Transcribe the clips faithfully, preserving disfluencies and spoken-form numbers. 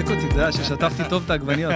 מצחיק אותי, אתה יודע, ששטפתי טוב את העגבניות.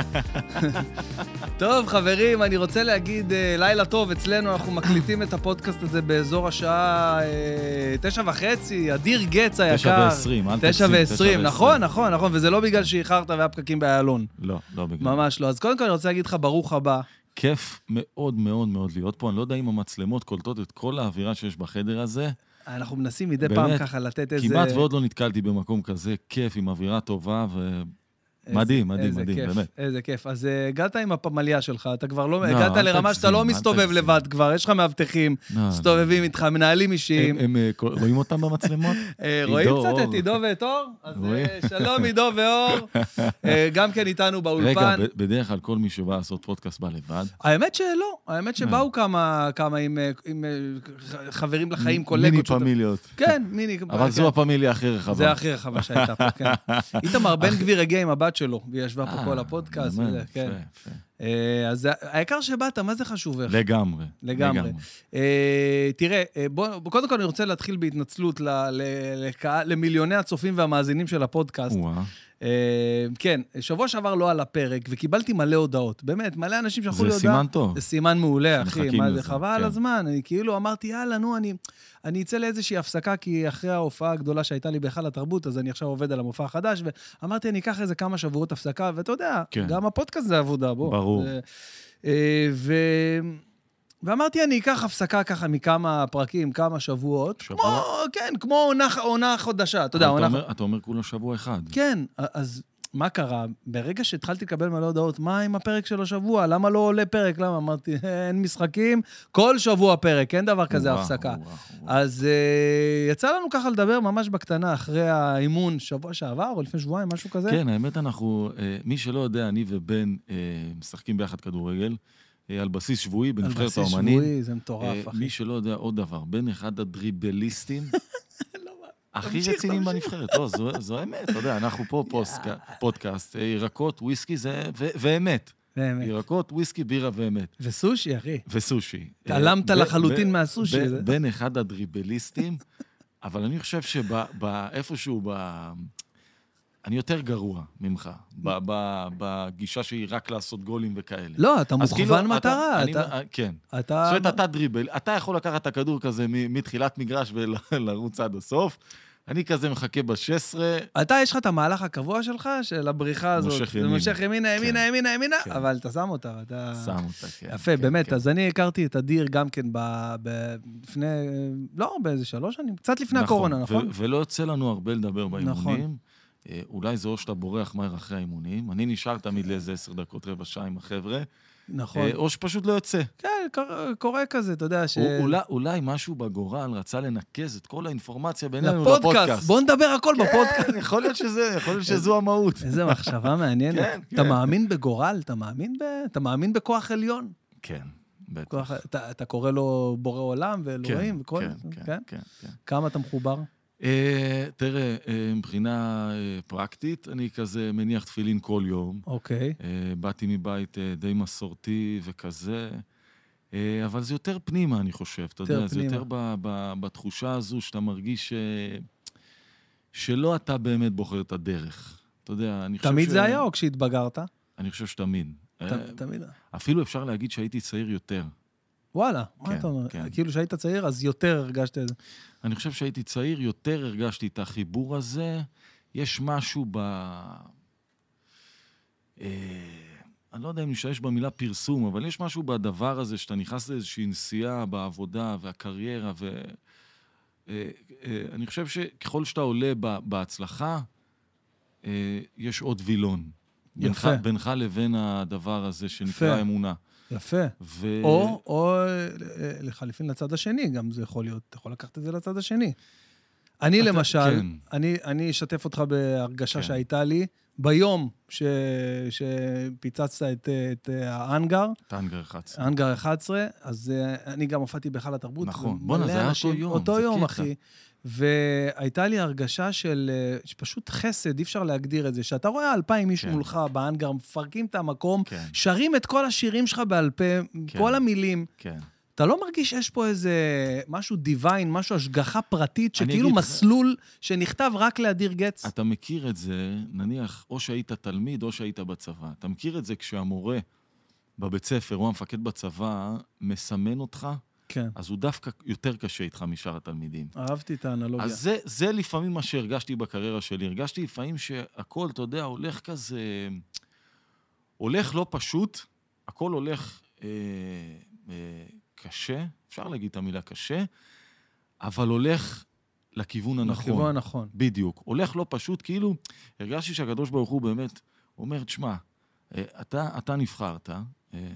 טוב, חברים, אני רוצה להגיד לילה טוב. אצלנו אנחנו מקליטים את הפודקאסט הזה באזור השעה תשע וחצי, אדיר גץ היקר. תשע ועשרים, אל תקסים. תשע ועשרים, נכון, נכון, נכון, וזה לא בגלל שאיחרת והפקקים באיילון. לא, לא בגלל. ממש לא. אז קודם כל אני רוצה להגיד לך ברוך הבא. כיף מאוד מאוד מאוד להיות פה. אני לא יודע אם המצלמות קולטות את כל האווירה שיש בחדר הזה. אנחנו מנסים מדי פעם ככה לתת איזה... כמעט ועוד לא נתקלתי במקום כזה כיף, עם אווירה טובה ו... מדהים, מדהים, מדהים, באמת. איזה כיף. אז הגעת עם הפמליה שלך, אתה כבר לא... הגעת לרמה שאתה לא מסתובב לבד כבר, יש לך מאבטחים, מסתובבים איתך, מנהלים אישיים. הם רואים אותם במצלמות? רואים קצת את עידו ואת אור? אז שלום עידו ואור. גם כן איתנו באולפן. רגע, בדרך כלל כל מי שבא לעשות פודקאסט בא לבד. האמת שלא, האמת שבאו כמה עם חברים לחיים, קולגות. מיני פמיליות. כן, מיני. אבל זו הפמיליה הכי רחבה. זה הכי רחבה שהייתה פה, כן. איתמר בן גביר הגיע עם הבת שלו, והיא ישבה פה כל הפודקאסט. אז העיקר שבאת, מה זה חשוב? לגמרי. לגמרי. תראה, קודם כל אני רוצה להתחיל בהתנצלות למיליוני הצופים והמאזינים של הפודקאסט. כן, שבוע שעבר לא על הפרק, וקיבלתי מלא הודעות. באמת, מלא אנשים שלחו לי הודעה. זה סימן טוב. זה סימן מעולה, אחי. זה חבל על הזמן. אני כאילו אמרתי, יאללה, נו, אני... אני אצא לאיזושהי הפסקה, כי אחרי ההופעה הגדולה שהייתה לי בהיכל התרבות, אז אני עכשיו עובד על המופע החדש, ואמרתי, אני אקח איזה כמה שבועות הפסקה, ואתה יודע, כן. גם הפודקאסט זה עבודה, בוא. ברור. ו... ו... ואמרתי, אני אקח הפסקה ככה מכמה פרקים, כמה שבועות, שבוע? כמו, כן, כמו עונה, עונה חודשה, אתה יודע, עונה... אתה אומר, אתה אומר כולה שבוע אחד. כן, אז... מה קרה? ברגע שהתחלתי לקבל מלא הודעות, מה עם הפרק של השבוע? למה לא עולה פרק? למה? אמרתי, אין משחקים, כל שבוע פרק, אין דבר כזה הפסקה. אז יצא לנו ככה לדבר ממש בקטנה, אחרי האימון שבוע שעבר, או לפני שבועיים, משהו כזה. כן, האמת אנחנו, מי שלא יודע, אני ובן משחקים ביחד כדורגל, על בסיס שבועי, בנבחרת האומנים. על בסיס שבועי, זה מטורף, אחי. מי שלא יודע עוד דבר, בן אחד הדריבליסטים, הכי רציניים בנבחרת, לא, זו האמת, אתה יודע, אנחנו פה פודקאסט, ירקות, וויסקי, ואמת. ירקות, וויסקי, בירה ואמת. וסושי, אחי. וסושי. תעלמת לחלוטין מהסושי. בין אחד הדריבליסטים, אבל אני חושב שבאיפשהו, אני יותר גרוע ממך, בגישה שהיא רק לעשות גולים וכאלה. לא, אתה מוכוון מטרה. כן. זאת אומרת, אתה דריבל, אתה יכול לקחת את הכדור כזה מתחילת מגרש ולרוץ עד הסוף. אני כזה מחכה ב-שש עשרה. אתה, יש לך את המהלך הקבוע שלך, של הבריחה הזאת. מושך ימינה. מושך ימינה, ימינה, ימינה, ימינה, אבל אתה שם אותה. שם אותה, כן. יפה, באמת. אז אני הכרתי את אדיר גם כן לפני, לא, באיזה שלוש שנים, קצת לפני הקורונה, נכון? ולא יוצא לנו הרבה לדבר באימונים. אולי זה או שאתה בורח מהר אחרי האימונים. אני נשאר תמיד לאיזה עשר דקות, רבע שעה עם החבר'ה. נכון. או שפשוט לא יוצא. כן, קורה כזה, אתה יודע ש... אולי משהו בגורל רצה לנקז את כל האינפורמציה בינינו לפודקאסט. בוא נדבר הכל בפודקאסט. כן, יכול להיות שזה, יכול להיות שזו המהות. איזה מחשבה מעניינת. אתה מאמין בגורל? אתה מאמין ב... אתה מאמין בכוח עליון? כן, בטח. אתה קורא לו בורא עולם ואלוהים וכל... כן, כן, כן. כמה אתה מחובר? תראה, מבחינה פרקטית, אני כזה מניח תפילין כל יום. אוקיי. באתי מבית די מסורתי וכזה, אבל זה יותר פנימה, אני חושב. אתה יודע, זה יותר בתחושה הזו שאתה מרגיש שלא אתה באמת בוחר את הדרך. אתה יודע, אני חושב ש... תמיד זה היה או כשהתבגרת? אני חושב שתמיד. תמיד. אפילו אפשר להגיד שהייתי צעיר יותר. וואלה, מה אתה אומר? כאילו שהיית צעיר, אז יותר הרגשת את זה. אני חושב שהייתי צעיר, יותר הרגשתי את החיבור הזה. יש משהו ב... אני לא יודע אם נשאש במילה פרסום, אבל יש משהו בדבר הזה, שאתה נכנס לאיזושהי נסיעה בעבודה והקריירה, ואני חושב שככל שאתה עולה בהצלחה, יש עוד וילון. יפה. בינך לבין הדבר הזה שנקרא אמונה. יפה. ו... או, או לחליפין לצד השני, גם זה יכול להיות, אתה יכול לקחת את זה לצד השני. אני אתה, למשל, כן. אני, אני אשתף אותך בהרגשה כן. שהייתה לי, ביום ש... שפיצצת את, את האנגר. את האנגר אחת עשרה. האנגר אחת עשרה, אז אני גם הופעתי בהיכל התרבות. נכון, בונה, זה היה אותו יום. אותו יום, קטע. אחי. והייתה לי הרגשה של פשוט חסד, אי אפשר להגדיר את זה, שאתה רואה אלפיים איש מולך באנגר, מפרקים את המקום, שרים את כל השירים שלך בעל פה, כל המילים, אתה לא מרגיש שיש פה איזה משהו דיוויין, משהו השגחה פרטית, שכאילו מסלול שנכתב רק להדיר גץ? אתה מכיר את זה, נניח, או שהיית תלמיד, או שהיית בצבא. אתה מכיר את זה כשהמורה בבית ספר, או המפקד בצבא, מסמן אותך, כן. אז הוא דווקא יותר קשה איתך משאר התלמידים. אהבתי את האנלוגיה. אז זה, זה לפעמים מה שהרגשתי בקריירה שלי. הרגשתי לפעמים שהכל, אתה יודע, הולך כזה... הולך לא פשוט, הכל הולך אה, אה, קשה, אפשר להגיד את המילה קשה, אבל הולך לכיוון הנכון. לכיוון הנכון. בדיוק. הולך לא פשוט, כאילו, הרגשתי שהקדוש ברוך הוא באמת אומר, תשמע, אה, אתה, אתה נבחרת, אה,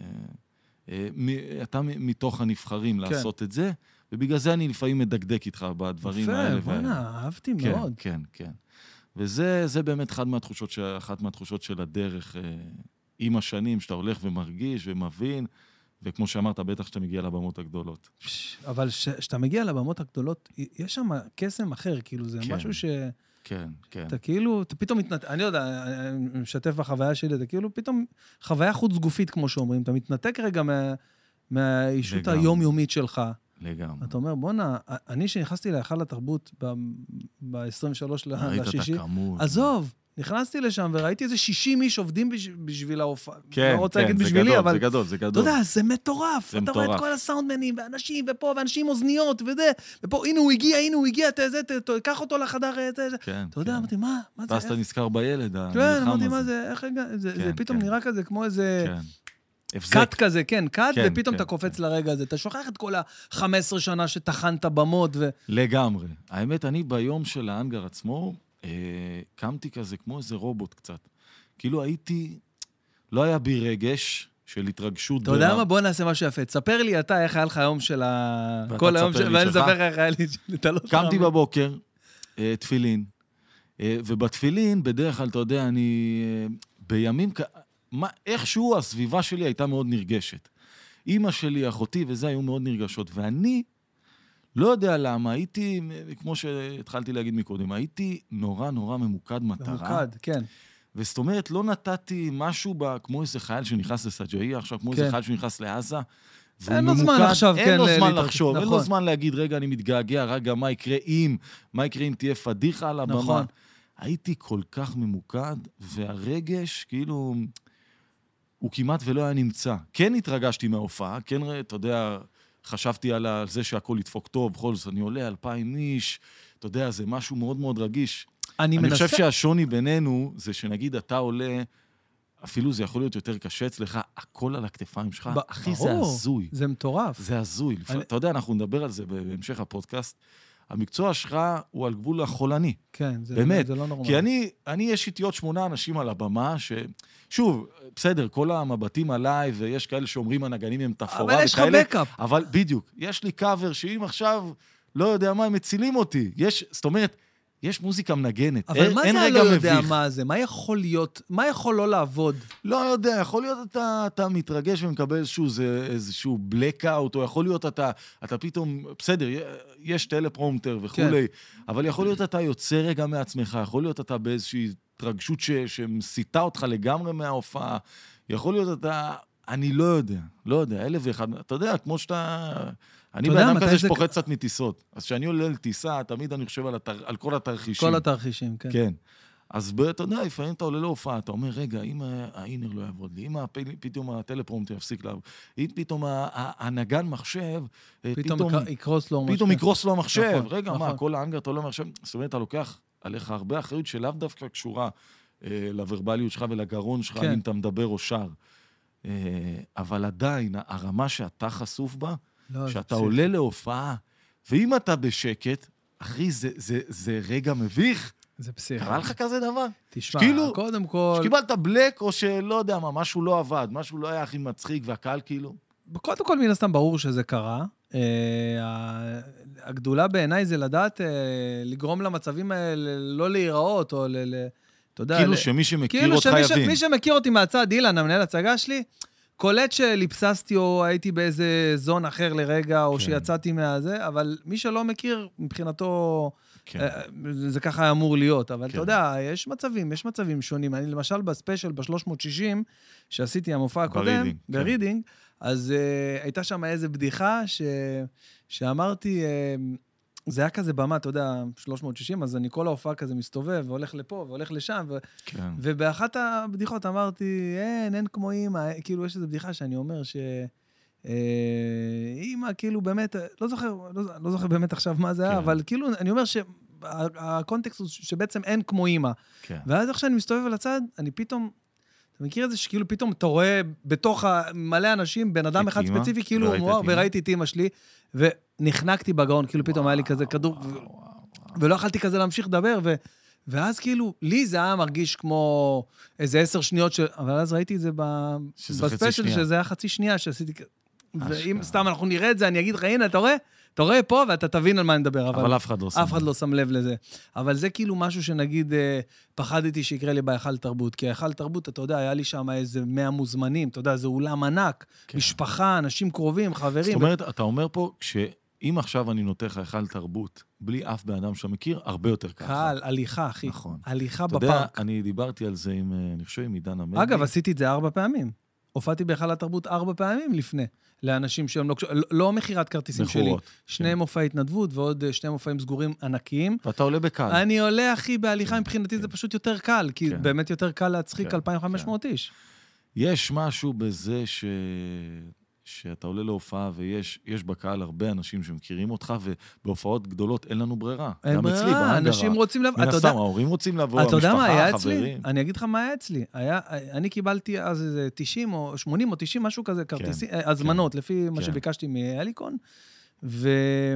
אה, אתה מתוך הנבחרים כן. לעשות את זה, ובגלל זה אני לפעמים מדקדק איתך בדברים יפה, האלה. יפה, בונה, אהבתי כן, מאוד. כן, כן. וזה זה באמת אחת מהתחושות, אחת מהתחושות של הדרך אה, עם השנים, שאתה הולך ומרגיש ומבין, וכמו שאמרת, בטח שאתה מגיע לבמות הגדולות. אבל כשאתה מגיע לבמות הגדולות, יש שם קסם אחר, כאילו זה כן, משהו ש... כן, כן. אתה כאילו, אתה פתאום מתנתק, אני יודע, אני משתף בחוויה שלי, אתה כאילו פתאום חוויה חוץ גופית, כמו שאומרים, אתה מתנתק רגע מה, מהאישות היומיומית שלך. לגמרי. אתה אומר, בונה, אני שנכנסתי להיכל התרבות ב-עשרים ושלוש לשישי, עזוב, נכנסתי לשם וראיתי איזה שישים איש עובדים בשביל ההופעה. כן, לא רוצה כן, להגיד זה בשבילי, גדול, אבל... זה גדול, זה גדול. אתה יודע, זה מטורף. זה אתה מטורף. רואה את כל הסאונדמנים, ואנשים, ופה, ואנשים אוזניות, וזה, ופה, הנה הוא הגיע, הנה הוא הגיע, קח אותו לחדר, כן, אתה יודע, אמרתי, מה? מה זה? ואז אתה נזכר בילד, הנלחם הזה. כן, אמרתי, מה זה, איך רגע, זה פתאום נראה כזה כמו איזה... קאט כזה, כן, קאט, ופתאום אתה קופץ לרגע הזה. אתה שוכח את כל ה-חמש עשרה שנה שתחנת במות ו... לגמרי. האמת, אני ביום של האנגר עצמו, קמתי כזה כמו איזה רובוט קצת. כאילו הייתי, לא היה בי רגש של התרגשות. אתה יודע מה? בוא נעשה משהו יפה. תספר לי אתה איך היה לך היום של ה... כל היום של... ואני אספר לך איך היה לי... קמתי בבוקר, תפילין, ובתפילין, בדרך כלל, אתה יודע, אני... בימים... מה, איכשהו הסביבה שלי הייתה מאוד נרגשת. אמא שלי, אחותי וזה היו מאוד נרגשות. ואני לא יודע למה, הייתי, כמו שהתחלתי להגיד מקודם, הייתי נורא נורא ממוקד מטרה. ממוקד, כן. וזאת אומרת, לא נתתי משהו ב, כמו איזה חייל שנכנס לסג'איה, עכשיו כמו כן. איזה חייל שנכנס לעזה. אין לו זמן עכשיו, אין כן. לו זמן לחשוב, נכון. אין לו זמן להגיד, רגע, אני מתגעגע, רגע, מה יקרה אם, מה יקרה אם תהיה פדיחה על הבמה. נכון. הייתי כל כך ממוקד, והרגש, כאילו... הוא כמעט ולא היה נמצא. כן התרגשתי מההופעה, כן, אתה יודע, חשבתי על זה שהכל ידפוק טוב, בכל זאת, אני עולה אלפיים איש, אתה יודע, זה משהו מאוד מאוד רגיש. אני, אני מנסה... חושב שהשוני בינינו, זה שנגיד, אתה עולה, אפילו זה יכול להיות יותר קשה אצלך, הכל על הכתפיים שלך, ב... אחי, זה הזוי. זה מטורף. זה הזוי. אני... אתה יודע, אנחנו נדבר על זה בהמשך הפודקאסט, המקצוע שלך הוא על גבול החולני. כן, זה, באמת. זה לא נורמלי. כי אני, אני יש איתי עוד שמונה אנשים על הבמה, ש... שוב, בסדר, כל המבטים עליי, ויש כאלה שאומרים הנגנים הם תפאורה וכאלה. אבל יש לך בקאפ. אבל בדיוק, יש לי קאבר שאם עכשיו, לא יודע מה, הם מצילים אותי. יש, זאת אומרת, יש מוזיקה מנגנת. אבל מה זה לא יודע מה זה? מה יכול להיות? מה יכול לא לעבוד? לא יודע, יכול להיות אתה, אתה מתרגש ומקבל איזשהו, איזשהו blackout, או יכול להיות אתה, אתה פתאום, בסדר, יש טלפרומטר וכולי, אבל יכול להיות אתה יוצא רגע מעצמך, יכול להיות אתה באיזושהי התרגשות ש, שמסיתה אותך לגמרי מההופעה, יכול להיות אתה, אני לא יודע, לא יודע, אלף ואחד, אתה יודע, כמו שאתה... אני באדם כזה שפוחד קצת מטיסות. אז כשאני עולה לטיסה, תמיד אני חושב על, התר... על כל התרחישים. כל התרחישים, כן. כן. אז אתה יודע, לפעמים אתה עולה להופעה, אתה אומר, רגע, אם האינר לא יעבוד לי, אם פתאום הטלפרומטר יפסיק לעבוד, אם פתאום הנגן מחשב, פתאום יקרוס לו המחשב. פתאום יקרוס לו המחשב. רגע, מה, כל האנגר אתה עולה מחשב? זאת אומרת, אתה לוקח עליך הרבה אחריות שלאו דווקא קשורה לוורבליות שלך ולגרון שלך, אם אתה מדבר או שר. אבל עדיין, הרמה שאתה חשוף בה, לא, שאתה עולה להופעה, ואם אתה בשקט, אחי, זה, זה, זה רגע מביך. זה פסיכי. קרא לך כזה דבר? תשמע, שכאילו, קודם כל... שקיבלת בלק, או שלא יודע מה, משהו לא עבד, משהו לא היה הכי מצחיק, והקהל כאילו... קודם כל, מן הסתם, ברור שזה קרה. הגדולה בעיניי זה לדעת לגרום למצבים האלה לא להיראות, או ל... אתה יודע... כאילו שמי שמכיר אותך יבין. כאילו שמי שמכיר אותי מהצד, אילן, המנהל הצגה שלי, קולט שליפססתי או הייתי באיזה זון אחר לרגע, או כן. שיצאתי מהזה, אבל מי שלא מכיר, מבחינתו, כן. זה ככה אמור להיות. אבל כן. אתה יודע, יש מצבים, יש מצבים שונים. אני למשל בספיישל ב-שלוש מאות שישים, שעשיתי המופע הקודם, ברידינג, כן. אז uh, הייתה שם איזו בדיחה ש... שאמרתי, uh, זה היה כזה במה, אתה יודע, שלוש מאות ושישים, אז אני כל ההופעה כזה מסתובב, והולך לפה, והולך לשם, ו... כן. ובאחת הבדיחות אמרתי, אין, אין כמו אמא, כאילו יש איזו בדיחה שאני אומר ש... אמא, כאילו באמת, לא זוכר, לא, לא זוכר באמת עכשיו מה זה היה, אבל כאילו, אני אומר שהקונטקסט הוא שבעצם אין כמו אמא. ואז עכשיו אני מסתובב על הצד, אני פתאום, אתה מכיר את זה שכאילו פתאום אתה רואה בתוך מלא אנשים, בן אדם אחד ספציפי, כאילו מואר, וראיתי את אמא שלי, ונחנקתי בגאון, כאילו פתאום היה לי כזה כדור, ולא יכלתי כזה להמשיך לדבר, ו... ואז כאילו, לי זה היה מרגיש כמו איזה עשר שניות, ש... אבל אז ראיתי את זה בספיישל, שזה היה חצי שנייה שעשיתי... ואם סתם אנחנו נראה את זה, אני אגיד לך, הנה, אתה רואה? אתה רואה פה, ואתה תבין על מה אני מדבר. אבל אף אחד לא שם. אף אחד לא שם לב לזה. אבל זה כאילו משהו שנגיד, פחדתי שיקרה לי בהיכל תרבות, כי ההיכל תרבות, אתה יודע, היה לי שם איזה מאה מוזמנים, אתה יודע, זה אולם ענק, משפחה, אנשים קרובים, חברים. זאת אומרת, אתה אומר פה, אם עכשיו אני נותן לך היכל תרבות, בלי אף בן אדם שמכיר, הרבה יותר ככה. קל, הליכה, אחי. נכון. הליכה בפארק. אתה יודע, אני דיברתי על זה עם, אני חושב, עם עידן המדי. אגב, עשיתי את זה ארבע פעמים. הופעתי בהיכל התרבות ארבע פעמים לפני, לאנשים שהם לא, לא מחירת כרטיסים שלי. שני מופעי התנדבות ועוד שני מופעים סגורים ענקיים. ואתה עולה בקל. אני עולה, אחי, בהליכה מבחינתי זה פשוט יותר קל, כי באמת יותר קל להצחיק אלפיים וחמש מאות איש. יש משהו בזה ש... שאתה עולה להופעה ויש יש בקהל הרבה אנשים שמכירים אותך, ובהופעות גדולות אין לנו ברירה. אין ברירה, אנשים רוצים לבוא. מן הסתם, ההורים רוצים לבוא, המשפחה, חברים. אתה יודע מה היה אצלי? אני אגיד לך מה היה אצלי. אני קיבלתי אז איזה תשעים או שמונים או תשעים, משהו כזה, כרטיסים, הזמנות, לפי מה שביקשתי מאליקון, ו...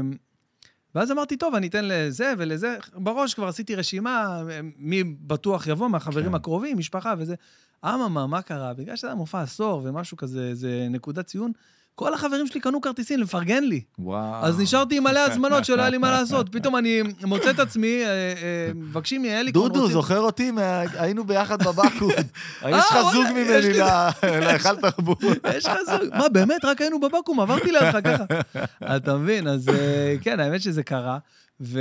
ואז אמרתי, טוב, אני אתן לזה ולזה. בראש כבר עשיתי רשימה, מי בטוח יבוא, מהחברים הקרובים, משפחה וזה. אממה, מה קרה? בגלל שזה היה מופע עשור ומשהו כזה, זה נקודת ציון, כל החברים שלי קנו כרטיסים לפרגן לי. וואו. אז נשארתי עם מלא הזמנות שלא היה לי מה לעשות. פתאום אני מוצא את עצמי, מבקשים לי, אליקון. דודו, זוכר אותי? היינו ביחד בבקו"ם. יש לך זוג ממני להיכל תרבות. יש לך זוג. מה, באמת? רק היינו בבקו"ם, עברתי לידך ככה. אתה מבין? אז כן, האמת שזה קרה. ו...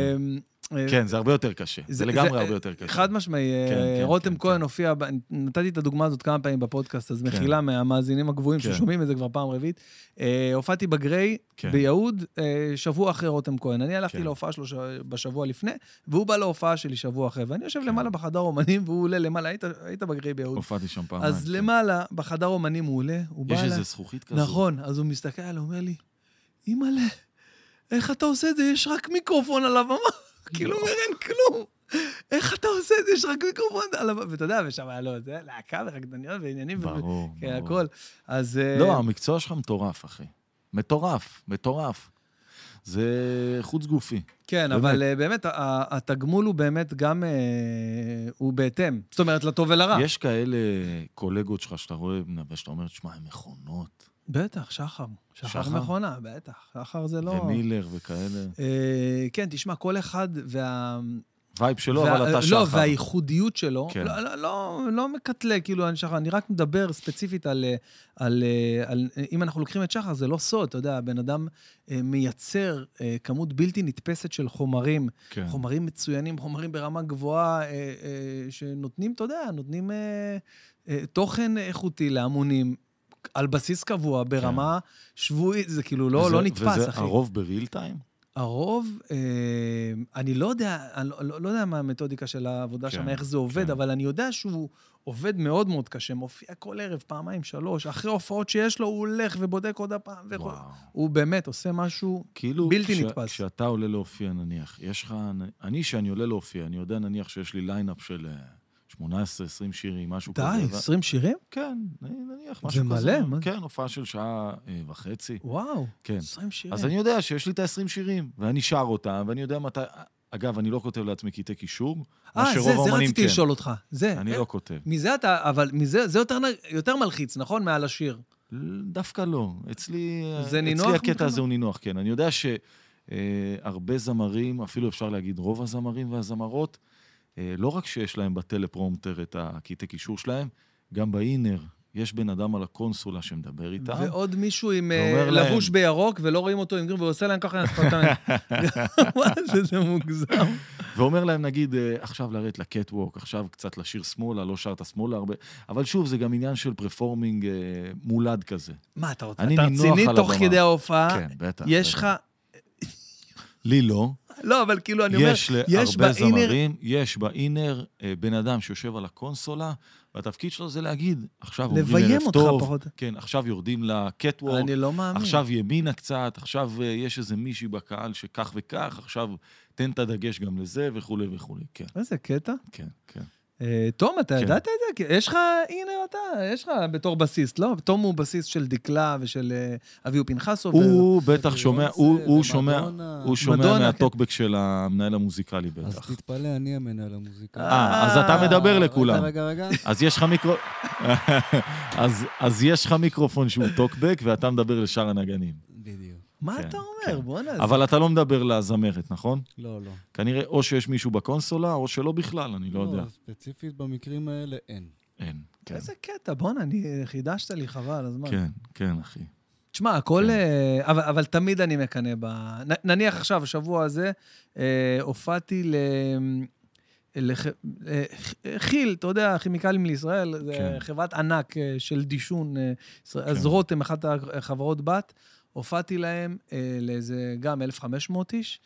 כן, זה הרבה יותר קשה. זה לגמרי הרבה יותר קשה. חד משמעי, רותם כהן הופיע, נתתי את הדוגמה הזאת כמה פעמים בפודקאסט, אז מחילה מהמאזינים הגבוהים ששומעים את זה כבר פעם רביעית. הופעתי בגריי, ביהוד, שבוע אחרי רותם כהן. אני הלכתי להופעה שלו בשבוע לפני, והוא בא להופעה שלי שבוע אחרי, ואני יושב למעלה בחדר אומנים, והוא עולה למעלה, היית בגריי ביהוד. הופעתי שם פעמיים. אז למעלה, בחדר אומנים הוא עולה, הוא בא יש איזה זכוכית כזו. נכון, אז הוא מסתכל עליו, אומר לי, אימא'לה, איך אתה עושה את זה? יש רק מיקרופון על הבמה. כאילו אומר, אין כלום. איך אתה עושה את זה? יש רק מיקרופון על הבמה. ואתה יודע, ושם היה לו, זה להקה ורקדניות ועניינים. ברור, כן, הכל. אז... לא, המקצוע שלך מטורף, אחי. מטורף, מטורף. זה חוץ גופי. כן, אבל באמת, התגמול הוא באמת גם, הוא בהתאם. זאת אומרת, לטוב ולרע. יש כאלה קולגות שלך שאתה רואה, שאתה אומר, תשמע, הם מכונות. בטח, שחר. שחר מכונה, בטח. שחר זה לא... ומילר וכאלה. כן, תשמע, כל אחד וה... וייב שלו, אבל אתה שחר. לא, והייחודיות שלו, לא מקטלה, כאילו, אני רק מדבר ספציפית על... אם אנחנו לוקחים את שחר, זה לא סוד, אתה יודע, הבן אדם מייצר כמות בלתי נתפסת של חומרים, חומרים מצוינים, חומרים ברמה גבוהה, שנותנים, אתה יודע, נותנים תוכן איכותי להמונים, על בסיס קבוע, ברמה שבועית, זה כאילו לא נתפס, אחי. וזה הרוב בריל טיים? הרוב, אני לא יודע, אני לא יודע מה המתודיקה של העבודה שם, איך זה עובד, אבל אני יודע שהוא עובד מאוד מאוד קשה, מופיע כל ערב, פעמיים, שלוש, אחרי הופעות שיש לו, הוא הולך ובודק עוד הפעם, הוא באמת עושה משהו בלתי נתפס. כשאתה עולה להופיע, נניח, יש לך, אני שאני עולה להופיע, אני יודע נניח שיש לי ליינאפ של... שמונה עשרה עשרים שירים, משהו כזה. די, עשרים שירים? כן, נניח, משהו כזה. זה מלא? כן, הופעה של שעה וחצי. וואו, עשרים שירים. אז אני יודע שיש לי את ה-עשרים שירים, ואני שר אותם, ואני יודע מתי... אגב, אני לא כותב לעצמי קטעי קישור. אה, זה, זה רציתי לשאול אותך. זה. אני לא כותב. מזה אתה, אבל מזה, זה יותר, יותר מלחיץ, נכון? מעל השיר. דווקא לא. אצלי, אצלי הקטע הזה הוא נינוח, כן. אני יודע שהרבה זמרים, אפילו אפשר להגיד רוב הזמרים והזמרות, לא רק שיש להם בטלפרומטר את הקטעי קישור שלהם, גם באינר יש בן אדם על הקונסולה שמדבר איתם. ועוד מישהו עם לבוש בירוק, ולא רואים אותו עם גרם, ועושה להם ככה, מה זה, זה מוגזם. ואומר להם, נגיד, עכשיו לרדת לקטווק, עכשיו קצת לשיר שמאלה, לא שרת שמאלה הרבה, אבל שוב, זה גם עניין של פרפורמינג מולד כזה. מה, אתה רוצה? אתה רציני תוך כדי ההופעה? כן, בטח. יש לך... לי לא. לא, אבל כאילו, אני אומר, יש להרבה זמרים, יש באינר בן אדם שיושב על הקונסולה, והתפקיד שלו זה להגיד, עכשיו אומרים ערב טוב, כן, עכשיו יורדים לקטוורק, אני לא מאמין. עכשיו ימינה קצת, עכשיו יש איזה מישהי בקהל שכך וכך, עכשיו תן את הדגש גם לזה וכו' וכו', כן. איזה קטע? כן, כן. תום, אתה ידעת את זה? יש לך, הנה אתה, יש לך בתור בסיסט, לא? תום הוא בסיסט של דקלה ושל אביהו פנחסוב. הוא בטח שומע, הוא שומע, הוא שומע מהטוקבק של המנהל המוזיקלי בטח. אז תתפלא, אני המנהל המוזיקלי. אה, אז אתה מדבר לכולם. רגע, רגע, רגע. אז יש לך מיקרו... אז יש לך מיקרופון שהוא טוקבק, ואתה מדבר לשאר הנגנים. בדיוק. מה אתה אומר? בוא נעזור. אבל אתה לא מדבר לזמרת, נכון? לא, לא. כנראה או שיש מישהו בקונסולה, או שלא בכלל, אני לא יודע. לא, ספציפית במקרים האלה אין. אין, כן. איזה קטע, בוא נע, אני חידשת לי חבל, הזמן. כן, כן, אחי. תשמע, הכל... אבל תמיד אני מקנה ב... נניח עכשיו, השבוע הזה, הופעתי ל... חיל, אתה יודע, כימיקלים לישראל, זה חברת ענק של דישון, אז רותם, אחת החברות בת, הופעתי להם לאיזה גם אלף וחמש מאות איש,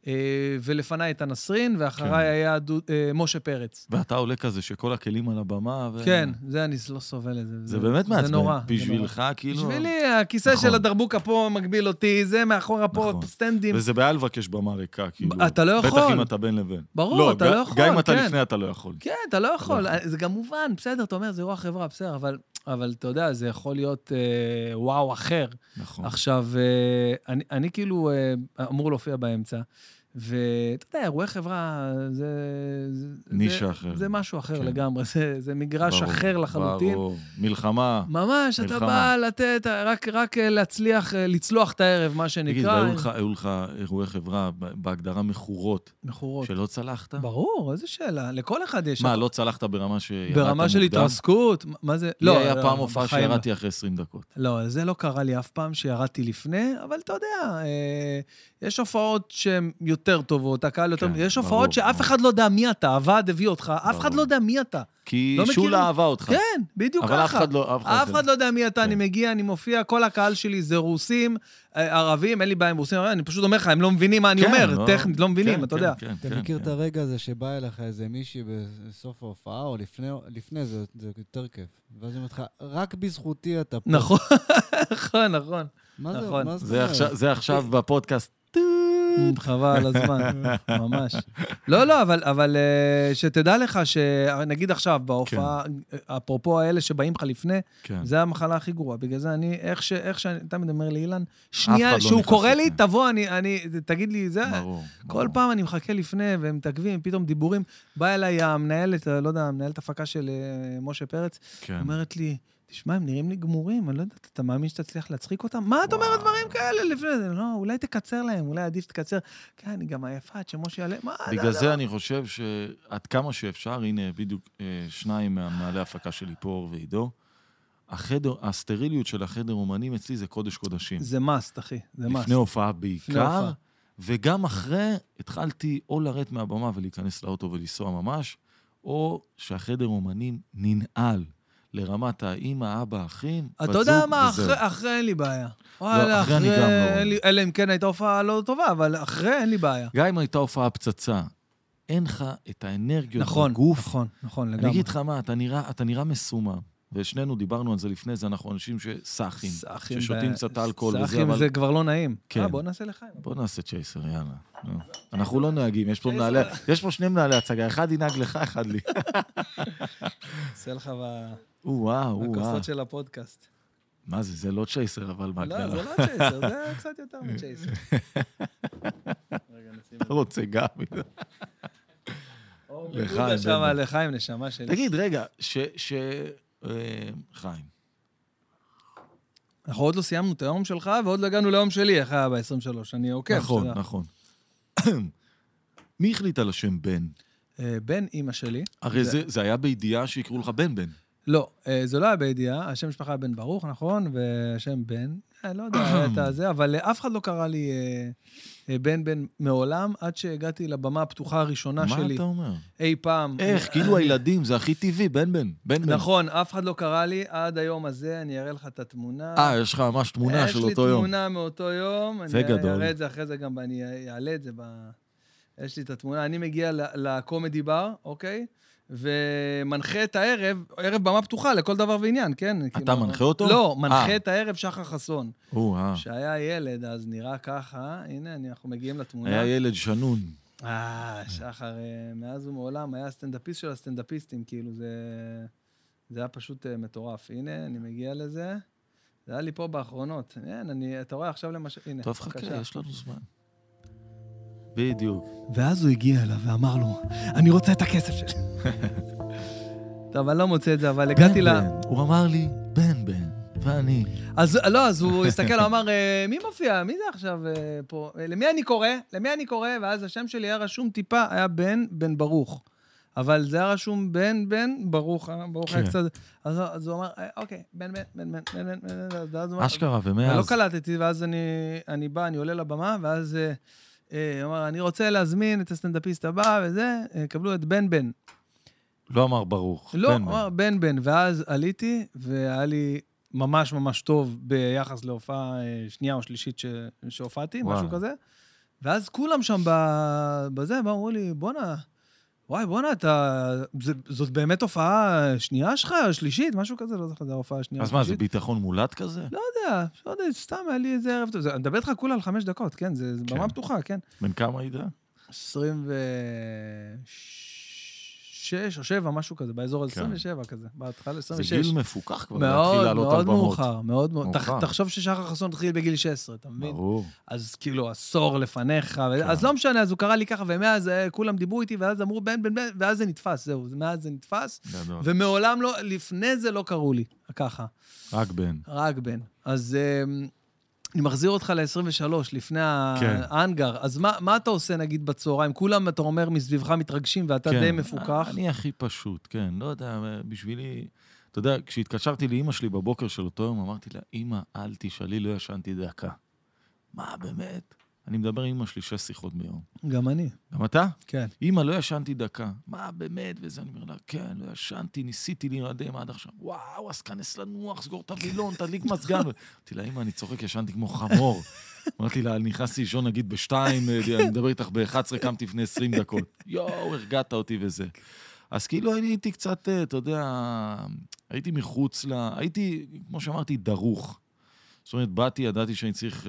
ולפניי את הנסרין, ואחריי היה משה פרץ. ואתה עולה כזה שכל הכלים על הבמה. כן, זה אני לא סובל את זה. זה באמת מעצבן. זה נורא. בשבילך, כאילו... בשבילי, הכיסא של הדרבוקה פה מגביל אותי, זה מאחורה פה, סטנדים. וזה בעיה לבקש במריקה, כאילו. אתה לא יכול. בטח אם אתה בן לבן. ברור, אתה לא יכול. גם אם אתה לפני, אתה לא יכול. כן, אתה לא יכול. זה גם מובן, בסדר, אתה אומר, זה רוח חברה, בסדר, אבל... אבל אתה יודע, זה יכול להיות אה, וואו אחר. נכון. עכשיו, אה, אני, אני כאילו אה, אמור להופיע באמצע, ואתה יודע, אירועי חברה, זה... נישה אחר. זה משהו אחר כן. לגמרי, זה, זה מגרש ברור, אחר לחלוטין. ברור, מלחמה. ממש, מלחמה. אתה בא לתת, רק, רק להצליח, לצלוח את הערב, מה שנקרא. תגיד, היו לך אירועי חברה בהגדרה מחורות. מחורות. שלא צלחת? ברור, איזו שאלה. לכל אחד יש... מה, לא צלחת ברמה שירדת מוקדם? ברמה של התרסקות? מה זה? לא, היה פעם הופעה שירדתי אחרי עשרים דקות. לא, זה לא קרה לי אף פעם שירדתי לפני, אבל אתה יודע, יש הופעות שהן יותר טובות, הקהל יותר... יש הופעות שאף אחד לא יודע מי אתה, הוועד הביא אותך, אף אחד לא יודע מי אתה. כי שולה אהבה אותך. כן, בדיוק ככה. אבל אף אחד לא... אף אחד לא יודע מי אתה, אני מגיע, אני מופיע, כל הקהל שלי זה רוסים, ערבים, אין לי בעיה עם רוסים, אני פשוט אומר לך, הם לא מבינים מה אני אומר, טכנית, לא מבינים, אתה יודע. אתה מכיר את הרגע הזה שבא אליך איזה מישהי בסוף ההופעה, או לפני זה, זה יותר כיף. ואז היא אומרת לך, רק בזכותי אתה פה. נכון, נכון, נכון. מה זה? זה עכשיו בפודקאסט. חבל על הזמן, ממש. לא, לא, אבל שתדע לך שנגיד עכשיו בהופעה, אפרופו האלה שבאים לך לפני, זה המחלה הכי גרועה. בגלל זה אני, איך שאתה מדבר לאילן, שנייה, שהוא קורא לי, תבוא, תגיד לי, זה, כל פעם אני מחכה לפני, והם תקווים, פתאום דיבורים, בא אליי המנהלת, לא יודע, המנהלת הפקה של משה פרץ, אומרת לי, תשמע, הם נראים לי גמורים, אני לא יודעת, אתה מאמין שתצליח להצחיק אותם? מה אתה אומר דברים כאלה לפני זה? לא, אולי תקצר להם, אולי עדיף תקצר. כן, אני גם עייפה, עד שמשה יעלה, מה? בגלל זה אני חושב שעד כמה שאפשר, הנה בדיוק שניים מהמנהלי ההפקה שלי פה, אור ועידו, הסטריליות של החדר אומנים אצלי זה קודש קודשים. זה מאסט, אחי, זה מאסט. לפני הופעה בעיקר, וגם אחרי התחלתי או לרדת מהבמה ולהיכנס לאוטו ולנסוע ממש, או שהחדר אומנים ננעל. לרמת האמא, אבא, אחים, בת זוג, אתה יודע מה, אחרי אין לי בעיה. לא, אחרי אני גם לא. אלא אם כן הייתה הופעה לא טובה, אבל אחרי אין לי בעיה. גם אם הייתה הופעה פצצה, אין לך את האנרגיות בגוף. נכון, נכון, נכון, לגמרי. אני אגיד לך מה, אתה נראה מסומם. ושנינו דיברנו על זה לפני זה, אנחנו אנשים שסאחים, ששותים קצת אלכוהול וזה, אבל... סאחים זה כבר לא נעים. כן. אה, בוא נעשה לחיים. בוא נעשה צ'ייסר, יאללה. אנחנו לא נוהגים, יש פה מנהלי, יש פה שני מנהלי הצגה, אחד ינהג לך, אחד לי. עושה לך ב... וואו, וואו. בכוסות של הפודקאסט. מה זה? זה לא צ'ייסר, אבל מה לא, זה לא צ'ייסר, זה קצת יותר מצ'ייסר. אתה רוצה גם. לחיים. לחיים, נשמה שלי. תגיד, רגע, ש... חיים. אנחנו עוד לא סיימנו את היום שלך, ועוד לא הגענו ליום שלי, איך היה ב-עשרים ושלוש, אני עוקב. נכון, נכון. מי החליט על השם בן? בן אמא שלי. הרי זה היה בידיעה שיקראו לך בן בן. לא, זה לא היה בידיעה, השם משפחה היה בן ברוך, נכון? והשם בן, אני לא יודע, אתה זה, אבל אף אחד לא קרא לי בן בן מעולם, עד שהגעתי לבמה הפתוחה הראשונה שלי. מה אתה אומר? אי פעם. איך, כאילו הילדים, זה הכי טבעי, בן בן, בן בן. נכון, אף אחד לא קרא לי, עד היום הזה, אני אראה לך את התמונה. אה, יש לך ממש תמונה של אותו יום. יש לי תמונה מאותו יום. זה גדול. אני אראה את זה אחרי זה גם, אני אעלה את זה ב... יש לי את התמונה, אני מגיע לקומדי בר, אוקיי? ומנחה את הערב, ערב במה פתוחה לכל דבר ועניין, כן? אתה מנחה אותו? לא, מנחה את הערב שחר חסון. או-אה. שהיה ילד, אז נראה ככה, הנה, אנחנו מגיעים לתמונה. היה ילד שנון. אה, שחר, מאז ומעולם, היה סטנדאפיסט של הסטנדאפיסטים, כאילו, זה... זה היה פשוט מטורף. הנה, אני מגיע לזה. זה היה לי פה באחרונות. הנה, אני, אתה רואה עכשיו למשל, הנה. טוב, חכה, יש לנו זמן. בדיוק. ואז הוא הגיע אליו ואמר לו, אני רוצה את הכסף שלי. טוב, אני לא מוצא את זה, אבל הגעתי ל... הוא אמר לי, בן בן, ואני. אז לא, אז הוא הסתכל, הוא אמר, מי מופיע? מי זה עכשיו פה? למי אני קורא? למי אני קורא? ואז השם שלי היה רשום טיפה, היה בן, בן ברוך. אבל זה היה רשום בן, בן, ברוך, ברוך היה קצת... אז הוא אמר, אוקיי, בן, בן, בן, בן, בן, בן, בן, אשכרה, ומאז... לא קלטתי, ואז אני בא, אני עולה לבמה, ואז... הוא אמר, אני רוצה להזמין את הסטנדאפיסט הבא, וזה, קבלו את בן בן. לא אמר ברוך. לא, הוא אמר בן בן, ואז עליתי, והיה לי ממש ממש טוב ביחס להופעה שנייה או שלישית שהופעתי, משהו כזה. ואז כולם שם בזה, אמרו לי, בונה, וואי, בונה, זאת באמת הופעה שנייה שלך, שלישית, משהו כזה, לא זוכר, זה ההופעה השנייה. אז מה, זה ביטחון מולד כזה? לא יודע, לא יודע, סתם היה לי איזה ערב טוב. אני מדבר איתך כולה על חמש דקות, כן? זה במה פתוחה, כן? בן כמה היית? עשרים ושש או שבע, משהו כזה, באזור עשרים ושבע כזה, בהתחלה עשרים ושש. זה גיל מפוקח כבר, להתחיל לעלות על במות. מאוד מאוחר, מאוד מאוחר. תחשוב ששחר חסון התחיל בגיל שש עשרה, אתה מבין? ברור. אז כאילו, עשור לפניך, אז לא משנה, אז הוא קרא לי ככה, ומאז כולם דיברו איתי, ואז אמרו בן, בן, בן, ואז זה נתפס, זהו, מאז זה נתפס, ומעולם לא, לפני זה לא קראו לי, ככה. רק בן. רק בן. אז אני מחזיר אותך ל-עשרים ושלוש, לפני האנגר. אז מה אתה עושה, נגיד, בצהריים? כולם, אתה אומר, מסביבך מתרגשים, ואתה די מפוקח. אני הכי פשוט, כן. לא יודע, בשבילי... אתה יודע, כשהתקשרתי לאמא שלי בבוקר של אותו יום, אמרתי לה, אמא, אל תשאלי, לא ישנתי דקה. מה, באמת? אני מדבר עם אמא שלי שש שיחות ביום. גם אני. גם אתה? כן. אמא, לא ישנתי דקה. מה, באמת? וזה אני אומר לה, כן, לא ישנתי, ניסיתי להירדם עד עכשיו. וואו, אז כנס לנוח, סגור את הווילון, תדליק מזגן. אמרתי לה, אמא, אני צוחק, ישנתי כמו חמור. אמרתי לה, נכנסתי לישון, נגיד, בשתיים, אני מדבר איתך ב-אחת עשרה, קמתי לפני עשרים דקות. יואו, הרגעת אותי וזה. אז כאילו הייתי קצת, אתה יודע, הייתי מחוץ לה, הייתי, כמו שאמרתי, דרוך. זאת אומרת, באתי, ידעתי שאני צריך...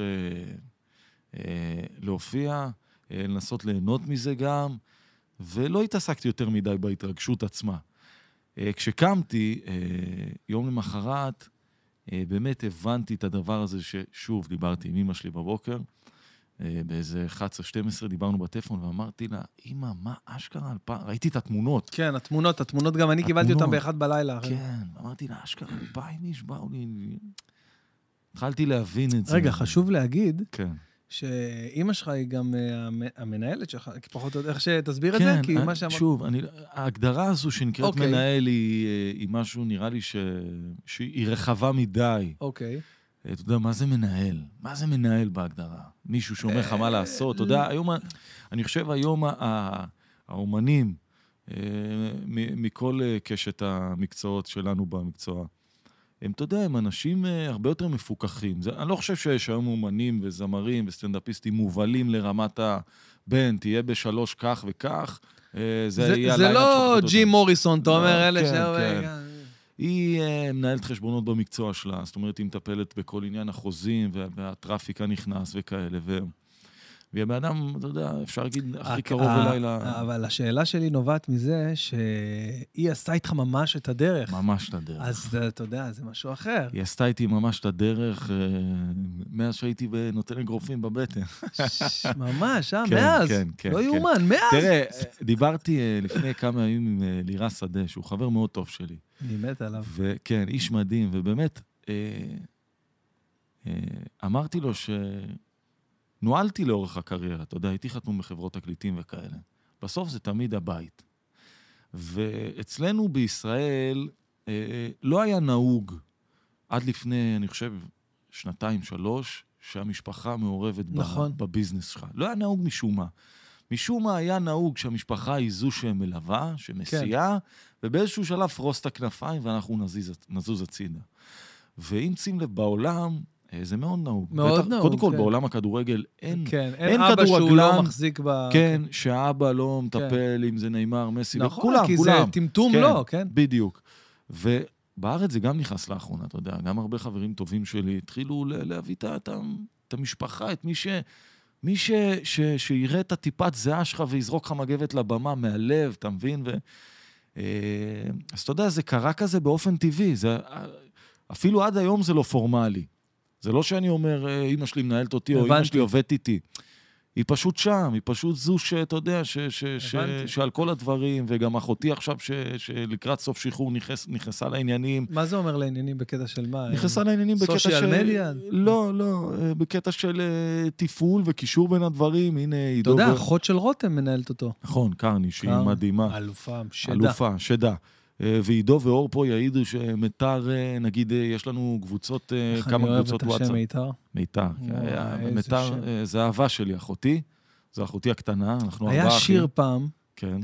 להופיע, לנסות ליהנות מזה גם, ולא התעסקתי יותר מדי בהתרגשות עצמה. כשקמתי, יום למחרת, באמת הבנתי את הדבר הזה ששוב, דיברתי עם אמא שלי בבוקר, באיזה אחת עשרה שתים עשרה דיברנו בטלפון, ואמרתי לה, אמא, מה אשכרה על פעם? ראיתי את התמונות. כן, התמונות, התמונות גם אני קיבלתי אותן באחד בלילה. כן, אמרתי לה, אשכרה אלפיים איש באו לי... התחלתי להבין את זה. רגע, חשוב להגיד, כן. שאימא שלך היא גם המנהלת שלך, פחות או יותר, איך שתסביר את זה? כן, שוב, ההגדרה הזו שנקראת מנהל היא משהו, נראה לי שהיא רחבה מדי. אוקיי. אתה יודע, מה זה מנהל? מה זה מנהל בהגדרה? מישהו שאומר לך מה לעשות? אתה יודע, היום, אני חושב היום האומנים, מכל קשת המקצועות שלנו במקצוע, הם, אתה יודע, הם אנשים הרבה יותר מפוקחים. זה, אני לא חושב שיש היום אומנים וזמרים וסטנדאפיסטים מובלים לרמת הבן, תהיה בשלוש כך וכך, זה, זה יהיה... זה לא ג'י מוריסון, אתה אומר, אלה כן, ש... כן. היא מנהלת חשבונות במקצוע שלה, זאת אומרת, היא מטפלת בכל עניין החוזים, והטראפיקה נכנס וכאלה, ו... והיא באדם, אתה יודע, אפשר להגיד, הכי קרוב אליי ל... אבל השאלה שלי נובעת מזה שהיא עשתה איתך ממש את הדרך. ממש את הדרך. אז אתה יודע, זה משהו אחר. היא עשתה איתי ממש את הדרך מאז שהייתי נותן אגרופים בבטן. ממש, אה? מאז. כן, כן. לא יאומן, מאז. תראה, דיברתי לפני כמה ימים עם לירה שדה, שהוא חבר מאוד טוב שלי. אני מת עליו. וכן, איש מדהים, ובאמת, אמרתי לו ש... נועלתי לאורך הקריירה, אתה יודע, הייתי חתום בחברות תקליטים וכאלה. בסוף זה תמיד הבית. ואצלנו בישראל, לא היה נהוג עד לפני, אני חושב, שנתיים, שלוש, שהמשפחה מעורבת נכון. בביזנס שלך. לא היה נהוג משום מה. משום מה היה נהוג שהמשפחה היא זו שמלווה, שמסיעה, כן. ובאיזשהו שלב פרוס את הכנפיים, ואנחנו נזיז, נזוז הצידה. ואם שים לב בעולם, זה מאוד נהוג. מאוד בטח, נהוג, קודם כל, כן. בעולם הכדורגל אין, כן, אין, אין אבא כדורגלן, שהוא לא מחזיק ב... כן, שהאבא לא מטפל, כן. אם זה נאמר, מסי, נכון, וכולם, כי כולם. זה טמטום כן, לא, כן? בדיוק. ובארץ זה גם נכנס לאחרונה, אתה יודע, גם הרבה חברים טובים שלי התחילו להביא את, את המשפחה, את מי ש... מי ש, ש, שיראה את הטיפת זהה שלך ויזרוק לך מגבת לבמה מהלב, אתה מבין? ו, אה, אז אתה יודע, זה קרה כזה באופן טבעי, זה, אפילו עד היום זה לא פורמלי. זה לא שאני אומר, אמא שלי מנהלת אותי, או אמא שלי עובדת איתי. היא פשוט שם, היא פשוט זו שאתה יודע, ש, ש, ש, שעל כל הדברים, וגם אחותי עכשיו, ש, שלקראת סוף שחרור נכנס, נכנסה לעניינים. מה זה אומר לעניינים בקטע של מה? נכנסה לעניינים בקטע של... סושיאל מדיה? לא, לא, בקטע של טיפול וקישור בין הדברים, הנה... אתה יודע, אחות של רותם מנהלת אותו. נכון, קרני, שהיא מדהימה. אלופה, שדה. אלופה, שדה. ועידו ואור פה יעידו שמיתר, נגיד, יש לנו קבוצות, כמה קבוצות וואטסאפ. איך אני אוהב את השם מיתר? מיתר. מיתר, זה אהבה שלי, אחותי. זו אחותי הקטנה, אנחנו ארבעה אחים. היה שיר פעם. כן.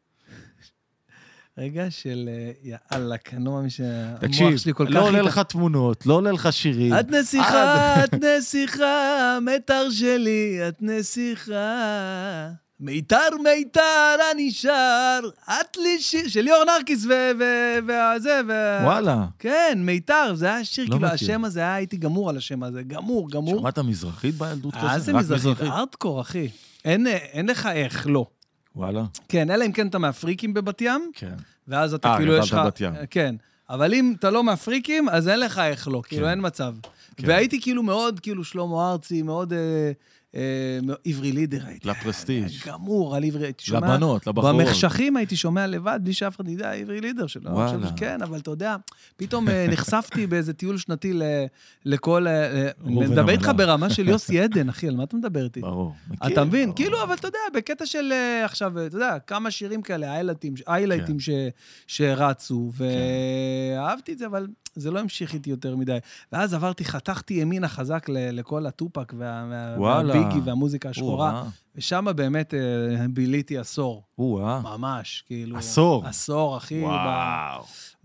רגע של, יאללה, אני לא מאמין שהמוח שלי כל כך... תקשיב, לא עולה לך תמונות, לא עולה לך שירים. את נסיכה, את נסיכה, מיתר שלי, את נסיכה. מיתר, מיתר, אני שר, את לי שיר, של ליאור נרקיס וזה, ו... וואלה. כן, מיתר, זה היה שיר, כאילו, השם הזה, היה הייתי גמור על השם הזה, גמור, גמור. שמעת מזרחית בילדות כזה? אה, זה מזרחית, ארטקור, אחי. אין לך איך, לא. וואלה. כן, אלא אם כן אתה מהפריקים בבת ים, כן. ואז אתה כאילו יש לך... כן, אבל אם אתה לא מהפריקים, אז אין לך איך לא, כאילו, אין מצב. והייתי כאילו מאוד, כאילו, שלמה ארצי, מאוד... עברי לידר הייתי. לפרסטיג'. גמור, על עברי, הייתי שומע... לבנות, לבחורות. במחשכים הייתי שומע לבד, בלי שאף אחד ידע, עברי לידר שלו. וואלה. כן, אבל אתה יודע, פתאום נחשפתי באיזה טיול שנתי לכל... מדבר איתך ברמה של יוסי עדן, אחי, על מה אתה מדבר איתי? ברור. אתה מבין? כאילו, אבל אתה יודע, בקטע של עכשיו, אתה יודע, כמה שירים כאלה, איילייטים שרצו, ואהבתי את זה, אבל... זה לא המשיך איתי יותר מדי. ואז עברתי, חתכתי ימינה חזק לכל הטופק והביגי והמוזיקה השחורה, ושם באמת ביליתי עשור. ממש, כאילו... עשור? עשור, אחי. וואו.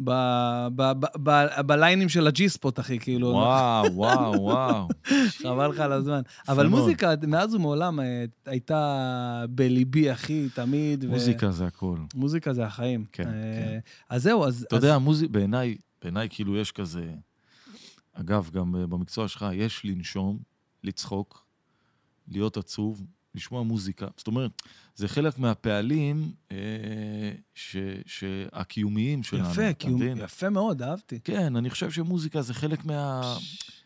בליינים של הג'יספוט, אחי, כאילו. וואו, וואו, וואו. חבל לך על הזמן. אבל מוזיקה, מאז ומעולם, הייתה בליבי, אחי, תמיד. מוזיקה זה הכל. מוזיקה זה החיים. כן, כן. אז זהו, אז... אתה יודע, בעיניי, בעיניי כאילו יש כזה, אגב, גם במקצוע שלך, יש לנשום, לצחוק, להיות עצוב, לשמוע מוזיקה. זאת אומרת, זה חלק מהפעלים אה, ש, שהקיומיים שלנו. יפה, קיום, יפה מאוד, אהבתי. כן, אני חושב שמוזיקה זה חלק מה...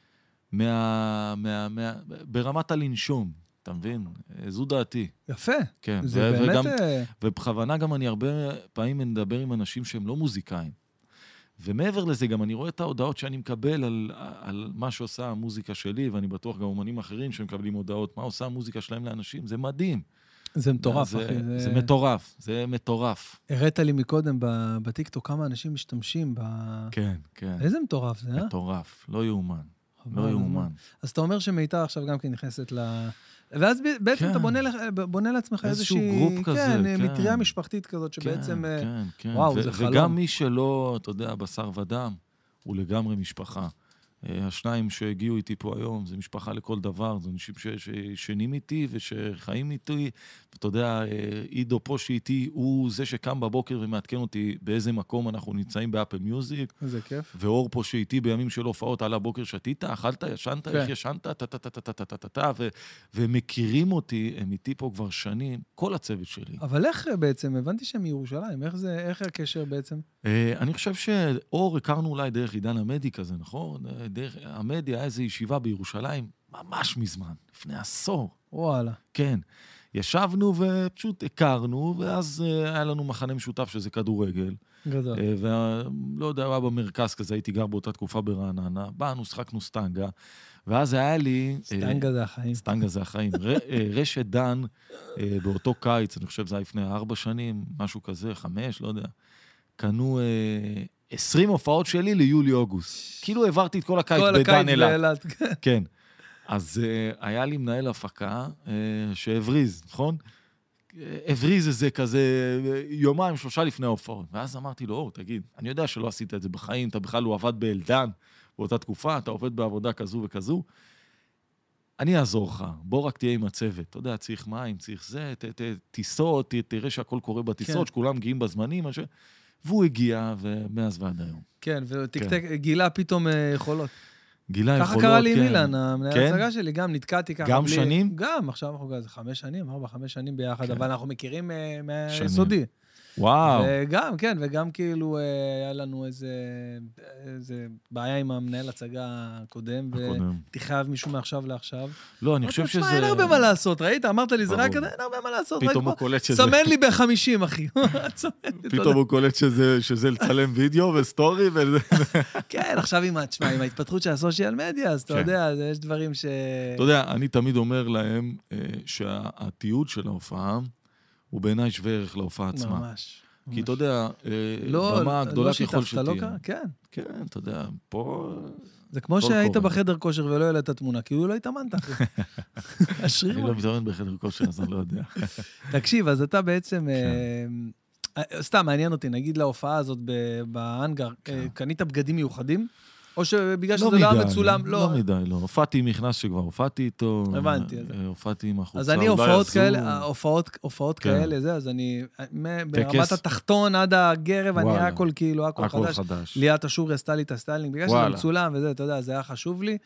מה, מה, מה ברמת הלנשום, אתה מבין? זו דעתי. יפה. כן, זה ו- באמת... וגם, ובכוונה גם אני הרבה פעמים מדבר עם אנשים שהם לא מוזיקאים. ומעבר לזה, גם אני רואה את ההודעות שאני מקבל על, על מה שעושה המוזיקה שלי, ואני בטוח גם אומנים אחרים שמקבלים הודעות, מה עושה המוזיקה שלהם לאנשים, זה מדהים. זה מטורף, זה, אחי. זה... זה מטורף, זה מטורף. הראת לי מקודם בטיקטוק כמה אנשים משתמשים ב... כן, כן. איזה מטורף זה, אה? מטורף, לא יאומן. לא יאומן. אז אתה אומר שמיתר עכשיו גם כן נכנסת ל... ואז בעצם כן. אתה בונה, בונה לעצמך איזושהי... איזשהו גרופ כזה, כן. כן. מטריה משפחתית כזאת, שבעצם... כן, כן, כן. וואו, ו- זה חלום. וגם מי שלא, אתה יודע, בשר ודם, הוא לגמרי משפחה. השניים שהגיעו איתי פה היום, זה משפחה לכל דבר, זה אנשים ששנים איתי ושחיים איתי, ואתה יודע, עידו פה שאיתי, הוא זה שקם בבוקר ומעדכן אותי באיזה מקום אנחנו נמצאים באפל מיוזיק. איזה כיף. ואור פה שאיתי בימים של הופעות על הבוקר, שתית, אכלת, ישנת, איך ישנת, טה-טה-טה-טה-טה-טה-טה, ומכירים אותי, הם איתי פה כבר שנים, כל הצוות שלי. אבל איך בעצם, הבנתי שהם מירושלים, איך זה, איך הקשר בעצם? אני חושב שאור הכרנו אולי דרך עידן המדי כזה, נכון? דרך המדי היה איזו ישיבה בירושלים, ממש מזמן, לפני עשור. וואלה. כן. ישבנו ופשוט הכרנו, ואז היה לנו מחנה משותף שזה כדורגל. גדול. ולא יודע, היה במרכז כזה, הייתי גר באותה תקופה ברעננה, באנו, שחקנו סטנגה, ואז היה לי... סטנגה זה החיים. סטנגה זה החיים. רשת דן, באותו קיץ, אני חושב זה היה לפני ארבע שנים, משהו כזה, חמש, לא יודע. קנו עשרים הופעות שלי ליולי-אוגוסט. כאילו העברתי את כל הקיץ בדן אלת. כן. אז היה לי מנהל הפקה שהבריז, נכון? הבריז איזה כזה יומיים, שלושה לפני ההופעות. ואז אמרתי לו, או, תגיד, אני יודע שלא עשית את זה בחיים, אתה בכלל לא עבד באלדן באותה תקופה, אתה עובד בעבודה כזו וכזו. אני אעזור לך, בוא רק תהיה עם הצוות. אתה יודע, צריך מים, צריך זה, טיסות, תראה שהכל קורה בטיסות, שכולם גאים בזמנים, והוא הגיע, ומאז ועד היום. כן, וגילה פתאום יכולות. גילה יכולות, כן. ככה קרה לי מילן, המנהל ההצגה שלי, גם נתקעתי ככה. גם שנים? גם, עכשיו אנחנו גם, זה חמש שנים, ארבע, חמש שנים ביחד, אבל אנחנו מכירים מהיסודי. וואו. וגם, כן, וגם כאילו היה לנו איזה בעיה עם המנהל הצגה הקודם, ותחייב מישהו מעכשיו לעכשיו. לא, אני חושב שזה... אין הרבה מה לעשות, ראית? אמרת לי, זה רק כזה, אין הרבה מה לעשות. פתאום הוא קולט שזה... סמן לי ב-חמישים, אחי. פתאום הוא קולט שזה לצלם וידאו וסטורי וזה... כן, עכשיו עם ההתפתחות של הסושיאל מדיה, אז אתה יודע, יש דברים ש... אתה יודע, אני תמיד אומר להם שהתיעוד של ההופעה הוא בעיניי שווה ערך להופעה עצמה. ממש. כי אתה יודע, במה הגדולה ככל שתהיה. לא שיתפת, לא כן. כן, אתה יודע, פה... זה כמו שהיית בחדר כושר ולא העלית את התמונה, כי הוא לא התאמנת. אני לא מתאמן בחדר כושר, אז אני לא יודע. תקשיב, אז אתה בעצם... סתם, מעניין אותי, נגיד להופעה הזאת באנגר, קנית בגדים מיוחדים? או שבגלל שזה לא מצולם, לא... לא מדי, לא. הופעתי עם מכנס שכבר הופעתי איתו. הבנתי. הופעתי עם החוצה. אז אני הופעות כאלה, הופעות כאלה, זה, אז אני, ברמת התחתון עד הגרב, אני הכל כאילו, הכל חדש. ליאת אשורי עשתה לי את הסטיילינג, בגלל שזה מצולם וזה, אתה יודע, זה היה חשוב לי.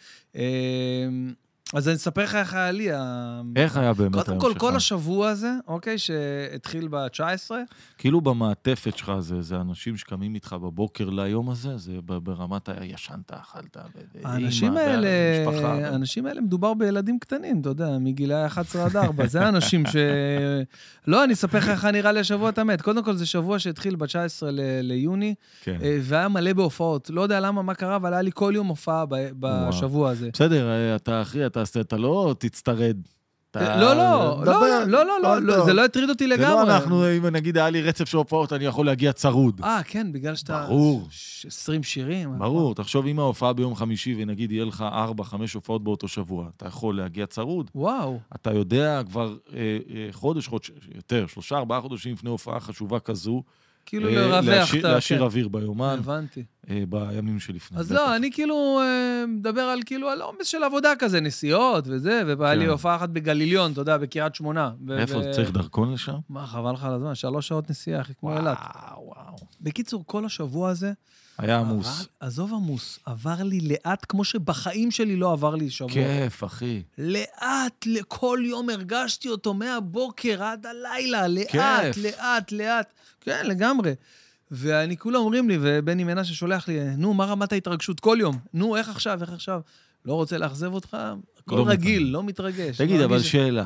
אז אני אספר לך איך היה לי. איך היה באמת היום שלך? קודם כל, כל השבוע הזה, אוקיי, שהתחיל ב-תשע עשרה. כאילו במעטפת שלך, זה אנשים שקמים איתך בבוקר ליום הזה, זה ברמת הישנת, אכלת, האנשים האלה, האנשים האלה מדובר בילדים קטנים, אתה יודע, מגילי אחת עשרה עד ארבע. זה האנשים ש... לא, אני אספר לך איך נראה לי השבוע אתה מת. קודם כל, זה שבוע שהתחיל ב-תשע עשרה ליוני, והיה מלא בהופעות. לא יודע למה, מה קרה, אבל היה לי כל יום הופעה בשבוע הזה. בסדר, אתה אחי, אתה אתה לא תצטרד. לא, לא, לא, לא, לא, זה לא הטריד אותי לגמרי. זה לא אנחנו, אם נגיד היה לי רצף של הופעות, אני יכול להגיע צרוד. אה, כן, בגלל שאתה... ברור. עשרים שירים. ברור, תחשוב, אם ההופעה ביום חמישי, ונגיד יהיה לך ארבע, חמש הופעות באותו שבוע, אתה יכול להגיע צרוד. וואו. אתה יודע כבר חודש, חודש, יותר, שלושה, ארבעה חודשים לפני הופעה חשובה כזו, כאילו לרווח. להשאיר אוויר ביומן. הבנתי. בימים שלפני. אז לא, אני כאילו מדבר על כאילו, על עומס של עבודה כזה, נסיעות וזה, ובא לי הופעה אחת בגליליון, אתה יודע, בקריית שמונה. איפה, צריך דרכון לשם? מה, חבל לך על הזמן, שלוש שעות נסיעה, אחי, כמו אילת. וואו, וואו. בקיצור, כל השבוע הזה... היה עמוס. עזוב עמוס, עבר לי לאט, כמו שבחיים שלי לא עבר לי שבוע. כיף, אחי. לאט, כל יום הרגשתי אותו מהבוקר עד הלילה, לאט, לאט, לאט. כן, לגמרי. ואני כולה אומרים לי, ובני מנה ששולח לי, נו, מה רמת ההתרגשות כל יום? נו, איך עכשיו, איך עכשיו? לא רוצה לאכזב אותך? הכל רגיל, לא מתרגש. תגיד, אבל שאלה.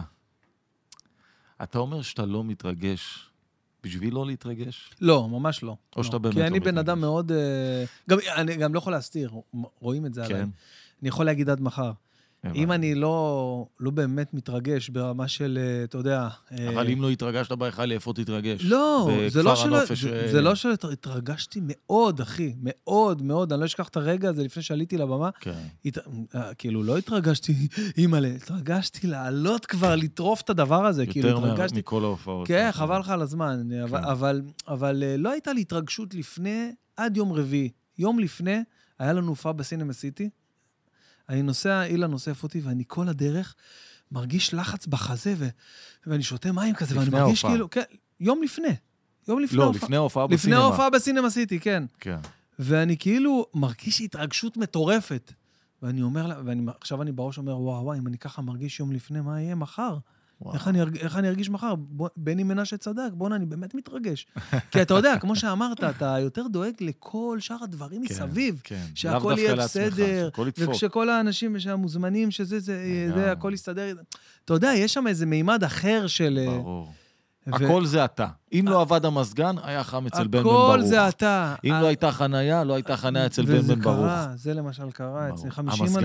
אתה אומר שאתה לא מתרגש בשביל לא להתרגש? לא, ממש לא. או שאתה באמת לא מתרגש. כי אני בן אדם מאוד... אני גם לא יכול להסתיר, רואים את זה עליי. אני יכול להגיד עד מחר. אם אני לא, לא באמת מתרגש ברמה של, אתה יודע... אבל אם לא התרגשת בהיכל, איפה תתרגש? לא, זה לא שלא, זה, זה לא שהתרגשתי מאוד, אחי, מאוד, מאוד. אני לא אשכח את הרגע הזה לפני שעליתי לבמה. כן. הת... כאילו, לא התרגשתי, אימא'לה, התרגשתי לעלות כבר, לטרוף את הדבר הזה. כאילו, יותר התרגשתי... מכל ההופעות. כן, חבל לך על הזמן. כן. אבל, אבל, אבל לא הייתה לי התרגשות לפני, עד יום רביעי. יום לפני, היה לנו הופעה בסינמה סיטי. אני נוסע, אילן נוסף אותי, ואני כל הדרך מרגיש לחץ בחזה, ו... ואני שותה מים כזה, ואני מרגיש ההופעה. כאילו, כן, יום לפני. יום לפני לא, ההופעה. לפני ההופעה בסינמה. לפני ההופעה בסינמה סיטי, כן. כן. ואני כאילו מרגיש התרגשות מטורפת. ואני אומר לה, ועכשיו אני בראש אומר, וואו, וואו, אם אני ככה מרגיש יום לפני, מה יהיה מחר? איך אני, איך אני ארגיש מחר? בני מנשה צדק, בוא'נה, אני באמת מתרגש. כי אתה יודע, כמו שאמרת, אתה יותר דואג לכל שאר הדברים מסביב, שהכל יהיה בסדר, וכשכל האנשים שהמוזמנים, שזה, זה, הכל יסתדר. אתה יודע, יש שם איזה מימד אחר של... ברור. הכל זה אתה. אם לא עבד המסגן, היה חם אצל בן בן ברוך. הכל זה אתה. אם לא הייתה חניה, לא הייתה חניה אצל בן בן ברוך. וזה קרה, זה למשל קרה אצל חמישים... המסגן?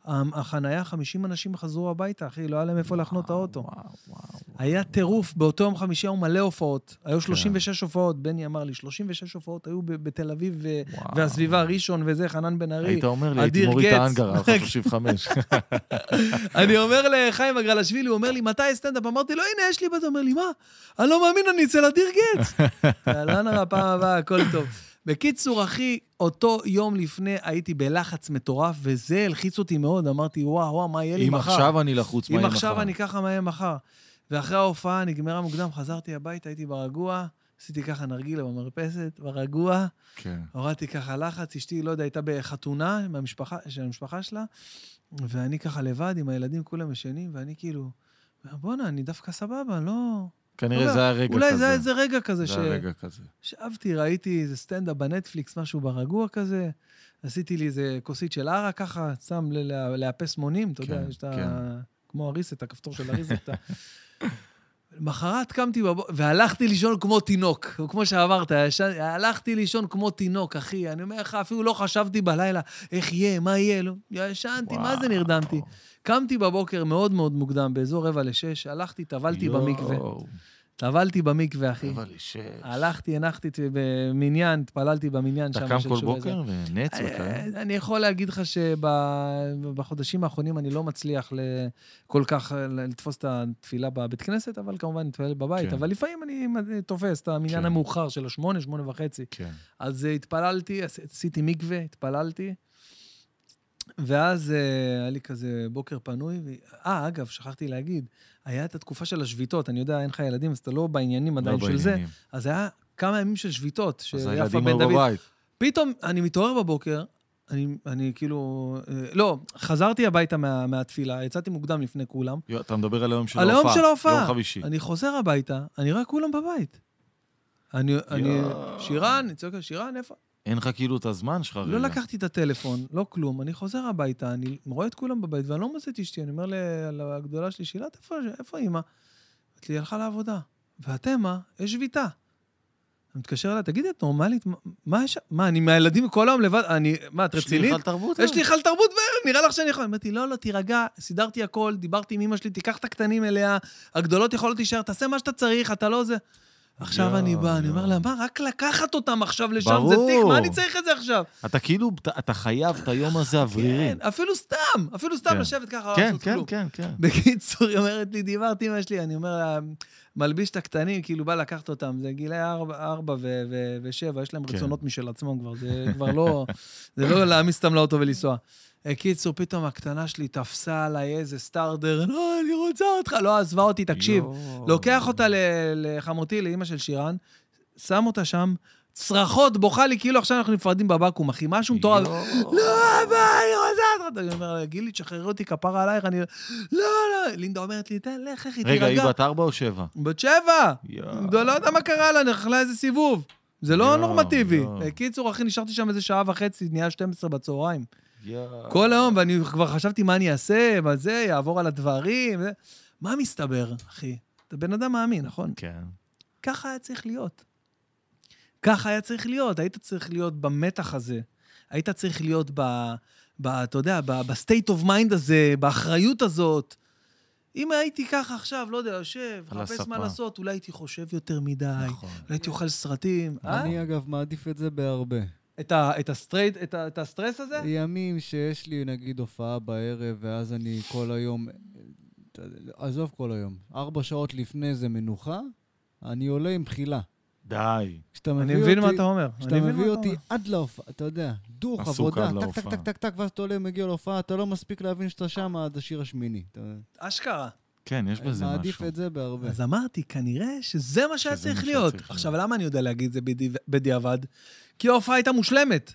החנייה, חמישים אנשים חזרו הביתה, אחי, לא היה להם איפה להחנות את האוטו. היה טירוף, באותו יום חמישי היו מלא הופעות, היו שלושים ושש הופעות, בני אמר לי, שלושים ושש הופעות היו בתל אביב, והסביבה ראשון וזה, חנן בן ארי, היית אומר לי, הייתי מוריד את האנגר, היה לך שלושים וחמש. אני אומר לחיים אגרלשווילי, הוא אומר לי, מתי סטנדאפ? אמרתי לו, הנה, יש לי בת, הוא אומר לי, מה? אני לא מאמין, אני אצל אדיר גץ. לא נראה, פעם הבאה, הכל טוב. בקיצור, אחי, אותו יום לפני הייתי בלחץ מטורף, וזה הלחיץ אותי מאוד, אמרתי, וואו, וואו, מה יהיה לי מחר? אם עכשיו אני לחוץ, מה יהיה מחר? אם עכשיו אני ככה, מה יהיה מחר? ואחרי ההופעה, נגמרה מוקדם, חזרתי הביתה, הייתי ברגוע, עשיתי ככה נרגילה במרפסת, ברגוע, כן. הורדתי ככה לחץ, אשתי, לא יודע, הייתה בחתונה מהמשפחה, של המשפחה שלה, ואני ככה לבד עם הילדים כולם ישנים, ואני כאילו, בוא'נה, אני דווקא סבבה, לא... כנראה זה היה רגע אולי כזה. אולי זה היה איזה רגע כזה. זה היה רגע כזה. שבתי, ראיתי איזה סטנדאפ בנטפליקס, משהו ברגוע כזה, עשיתי לי איזה כוסית של ערה ככה, שם לאפס מונים, אתה יודע, יש את ה... כמו הריסט, הכפתור של הריסט. מחרת קמתי בבוקר, והלכתי לישון כמו תינוק, כמו שאמרת, הלכתי לישון כמו תינוק, אחי, אני אומר לך, אפילו לא חשבתי בלילה, איך יהיה, מה יהיה, לא, ישנתי, מה זה נרדמתי? קמתי בבוקר מאוד מאוד מוקדם, באזור רבע לשש, הלכתי, טבלתי במקווה. טבלתי במקווה, אחי. רבע לשש. הלכתי, הנחתי במניין, התפללתי במניין. אתה קם כל בוקר ונץ וכאלה? אני יכול להגיד לך שבחודשים האחרונים אני לא מצליח כל כך לתפוס את התפילה בבית כנסת, אבל כמובן נתפלל בבית, אבל לפעמים אני תופס את המניין המאוחר של השמונה, שמונה וחצי. אז התפללתי, עשיתי מקווה, התפללתי, ואז היה לי כזה בוקר פנוי, אה, אגב, שכחתי להגיד, היה את התקופה של השביתות, אני יודע, אין לך ילדים, אז אתה לא בעניינים עדיין של זה, אז היה כמה ימים של שביתות, אז הילדים היו בבית. פתאום אני מתעורר בבוקר, אני, אני כאילו, לא, חזרתי הביתה מה, מהתפילה, יצאתי מוקדם לפני כולם. אתה מדבר על היום של ההופעה. על היום של ההופעה. יום חמישי. אני חוזר הביתה, אני רואה כולם בבית. אני, אני, שירן, אני צועק, שירן, איפה? אין לך כאילו את הזמן שלך רגע. לא לקחתי את הטלפון, לא כלום, אני חוזר הביתה, אני רואה את כולם בבית, ואני לא מוצא את אשתי, אני אומר לגדולה שלי, שאלת, איפה, איפה אמא? אמרתי לי, הלכה לעבודה. ואתם מה? יש שביתה. אני מתקשר אליה, תגידי, את נורמלית, מה יש? מה, אני מהילדים כל היום לבד, אני, מה, את רצינית? יש לי חל תרבות? יש לי חל תרבות בערב, נראה לך שאני יכול. אמרתי, לא, לא, תירגע, סידרתי הכל, דיברתי עם אמא שלי, תיקח את הקטנים אליה, הגדולות יכולות להישאר, תעשה מה שאתה צריך, אתה לא זה. עכשיו אני בא, אני אומר לה, מה, רק לקחת אותם עכשיו לשם, זה תיק, מה אני צריך את זה עכשיו? אתה כאילו, אתה חייב את היום הזה אוורירי. כן, אפילו סתם, אפילו סתם לשבת ככה, כן, כן, כן, כן. בקיצור, היא אומרת לי, דיברתי אמא שלי, אני אומר לה, מלביש את הקטנים, כאילו בא לקחת אותם, זה גילי ארבע ושבע, יש להם רצונות משל עצמם כבר, זה כבר לא, זה לא להעמיס אותם לאוטו ולנסוע. קיצור, פתאום הקטנה שלי תפסה עליי איזה סטארדר, לא, אני רוצה אותך, לא עזבה אותי, תקשיב. לוקח אותה לחמותי, לאמא של שירן, שם אותה שם, צרחות, בוכה לי, כאילו עכשיו אנחנו נפרדים בבקום, אחי, משהו מטורף. לא, אבא, אני רוצה אותך. אני אומר, גילי, תשחררי אותי, כפרה עלייך, אני... לא, לא. לינדה אומרת לי, תן, לך, איך היא תירגע. רגע, היא בת ארבע או שבע? בת שבע. לא יודע מה קרה לה, נחלה איזה סיבוב. זה לא נורמטיבי. קיצור, אחי, נשארתי שם איזה שעה וחצי, נהיה שתים עשרה בצהריים. כל היום, ואני כבר חשבתי מה אני אעשה, מה זה, יעבור על הדברים. מה מסתבר, אחי? אתה בן אדם מאמין, נכון? כן. ככה היה צריך להיות. ככה היה צריך להיות. היית צריך להיות במתח הזה. היית צריך להיות ב... ב אתה יודע, ב-state of mind הזה, באחריות הזאת. אם הייתי ככה עכשיו, לא יודע, יושב, חפש מה לעשות, אולי הייתי חושב יותר מדי, נכון. אולי הייתי אוכל סרטים. אני, אה? אגב, מעדיף את זה בהרבה. את ה, את הסטרייט, את ה, את הסטרס הזה? ימים שיש לי, נגיד, הופעה בערב, ואז אני כל היום, עזוב כל היום, ארבע שעות לפני זה מנוחה, אני עולה עם בחילה. די. אני מבין מה אתה אומר. כשאתה מביא אותי עד להופעה, אתה יודע, דוך, עבודה, טק, טק, טק, טק, טק, ואז אתה עולה, מגיע להופעה, אתה לא מספיק להבין שאתה שם עד השיר השמיני. אשכרה. כן, יש בזה משהו. אני מעדיף את זה בהרבה. אז אמרתי, כנראה שזה מה שהיה צריך להיות. עכשיו, למה אני יודע להגיד את זה בדיעבד? כי ההופעה הייתה מושלמת.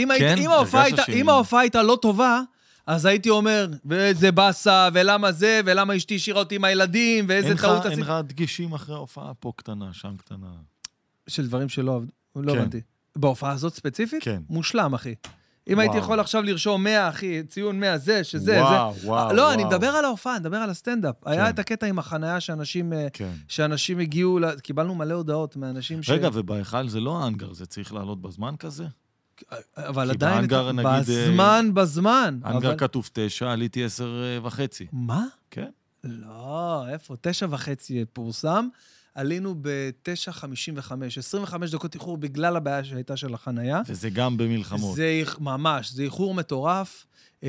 אם ההופעה הייתה לא טובה, אז הייתי אומר, ואיזה בסה, ולמה זה, ולמה אשתי השאירה אותי עם הילדים, ואיזה טעות עשית. אין לך דגשים אחרי ההופעה פה קטנה, שם קטנה. של דברים שלא הבנתי. בהופעה הזאת ספציפית? כן. מושלם, אחי. אם הייתי יכול עכשיו לרשום מאה, אחי, ציון מאה, זה, שזה, זה. וואו, וואו. לא, אני מדבר על ההופעה, אני מדבר על הסטנדאפ. היה את הקטע עם החנייה שאנשים הגיעו, קיבלנו מלא הודעות מאנשים ש... רגע, ובהיכל זה לא האנגר, זה צריך לעלות בזמן כזה? אבל עדיין, בזמן, בזמן. אנגר כתוב תשע, עליתי עשר וחצי. מה? כן. לא, איפה? תשע וחצי פורסם. עלינו ב-תשע חמישים וחמש, עשרים וחמש דקות איחור בגלל הבעיה שהייתה של החנייה. וזה גם במלחמות. זה ממש, זה איחור מטורף.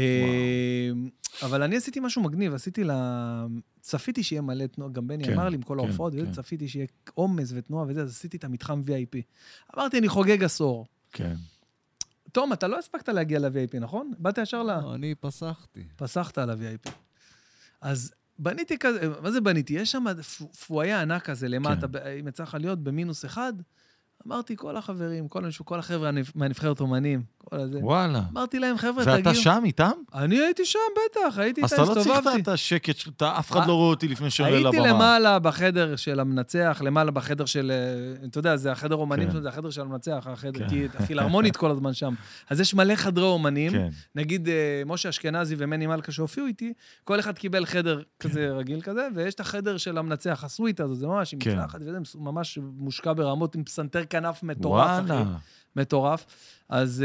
אבל אני עשיתי משהו מגניב, עשיתי לה... צפיתי שיהיה מלא תנועה, גם בני אמר לי עם כל ההופעות, צפיתי שיהיה עומס ותנועה וזה, אז עשיתי את המתחם וי איי פי. אמרתי, אני חוגג עשור. כן. תום, אתה לא הספקת להגיע ל-וי איי פי, נכון? באת ישר לה... לא, אני פסחתי. פסחת על ה-וי איי פי. אז בניתי כזה, מה זה בניתי? יש שם פואיה ענק כזה למטה, אם יצא לך להיות במינוס אחד, אמרתי, כל החברים, כל, כל החבר'ה מהנבחרת אומנים, כל הזה. וואלה. אמרתי להם, חבר'ה, תגיעו. ואתה שם איתם? אני הייתי שם, בטח, הייתי איתה, הסתובבתי. אז אתה לא צריך את השקט, אף אחד לא רואה אותי לפני שעולה לבמה. הייתי למעלה בחדר של המנצח, למעלה בחדר של, אתה יודע, זה החדר אומנים, זה החדר של המנצח, החדר, כי הפילהרמונית כל הזמן שם. אז יש מלא חדרי אומנים, נגיד, משה אשכנזי ומני מלכה שהופיעו איתי, כל אחד קיבל חדר כזה רגיל כזה, ויש את החדר של המנצח, הסוויטה הזאת, זה ממש עם מקלחת, וזה ממש מושקע ברמות עם פסנתר כנף מטורף, אחי. מטורף. אז,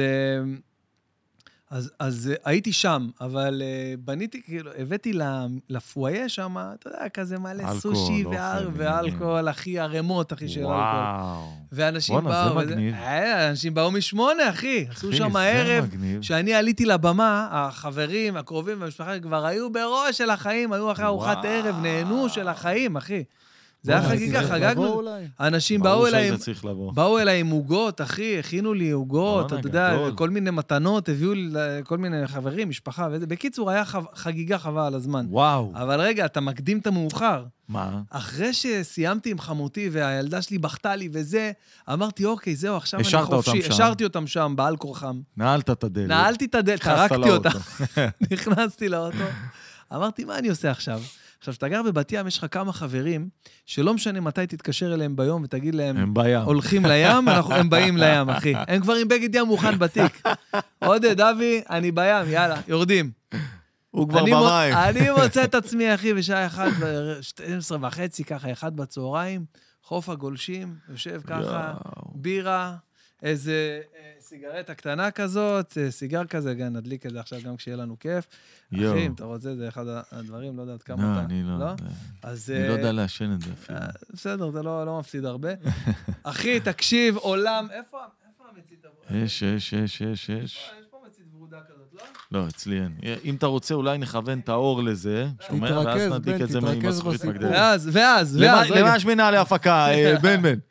אז, אז הייתי שם, אבל בניתי, כאילו, הבאתי לפואיה שם, אתה יודע, כזה מלא סושי ואלכוהול, אחי, הרמות, אחי, של אלכוהול. ואנשים באו, אנשים באו משמונה, אחי. עשו שם הערב, שאני עליתי לבמה, החברים, הקרובים והמשפחה, כבר היו בראש של החיים, היו אחרי ארוחת ערב, נהנו של החיים, אחי. זה היה חגיגה, חגגנו. אנשים באו אליי, באו אליי עם עוגות, אחי, הכינו לי עוגות, אתה יודע, כל מיני מתנות, הביאו לי כל מיני חברים, משפחה וזה. בקיצור, היה חגיגה חווה על הזמן. וואו. אבל רגע, אתה מקדים את המאוחר. מה? אחרי שסיימתי עם חמותי והילדה שלי בכתה לי וזה, אמרתי, אוקיי, זהו, עכשיו אני חופשי. השארתי אותם שם, בעל כורחם. נעלת את הדלת. נעלתי את הדלת, חרקתי אותה. נכנסתי לאוטו. אמרתי, מה אני עושה עכשיו? עכשיו, שאתה גר בבת ים, יש לך כמה חברים, שלא משנה מתי תתקשר אליהם ביום, ותגיד להם, הם בים. הולכים לים, אנחנו, הם באים לים, אחי. הם כבר עם בגד ים מוכן בתיק. עודד, אבי, אני בים, יאללה, יורדים. הוא כבר במים. אני מוצא את עצמי, אחי, בשעה אחת, שתים עשרה וחצי, ככה, אחד בצהריים, חוף הגולשים, יושב ככה, בירה, איזה סיגרטה קטנה כזאת, סיגר כזה, גם נדליק את זה עכשיו גם כשיהיה לנו כיף. אחי, אם אתה רוצה, זה אחד הדברים, לא יודעת כמה אתה. אני לא. אני לא יודע לעשן את זה אפילו. בסדר, זה לא מפסיד הרבה. אחי, תקשיב, עולם, איפה המצית הברודה? יש, יש, יש, יש, יש. יש פה מצית ברודה כזאת, לא? לא, אצלי אין. אם אתה רוצה, אולי נכוון את האור לזה, שומע, ואז נדליק את זה מהזכוכית מגדלת. ואז, ואז, ואז. למה יש מנהלי הפקה, בן בן?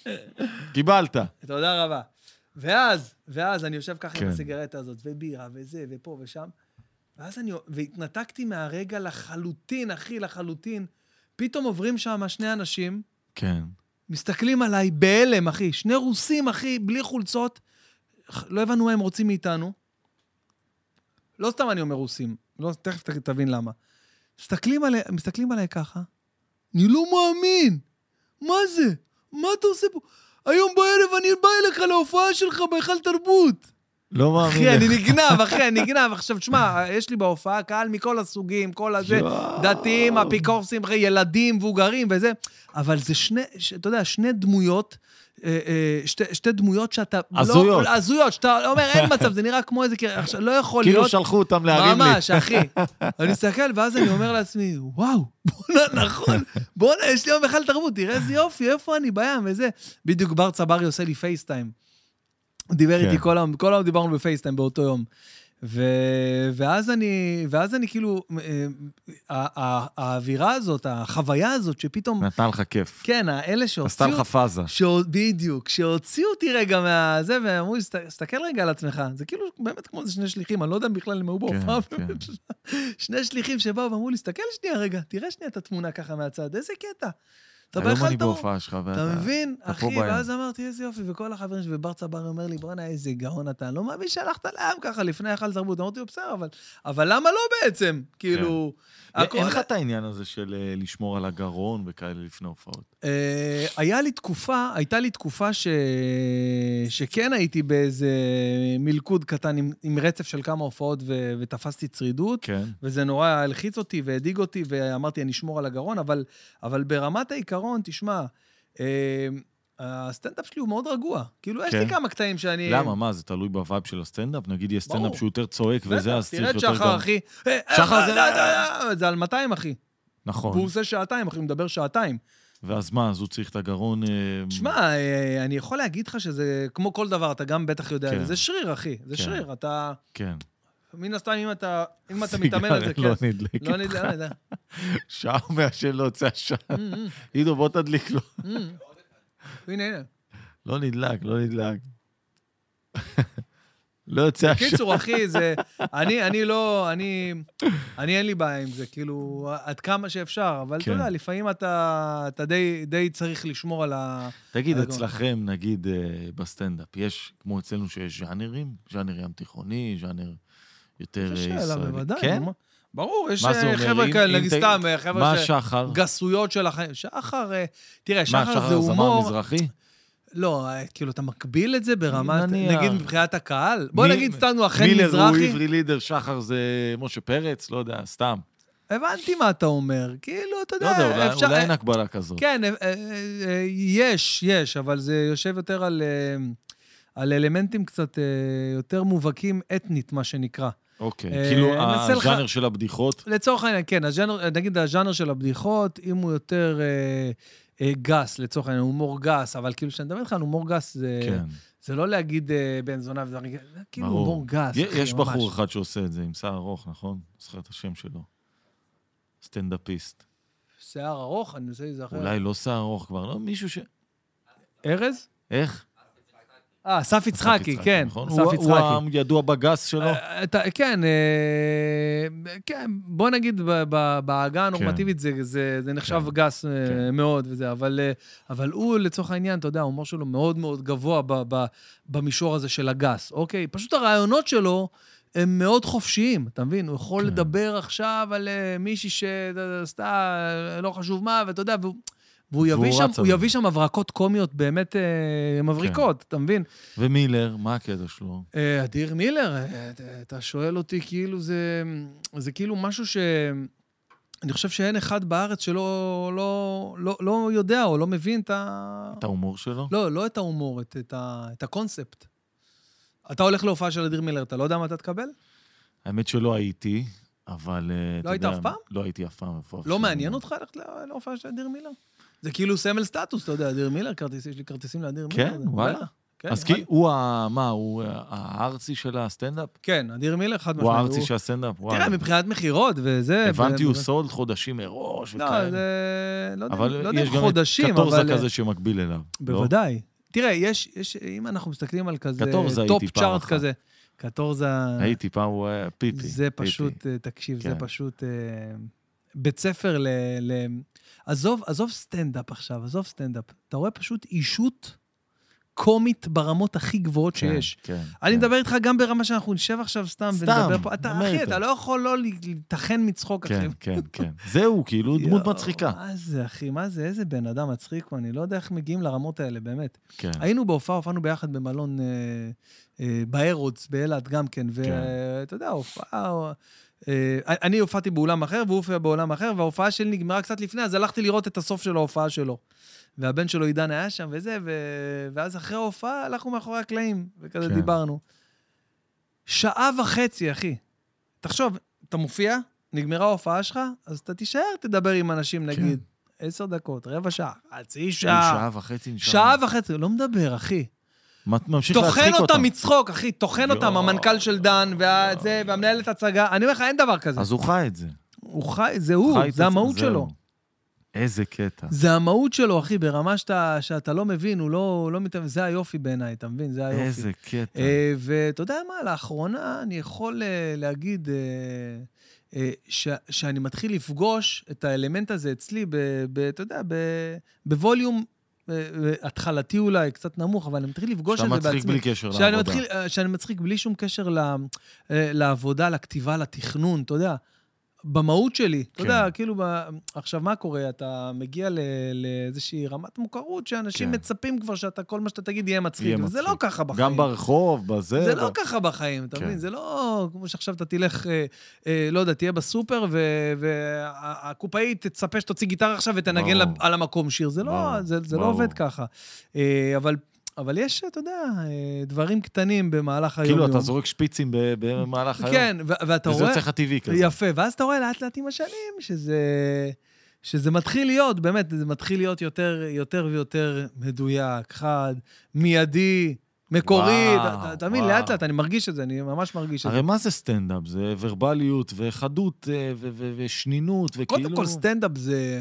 קיבלת. תודה רבה. ואז, ואז אני יושב ככה עם הסיגרטה הזאת, ובירה, וזה, ופה ושם. ואז אני, והתנתקתי מהרגע לחלוטין, אחי, לחלוטין. פתאום עוברים שם שני אנשים. כן. מסתכלים עליי בהלם, אחי. שני רוסים, אחי, בלי חולצות. לא הבנו מה הם רוצים מאיתנו. לא סתם אני אומר רוסים. לא, תכף תבין למה. מסתכלים עליי, מסתכלים עליי ככה. אני לא מאמין. מה זה? מה אתה עושה פה? היום בערב אני בא אליך להופעה שלך בהיכל תרבות. לא מאמין. אחי, אני נגנב, אחי, אני נגנב. עכשיו, תשמע, יש לי בהופעה קהל מכל הסוגים, כל הזה, דתיים, אפיקורסים, ילדים, מבוגרים וזה. אבל זה שני, אתה יודע, שני דמויות, שתי דמויות שאתה... הזויות. הזויות, שאתה אומר, אין מצב, זה נראה כמו איזה... לא יכול להיות... כאילו שלחו אותם להרים לי. ממש, אחי. אני מסתכל, ואז אני אומר לעצמי, וואו, בוא'נה, נכון, בוא'נה, יש לי יום בהיכל תרבות, תראה איזה יופי, איפה אני בים וזה. בדיוק בר צברי עושה לי פייסטיים. הוא דיבר איתי כל היום, כל היום דיברנו בפייסטיים באותו יום. ואז אני, ואז אני כאילו, האווירה הזאת, החוויה הזאת, שפתאום... נתן לך כיף. כן, האלה שהוציאו... עשתה לך פאזה. בדיוק, שהוציאו אותי רגע מהזה, ואמרו לי, סתכל רגע על עצמך. זה כאילו באמת כמו זה שני שליחים, אני לא יודע בכלל אם הוא בהופעה. שני שליחים שבאו ואמרו לי, סתכל שנייה רגע, תראה שנייה את התמונה ככה מהצד, איזה קטע. היום אני בהופעה שלך, אתה מבין, אחי, ואז אמרתי, איזה יופי, וכל החברים שלי, ובר צבר אומר לי, בוא'נה, איזה גאון אתה, לא מאמין שהלכת לים ככה, לפני היכל תרבות, אמרתי לו, בסדר, אבל למה לא בעצם? כאילו... אין לך את העניין הזה של לשמור על הגרון וכאלה לפני הופעות? היה לי תקופה, הייתה לי תקופה שכן הייתי באיזה מלכוד קטן עם רצף של כמה הופעות ותפסתי צרידות, וזה נורא הלחיץ אותי והדיג אותי, ואמרתי, אני אשמור על הגרון, אבל ברמת העיקרון, תשמע, הסטנדאפ שלי הוא מאוד רגוע. כאילו, יש לי כמה קטעים שאני... למה? מה, זה תלוי בווייב של הסטנדאפ? נגיד, יש סטנדאפ שהוא יותר צועק וזה, אז צריך יותר גם... תראה את שחר, אחי. שחר זה... זה על מאתיים, אחי. נכון. והוא עושה שעתיים, אחי, הוא מדבר שעתיים. ואז מה, אז הוא צריך את הגרון... תשמע, אני יכול להגיד לך שזה, כמו כל דבר, אתה גם בטח יודע, זה שריר, אחי. זה שריר, אתה... כן. מן הסתם, אם אתה, אם אתה מתאמן על זה, כן. לא נדלק. לא נדלק, לא נדלק. שעה מהשל לא יוצא השעה. עידו, בוא תדליק לו. הנה, הנה. לא נדלק, לא נדלק. לא יוצא השעה. בקיצור, אחי, זה... אני, אני לא... אני... אני אין לי בעיה עם זה, כאילו, עד כמה שאפשר, אבל אתה יודע, לפעמים אתה, אתה די, די צריך לשמור על ה... תגיד, אצלכם, נגיד, בסטנדאפ, יש, כמו אצלנו, שיש ז'אנרים, ז'אנר ים תיכוני, ז'אנר יותר ישראלי. זה שאלה, בוודאי. כן? ברור, יש חבר'ה כאלה, נגיד סתם, חבר'ה ש... שחר? גסויות של החיים. שחר, תראה, שחר זה מה, שחר הומור... זמר מזרחי? לא, כאילו, אתה מקביל את זה ברמת, נגיד, מבחינת הקהל? בוא נגיד, סתנו, אכן מזרחי. מילר הוא עברי לידר, שחר זה משה פרץ, לא יודע, סתם. הבנתי מה אתה אומר, כאילו, אתה יודע... לא יודע, אולי אין הקבלה כזאת. כן, יש, יש, אבל זה יושב יותר על אלמנטים קצת יותר מובהקים אתנית, מה שנקרא. אוקיי, כאילו הז'אנר של הבדיחות? לצורך העניין, כן, נגיד הז'אנר של הבדיחות, אם הוא יותר גס, לצורך העניין, הומור גס, אבל כאילו שאני מדבר איתך על הומור גס, זה לא להגיד בן זונה, זה כאילו הומור גס. יש בחור אחד שעושה את זה, עם שיער ארוך, נכון? זוכר את השם שלו. סטנדאפיסט. שיער ארוך? אני עושה את זה אחר. אולי לא שיער ארוך כבר, לא? מישהו ש... ארז? איך? אה, אסף יצחקי, כן. אסף יצחקי. הוא ידוע בגס שלו? כן, כן, בוא נגיד, בהגה הנורמטיבית זה נחשב גס מאוד וזה, אבל הוא לצורך העניין, אתה יודע, ההומור שלו מאוד מאוד גבוה במישור הזה של הגס, אוקיי? פשוט הרעיונות שלו הם מאוד חופשיים, אתה מבין? הוא יכול לדבר עכשיו על מישהי שעשתה לא חשוב מה, ואתה יודע, והוא... והוא יביא שם, הוא יביא שם הברקות קומיות באמת מבריקות, אתה מבין? ומילר, מה הקטע שלו? אדיר מילר, אתה שואל אותי כאילו זה, זה כאילו משהו ש... אני חושב שאין אחד בארץ שלא לא, לא, לא יודע או לא מבין את ה... את ההומור שלו? לא, לא את ההומור, את, את, ה, את הקונספט. אתה הולך להופעה של אדיר מילר, אתה לא יודע מה אתה תקבל? האמת שלא הייתי, אבל... לא היית אף פעם? לא הייתי אף פעם. לא מעניין אותך ללכת להופעה של אדיר מילר? זה כאילו סמל סטטוס, אתה יודע, אדיר מילר, יש לי כרטיסים לאדיר מילר. כן, וואלה. אז כי הוא, מה, הוא הארצי של הסטנדאפ? כן, אדיר מילר, חד משמעית. הוא הארצי של הסטנדאפ, וואלה. תראה, מבחינת מחירות וזה... הבנתי, הוא סולד חודשים מראש וכאלה. לא, זה... לא יודע אם חודשים, אבל... אבל יש גם קטורזה כזה שמקביל אליו. בוודאי. תראה, יש, אם אנחנו מסתכלים על כזה... טופ צ'ארט כזה. קטורזה... הייתי פעם, הוא היה פיפי. זה פשוט, תקשיב, זה פשוט... בית ספר ל... עזוב, עזוב סטנדאפ עכשיו, עזוב סטנדאפ. אתה רואה פשוט אישות קומית ברמות הכי גבוהות שיש. כן, אני כן. מדבר איתך גם ברמה שאנחנו נשב עכשיו סתם, סתם, ונדבר פה. אתה, אחי, אתה לא יכול לא להתאחן מצחוק, אחי. כן, כן, כן. זהו, כאילו דמות מצחיקה. מה זה, אחי? מה זה? איזה בן אדם מצחיק? אני לא יודע איך מגיעים לרמות האלה, באמת. כן. היינו בהופעה, הופענו ביחד במלון אה, אה, באירודס, באילת גם כן, ואתה יודע, הופעה... אני הופעתי באולם אחר, והוא הופיע באולם אחר, וההופעה שלי נגמרה קצת לפני, אז הלכתי לראות את הסוף של ההופעה שלו. והבן שלו עידן היה שם וזה, ו... ואז אחרי ההופעה הלכנו מאחורי הקלעים, וכזה כן. דיברנו. שעה וחצי, אחי. תחשוב, אתה מופיע, נגמרה ההופעה שלך, אז אתה תישאר, תדבר עם אנשים, נגיד, כן. עשר דקות, רבע שעה, חצי שעה. שעה וחצי נשאר. שעה וחצי, לא מדבר, אחי. ממשיך להצחיק אותם. תוכן אותם מצחוק, אחי, תוכן אותם, המנכ"ל של דן, והזה, והמנהלת הצגה. אני אומר לך, אין דבר כזה. אז הוא חי את זה. הוא חי, זה הוא, זה המהות שלו. איזה קטע. זה המהות שלו, אחי, ברמה שאתה, שאתה לא מבין, הוא לא, לא מתאמן, זה היופי בעיניי, אתה מבין? זה היופי. איזה קטע. ואתה יודע מה, לאחרונה אני יכול להגיד ש, שאני מתחיל לפגוש את האלמנט הזה אצלי, ב, ב, אתה יודע, ב, בווליום, התחלתי אולי, קצת נמוך, אבל אני מתחיל לפגוש את זה בעצמי. שאתה מצחיק בלי קשר לעבודה. מתחיל, שאני מצחיק בלי שום קשר לעבודה, לכתיבה, לתכנון, אתה יודע. במהות שלי. אתה יודע, כאילו, עכשיו מה קורה? אתה מגיע לאיזושהי רמת מוכרות, שאנשים מצפים כבר שאתה, כל מה שאתה תגיד יהיה מצחיק. וזה לא ככה בחיים. גם ברחוב, בזה. זה לא ככה בחיים, אתה מבין? זה לא כמו שעכשיו אתה תלך, לא יודע, תהיה בסופר, והקופאית תצפה שתוציא גיטרה עכשיו ותנגן על המקום שיר. זה לא עובד ככה. אבל... אבל יש, אתה יודע, דברים קטנים במהלך היום. כאילו, אתה זורק שפיצים במהלך היום. כן, ואתה רואה... וזה יוצא טבעי כזה. יפה, ואז אתה רואה לאט לאט עם השנים, שזה, שזה מתחיל להיות, באמת, זה מתחיל להיות יותר, יותר ויותר מדויק, חד, מיידי, מקורי, אתה מבין, לאט לאט, אני מרגיש את זה, אני ממש מרגיש את זה. הרי מה זה סטנדאפ? זה ורבליות וחדות ושנינות, וכאילו... קודם כל, סטנדאפ זה...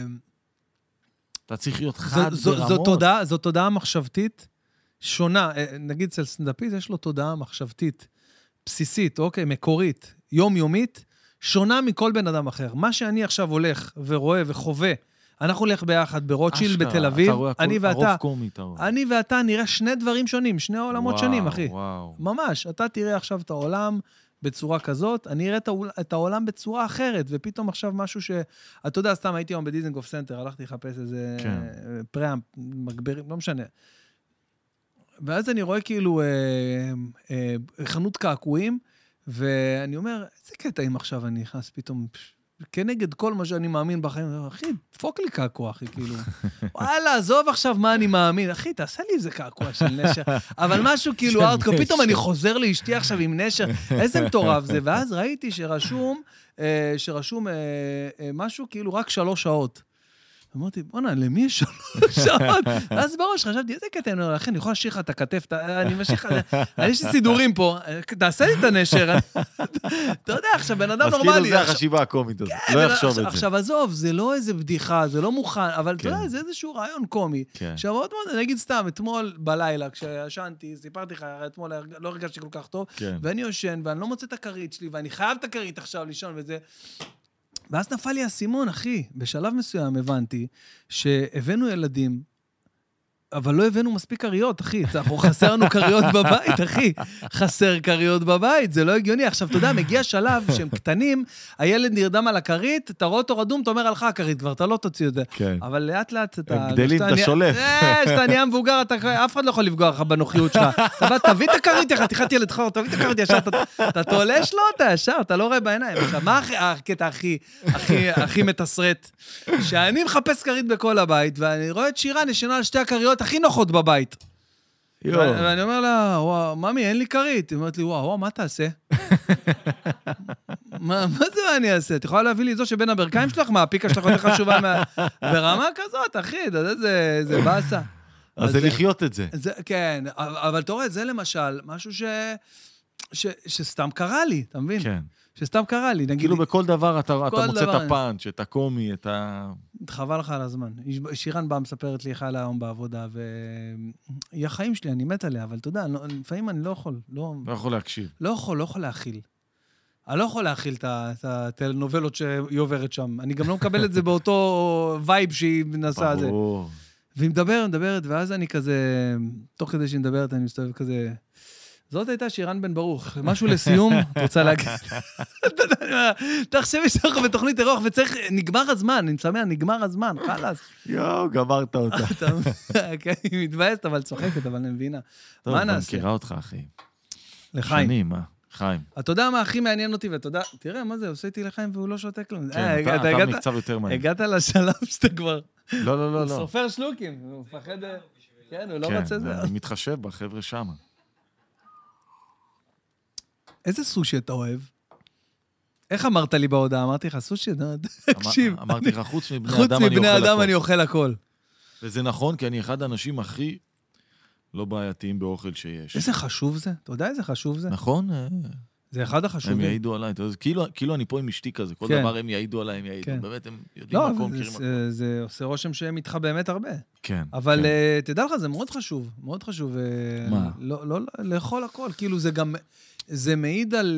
אתה צריך להיות חד ברמות. זו תודעה מחשבתית, שונה, נגיד אצל סטנדאפיסט, יש לו תודעה מחשבתית, בסיסית, אוקיי, מקורית, יומיומית, שונה מכל בן אדם אחר. מה שאני עכשיו הולך ורואה וחווה, אנחנו הולך ביחד ברוטשילד בתל אביב, אני ואתה, אני ואתה נראה שני דברים שונים, שני עולמות שונים, אחי. ממש, אתה תראה עכשיו את העולם בצורה כזאת, אני אראה את העולם בצורה אחרת, ופתאום עכשיו משהו ש... אתה יודע, סתם הייתי היום בדיזנגוף סנטר, הלכתי לחפש איזה פראמפ, מגברים, לא משנה. ואז אני רואה כאילו אה, אה, חנות קעקועים, ואני אומר, איזה קטע אם עכשיו אני נכנס פתאום, כנגד כל מה שאני מאמין בחיים, אחי, דפוק לי קעקוע, אחי, כאילו, וואלה, עזוב עכשיו מה אני מאמין, אחי, תעשה לי איזה קעקוע של נשר, אבל משהו כאילו ארדקור, פתאום אני חוזר לאשתי עכשיו עם נשר, איזה מטורף זה, ואז ראיתי שרשום, אה, שרשום אה, אה, משהו כאילו רק שלוש שעות. אמרתי, בוא'נה, למי יש שלוש שעות? אז בראש חשבתי, איזה קטע, לכן, אני יכול להשאיר לך את הכתף, אני משאיר לך, יש לי סידורים פה, תעשה לי את הנשר. אתה יודע, עכשיו, בן אדם נורמלי. אז כאילו זה החשיבה הקומית הזאת, לא יחשוב את זה. עכשיו, עזוב, זה לא איזה בדיחה, זה לא מוכן, אבל אתה יודע, זה איזשהו רעיון קומי. עכשיו, עוד מאוד, אני אגיד סתם, אתמול בלילה, כשישנתי, סיפרתי לך, אתמול לא הרגשתי כל כך טוב, ואני יושן, ואני לא מוצא את הכרית שלי, ואני חייב את הכרית עכשיו לישון וזה. ואז נפל לי הסימון, אחי. בשלב מסוים הבנתי שהבאנו ילדים, אבל לא הבאנו מספיק קריות, אחי. אנחנו חסרנו קריות בבית, אחי. חסר קריות בבית, זה לא הגיוני. עכשיו, אתה יודע, מגיע שלב שהם קטנים, הילד נרדם על הקרית, אתה רואה אותו רדום, אתה אומר עליך הקרית, כבר אתה לא תוציא את זה. כן. אבל לאט לאט אתה... גדלים, אתה שולף. שאתה נהיה מבוגר, אף אחד לא יכול לפגוע לך בנוחיות שלך. תביא את הקרית, תחת ילד חור, תביא את הקרית ישר, אתה תולש לו אותה ישר, אתה לא רואה בעיניים. עכשיו, מה הקטע הכי, הכי, הכי מתסרט? שאני מחפש קרית בכל הבית, ואני רואה את שירה נשנה על שתי הקריות הכי נוחות בבית. ואני אומר לה, וואו, ממי, אין לי קרית. היא אומרת לי, וואו, וואו, מה תעשה? מה זה מה אני אעשה? את יכולה להביא לי זו שבין הברכיים שלך, מה, הפיקה שלך יותר חשובה ברמה כזאת, אחי, זה באסה. אז זה לחיות את זה. כן, אבל אתה רואה, זה למשל, משהו שסתם קרה לי, אתה מבין? כן. שסתם קרה לי, נגיד... כאילו בכל דבר אתה מוצא את הפאנץ', את הקומי, את ה... חבל לך על הזמן. שירן באה מספרת לי איך היה היום בעבודה, והיא החיים שלי, אני מת עליה, אבל אתה יודע, לפעמים אני לא יכול. לא יכול להקשיב. לא יכול, לא יכול להכיל. אני לא יכול להכיל את הטלנובלות שהיא עוברת שם. אני גם לא מקבל את זה באותו וייב שהיא מנסה על זה. ברור. והיא מדברת, מדברת, ואז אני כזה, תוך כדי שהיא מדברת, אני מסתובב כזה... זאת הייתה שירן בן ברוך. משהו לסיום, את רוצה להגיד. תחשבי שאנחנו בתוכנית אירוח, וצריך, נגמר הזמן, אני מסמר, נגמר הזמן, חלאס. יואו, גמרת אותה. כן, היא מתבאסת, אבל צוחקת, אבל אני מבינה. מה נעשה? טוב, מכירה אותך, אחי. לחיים. שנים, מה? חיים. אתה יודע מה הכי מעניין אותי, ואתה יודע, תראה, מה זה, עושה איתי לחיים והוא לא שותק לו. כן, אתה מקצב יותר מעניין. הגעת לשלב שאתה כבר... לא, לא, לא. הוא סופר שלוקים, הוא מפחד... כן, הוא לא רוצה זה. כן, אני מתחשב בחבר'ה שמה. איזה סושי אתה אוהב? איך אמרת לי בהודעה? אמרתי לך, סושי, תקשיב. אמרתי לך, חוץ מבני אדם חוץ מבני אדם אני אוכל הכל. וזה נכון, כי אני אחד האנשים הכי לא בעייתיים באוכל שיש. איזה חשוב זה? אתה יודע איזה חשוב זה? נכון. זה אחד החשובים. הם יעידו עליי. כאילו אני פה עם אשתי כזה, כל דבר הם יעידו עליי, הם יעידו. באמת, הם יודעים מקום, מכירים מקום. לא, זה עושה רושם שהם איתך באמת הרבה. כן. אבל תדע לך, זה מאוד חשוב. מאוד חשוב. מה? לא לאכול הכל. כאילו זה גם... זה מעיד על,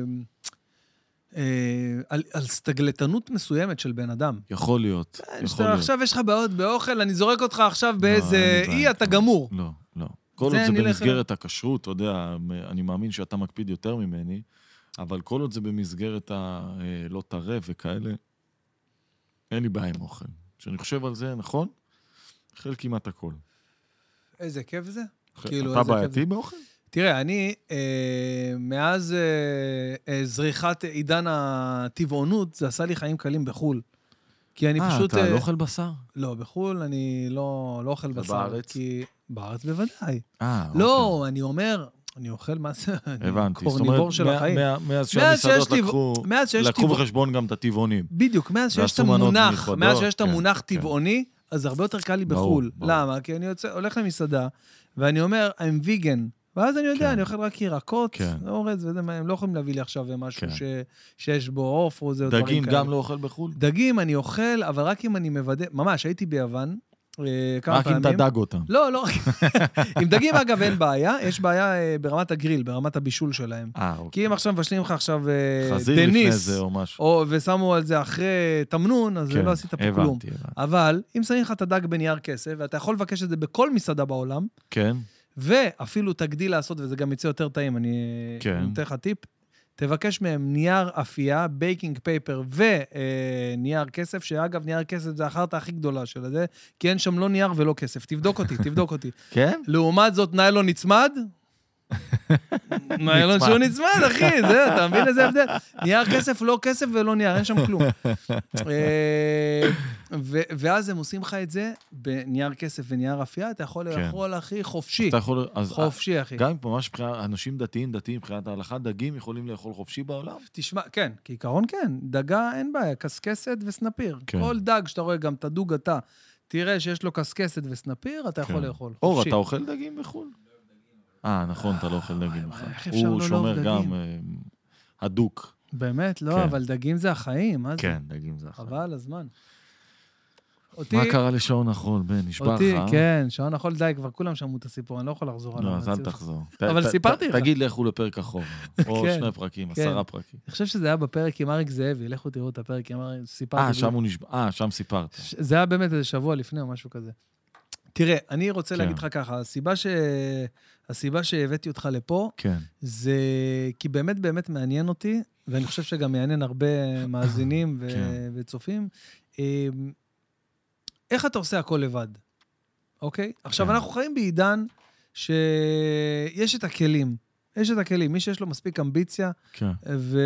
על, על סטגלטנות מסוימת של בן אדם. יכול להיות. יכול להיות. עכשיו יש לך בעיות באוכל, אני זורק אותך עכשיו באיזה אי, אתה גמור. לא, לא. כל עוד זה במסגרת הכשרות, אתה יודע, אני מאמין שאתה מקפיד יותר ממני, אבל כל עוד זה במסגרת הלא טרף וכאלה, אין לי בעיה עם אוכל. כשאני חושב על זה, נכון? אוכל כמעט הכל. איזה כיף זה? אתה בעייתי באוכל? תראה, אני, מאז זריחת עידן הטבעונות, זה עשה לי חיים קלים בחול. כי אני פשוט... אה, אתה לא אוכל בשר? לא, בחול אני לא אוכל בשר. ובארץ? כי... בארץ בוודאי. אה, לא, אני אומר, אני אוכל מה זה... הבנתי. קורניבור של החיים. מאז שהמסעדות לקחו בחשבון גם את הטבעונים. בדיוק, מאז שיש את המונח, מאז שיש את המונח טבעוני, אז הרבה יותר קל לי בחול. למה? כי אני הולך למסעדה, ואני אומר, I'm vegan. ואז אני יודע, אני אוכל רק ירקות, אורז, הם לא יכולים להביא לי עכשיו משהו שיש בו עוף או זה דברים כאלה. דגים גם לא אוכל בחול? דגים אני אוכל, אבל רק אם אני מוודא, ממש, הייתי ביוון, כמה רק פעמים. אם תדג אותם. לא, לא, עם דגים אגב אין בעיה, יש בעיה ברמת הגריל, ברמת הבישול שלהם. כי אם עכשיו מבשלים לך עכשיו דניס, ושמו על זה אחרי תמנון, אז לא עשית פה כלום. אבל אם שמים לך את הדג בנייר כסף, ואתה יכול לבקש את זה בכל מסעדה בעולם, כן. ואפילו תגדיל לעשות, וזה גם יצא יותר טעים, אני נותן לך טיפ, תבקש מהם נייר אפייה, בייקינג פייפר ונייר כסף, שאגב, נייר כסף זה החרטה הכי גדולה של זה, כי אין שם לא נייר ולא כסף. תבדוק אותי, תבדוק אותי. כן? לעומת זאת, ניילון נצמד? ניילון שהוא נצמד, אחי, זה, אתה מבין איזה הבדל? נייר כסף, לא כסף ולא נייר, אין שם כלום. ואז הם עושים לך את זה, בנייר כסף ונייר אפייה, אתה יכול לאכול, אחי, חופשי. חופשי, אחי. גם ממש אנשים דתיים, דתיים, מבחינת ההלכה, דגים יכולים לאכול חופשי בעולם? תשמע, כן, כעיקרון כן. דגה אין בעיה, קסקסת וסנפיר. כל דג שאתה רואה, גם תדוג אתה, תראה שיש לו קסקסת וסנפיר, אתה יכול לאכול. אור, אתה אוכל דגים בחו"ל? אה, נכון, אתה לא אוכל דגים בכלל. הוא שומר גם הדוק. באמת? לא, אבל דגים זה החיים. כן, דגים זה החיים. חבל, הזמן. מה קרה לשעון החול, בן? נשבע לך? כן, שעון החול די, כבר כולם שמעו את הסיפור, אני לא יכול לחזור עליו. לא, אז אל תחזור. אבל סיפרתי לך. תגיד לכו לפרק החור, או שני פרקים, עשרה פרקים. אני חושב שזה היה בפרק עם אריק זאבי, לכו תראו את הפרק עם אריק, סיפרתי. אה, שם הוא נשבע, אה, שם סיפרת. זה היה באמת איזה שבוע לפני או משהו כזה. תראה, אני רוצה להגיד לך ככה, הסיבה ש... הסיבה שהבאתי אותך לפה, כן. זה כי באמת באמת מעניין אותי, ואני חושב שגם מעניין הרבה מאזינים ו... כן. וצופים. איך אתה עושה הכל לבד? אוקיי? כן. עכשיו, אנחנו חיים בעידן שיש את הכלים. יש את הכלים. מי שיש לו מספיק אמביציה, כן. ו...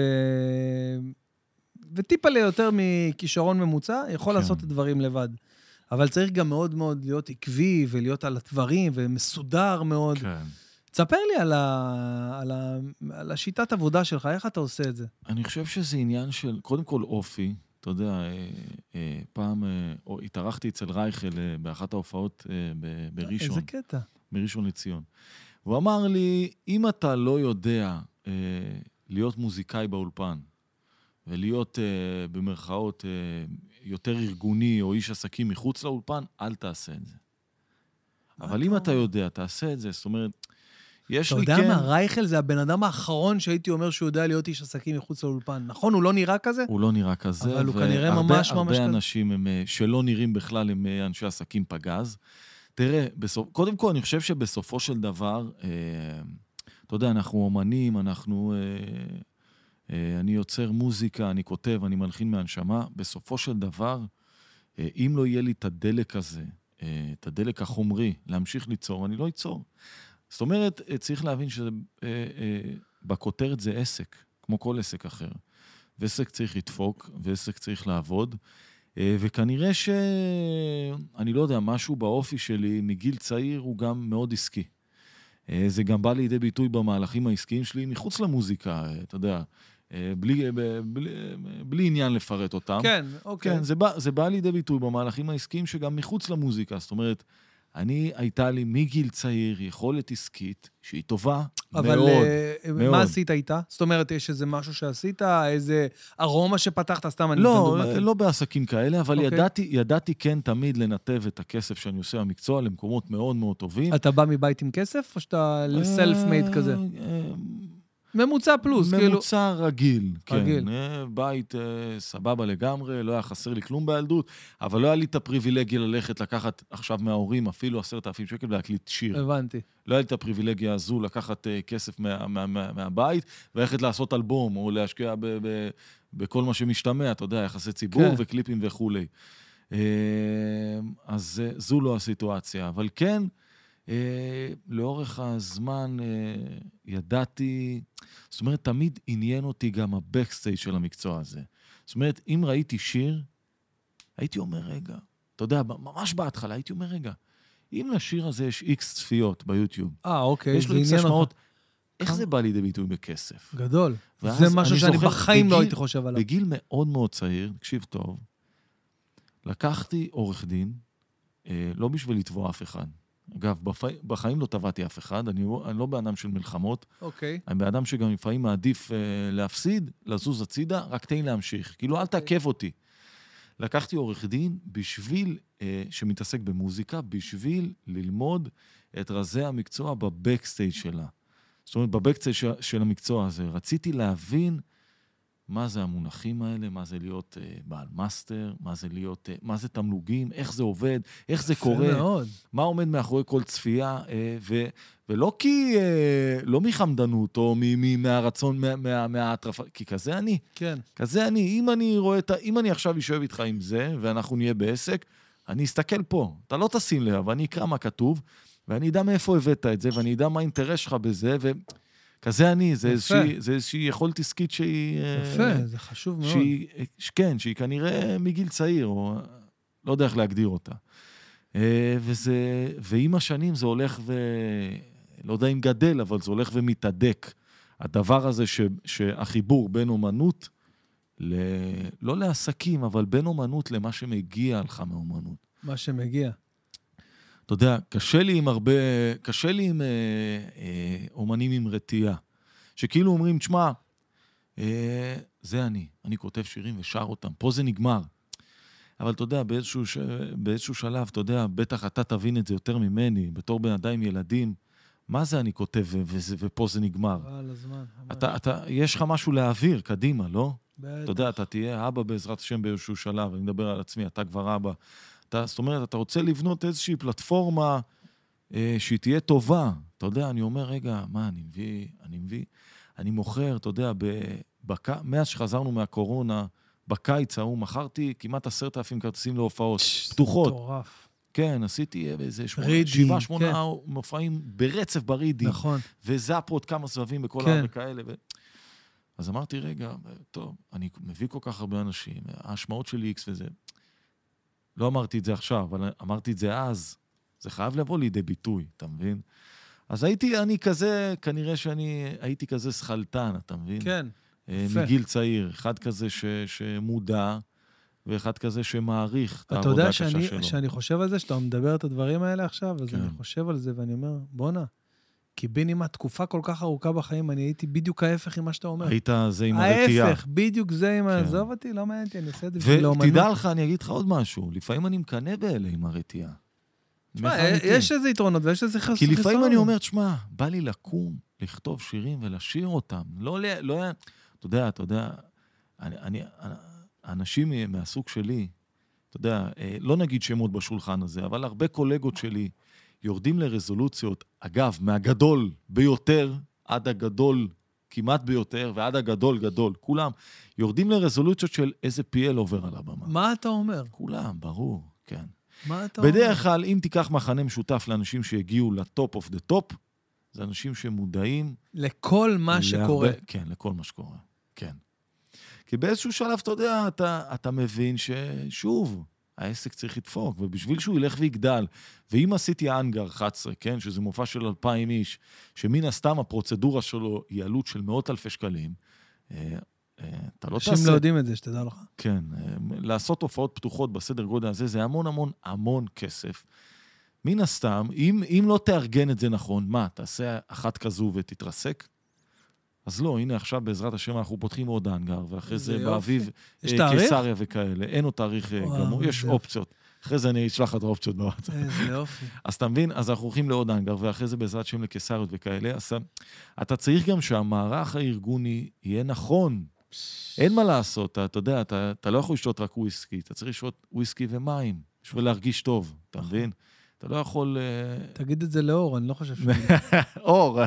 וטיפה ליותר מכישרון ממוצע, יכול כן. לעשות את הדברים לבד. אבל צריך גם מאוד מאוד להיות עקבי, ולהיות על הדברים, ומסודר מאוד. כן. תספר לי על, ה... על, ה... על השיטת עבודה שלך, איך אתה עושה את זה? אני חושב שזה עניין של, קודם כל אופי, אתה יודע, פעם, או התארחתי אצל רייכל באחת ההופעות בראשון. איזה קטע. בראשון לציון. הוא אמר לי, אם אתה לא יודע להיות מוזיקאי באולפן, ולהיות במרכאות יותר ארגוני או איש עסקים מחוץ לאולפן, אל תעשה את זה. אבל אם אתה יודע, תעשה את זה. זאת אומרת, יש לי כן... אתה יודע מה, רייכל זה הבן אדם האחרון שהייתי אומר שהוא יודע להיות איש עסקים מחוץ לאולפן. נכון? הוא לא נראה כזה? הוא לא נראה כזה. אבל הוא כנראה ממש ממש כזה. הרבה אנשים הם, שלא נראים בכלל הם אנשי עסקים פגז. תראה, בסופ... קודם כל אני חושב שבסופו של דבר, אה, אתה יודע, אנחנו אומנים, אנחנו... אה, אני יוצר מוזיקה, אני כותב, אני מלחין מהנשמה. בסופו של דבר, אם לא יהיה לי את הדלק הזה, את הדלק החומרי, להמשיך ליצור, אני לא ייצור. זאת אומרת, צריך להבין שבכותרת זה עסק, כמו כל עסק אחר. ועסק צריך לדפוק, ועסק צריך לעבוד, וכנראה ש... אני לא יודע, משהו באופי שלי, מגיל צעיר, הוא גם מאוד עסקי. זה גם בא לידי ביטוי במהלכים העסקיים שלי, מחוץ למוזיקה, אתה יודע, בלי, בלי, בלי עניין לפרט אותם. כן, אוקיי. כן, זה בא, זה בא לידי ביטוי במהלכים העסקיים שגם מחוץ למוזיקה. זאת אומרת, אני, הייתה לי מגיל צעיר יכולת עסקית שהיא טובה אבל מאוד, uh, מאוד. מה עשית איתה? זאת אומרת, יש איזה משהו שעשית, איזה ארומה שפתחת, סתם אני לא, לא, לא בעסקים כאלה, אבל okay. ידעתי, ידעתי כן תמיד לנתב את הכסף שאני עושה במקצוע למקומות מאוד מאוד טובים. אתה בא מבית עם כסף, או שאתה סלף מייד כזה? ממוצע פלוס, כאילו. ממוצע רגיל, רגיל. כן. בית סבבה לגמרי, לא היה חסר לי כלום בילדות, אבל לא היה לי את הפריבילגיה ללכת לקחת עכשיו מההורים אפילו עשרת אלפים שקל ולהקליט שיר. הבנתי. לא היה לי את הפריבילגיה הזו לקחת כסף מה, מה, מה, מהבית, ולכת לעשות אלבום, או להשקיע ב, ב, בכל מה שמשתמע, אתה יודע, יחסי ציבור כן. וקליפים וכולי. אז זו לא הסיטואציה, אבל כן, לאורך הזמן ידעתי, זאת אומרת, תמיד עניין אותי גם הבקסטייג' של המקצוע הזה. זאת אומרת, אם ראיתי שיר, הייתי אומר, רגע, אתה יודע, ממש בהתחלה, הייתי אומר, רגע, אם לשיר הזה יש איקס צפיות ביוטיוב, אה, אוקיי, יש לו איקס השמעות, איך זה בא לידי ביטוי בכסף? גדול. זה משהו שאני בחיים לא הייתי חושב עליו. בגיל מאוד מאוד צעיר, תקשיב טוב, לקחתי עורך דין, לא בשביל לתבוע אף אחד. אגב, בחיים לא טבעתי אף אחד, אני, אני לא באדם של מלחמות. אוקיי. אני באדם שגם לפעמים מעדיף להפסיד, לזוז הצידה, רק תן להמשיך. כאילו, אל תעכב אותי. לקחתי עורך דין בשביל, שמתעסק במוזיקה, בשביל ללמוד את רזי המקצוע בבקסטייג' שלה. זאת אומרת, בבקסטייג' של המקצוע הזה. רציתי להבין מה זה המונחים האלה, מה זה להיות uh, בעל מאסטר, מה זה להיות, uh, מה זה תמלוגים, איך זה עובד, איך זה קורה, מאוד. מה עומד מאחורי כל צפייה, uh, ו, ולא כי, uh, לא מחמדנות, או מ, מ, מהרצון, מה, מה, מההטרפה, כי כזה אני. כן. כזה אני, אם אני רואה את, אם אני עכשיו יושב איתך עם זה, ואנחנו נהיה בעסק, אני אסתכל פה, אתה לא תשים לב, ואני אקרא מה כתוב, ואני אדע מאיפה הבאת את זה, ואני אדע מה האינטרס שלך בזה, ו... כזה אני, זה איזושהי, זה איזושהי יכולת עסקית שהיא... יפה, זה חשוב מאוד. שהיא, כן, שהיא כנראה מגיל צעיר, או לא יודע איך להגדיר אותה. וזה, ועם השנים זה הולך ו... לא יודע אם גדל, אבל זה הולך ומתהדק. הדבר הזה ש, שהחיבור בין אומנות, ל... לא לעסקים, אבל בין אומנות למה שמגיע לך מאומנות. מה שמגיע. אתה יודע, קשה לי עם הרבה, קשה לי עם אה, אה, אומנים עם רתיעה, שכאילו אומרים, תשמע, אה, זה אני, אני כותב שירים ושר אותם, פה זה נגמר. אבל אתה יודע, באיזשהו, ש... באיזשהו שלב, אתה יודע, בטח אתה תבין את זה יותר ממני, בתור בן אדם עם ילדים, מה זה אני כותב ו... וזה, ופה זה נגמר? על הזמן. אתה, אתה, יש לך משהו להעביר, קדימה, לא? בטח. אתה יודע, אתה תהיה אבא בעזרת השם באיזשהו שלב, אני מדבר על עצמי, אתה כבר אבא. אתה, זאת אומרת, אתה רוצה לבנות איזושהי פלטפורמה אה, שהיא תהיה טובה. אתה יודע, אני אומר, רגע, מה, אני מביא, אני מביא, אני מוכר, אתה יודע, בק... מאז שחזרנו מהקורונה, בקיץ ההוא, מכרתי כמעט עשרת אלפים כרטיסים להופעות, פתוחות. מטורף. כן, עשיתי איזה רידי, שבעה, שמונה כן. מופעים ברצף ברידי. נכון. וזאפות כמה סבבים בכל כן. העם וכאלה. ו... אז אמרתי, רגע, טוב, אני מביא כל כך הרבה אנשים, ההשמעות שלי איקס וזה. לא אמרתי את זה עכשיו, אבל אמרתי את זה אז. זה חייב לבוא לידי ביטוי, אתה מבין? אז הייתי, אני כזה, כנראה שאני הייתי כזה שחלטן, אתה מבין? כן. מגיל צעיר, אחד כזה ש, שמודע, ואחד כזה שמעריך את העבודה הקשה שלו. אתה יודע שאני חושב על זה, שאתה מדבר את הדברים האלה עכשיו, אז אני חושב על זה, ואני אומר, בונה, כי בין עם התקופה כל כך ארוכה בחיים, אני הייתי בדיוק ההפך עם מה שאתה אומר. היית זה עם הרתיעה. ההפך, בדיוק זה עם העזוב אותי, לא מעניין אותי, אני עושה את זה בשביל לאומנות. ותדע לך, אני אגיד לך עוד משהו, לפעמים אני מקנה באלה עם הרתיעה. תשמע, יש איזה יתרונות ויש איזה חסרונות. כי לפעמים אני אומר, תשמע, בא לי לקום, לכתוב שירים ולשיר אותם. לא, לא, אתה יודע, אתה יודע, אני, אני, אנשים מהסוג שלי, אתה יודע, לא נגיד שמות בשולחן הזה, אבל הרבה קולגות שלי יורדים לרזולוציות, אגב, מהגדול ביותר עד הגדול כמעט ביותר, ועד הגדול גדול, כולם יורדים לרזולוציות של איזה פי אל עובר על הבמה. מה אתה אומר? כולם, ברור, כן. מה אתה אומר? בדרך כלל, אם תיקח מחנה משותף לאנשים שהגיעו לטופ אוף דה טופ, זה אנשים שמודעים... לכל מה שקורה. כן, לכל מה שקורה, כן. כי באיזשהו שלב, אתה יודע, אתה, אתה מבין ששוב, העסק צריך לדפוק, ובשביל שהוא ילך ויגדל, ואם עשיתי אנגר אחת עשרה, כן, שזה מופע של אלפיים איש, שמן הסתם הפרוצדורה שלו היא עלות של מאות אלפי שקלים, אתה לא תעשה... אנשים לא יודעים את זה, שתדע לך. כן, לעשות הופעות פתוחות בסדר גודל הזה, זה המון המון המון כסף. מן הסתם, אם, אם לא תארגן את זה נכון, מה, תעשה אחת כזו ותתרסק? אז לא, הנה עכשיו בעזרת השם אנחנו פותחים עוד אנגר, ואחרי זה באביב קיסריה וכאלה, אין עוד תאריך גמור, יש אופציות. אחרי זה אני אשלח את האופציות בוואטסאפ. איזה יופי. אז אתה מבין? אז אנחנו הולכים לעוד האנגר, ואחרי זה בעזרת שם לקיסריות וכאלה, אז אתה צריך גם שהמערך הארגוני יהיה נכון. אין מה לעשות, אתה, אתה יודע, אתה, אתה לא יכול לשתות רק וויסקי, אתה צריך לשתות וויסקי ומים, בשביל להרגיש טוב, אתה מבין? אתה לא יכול... תגיד את זה לאור, אני לא חושב שהוא... אור.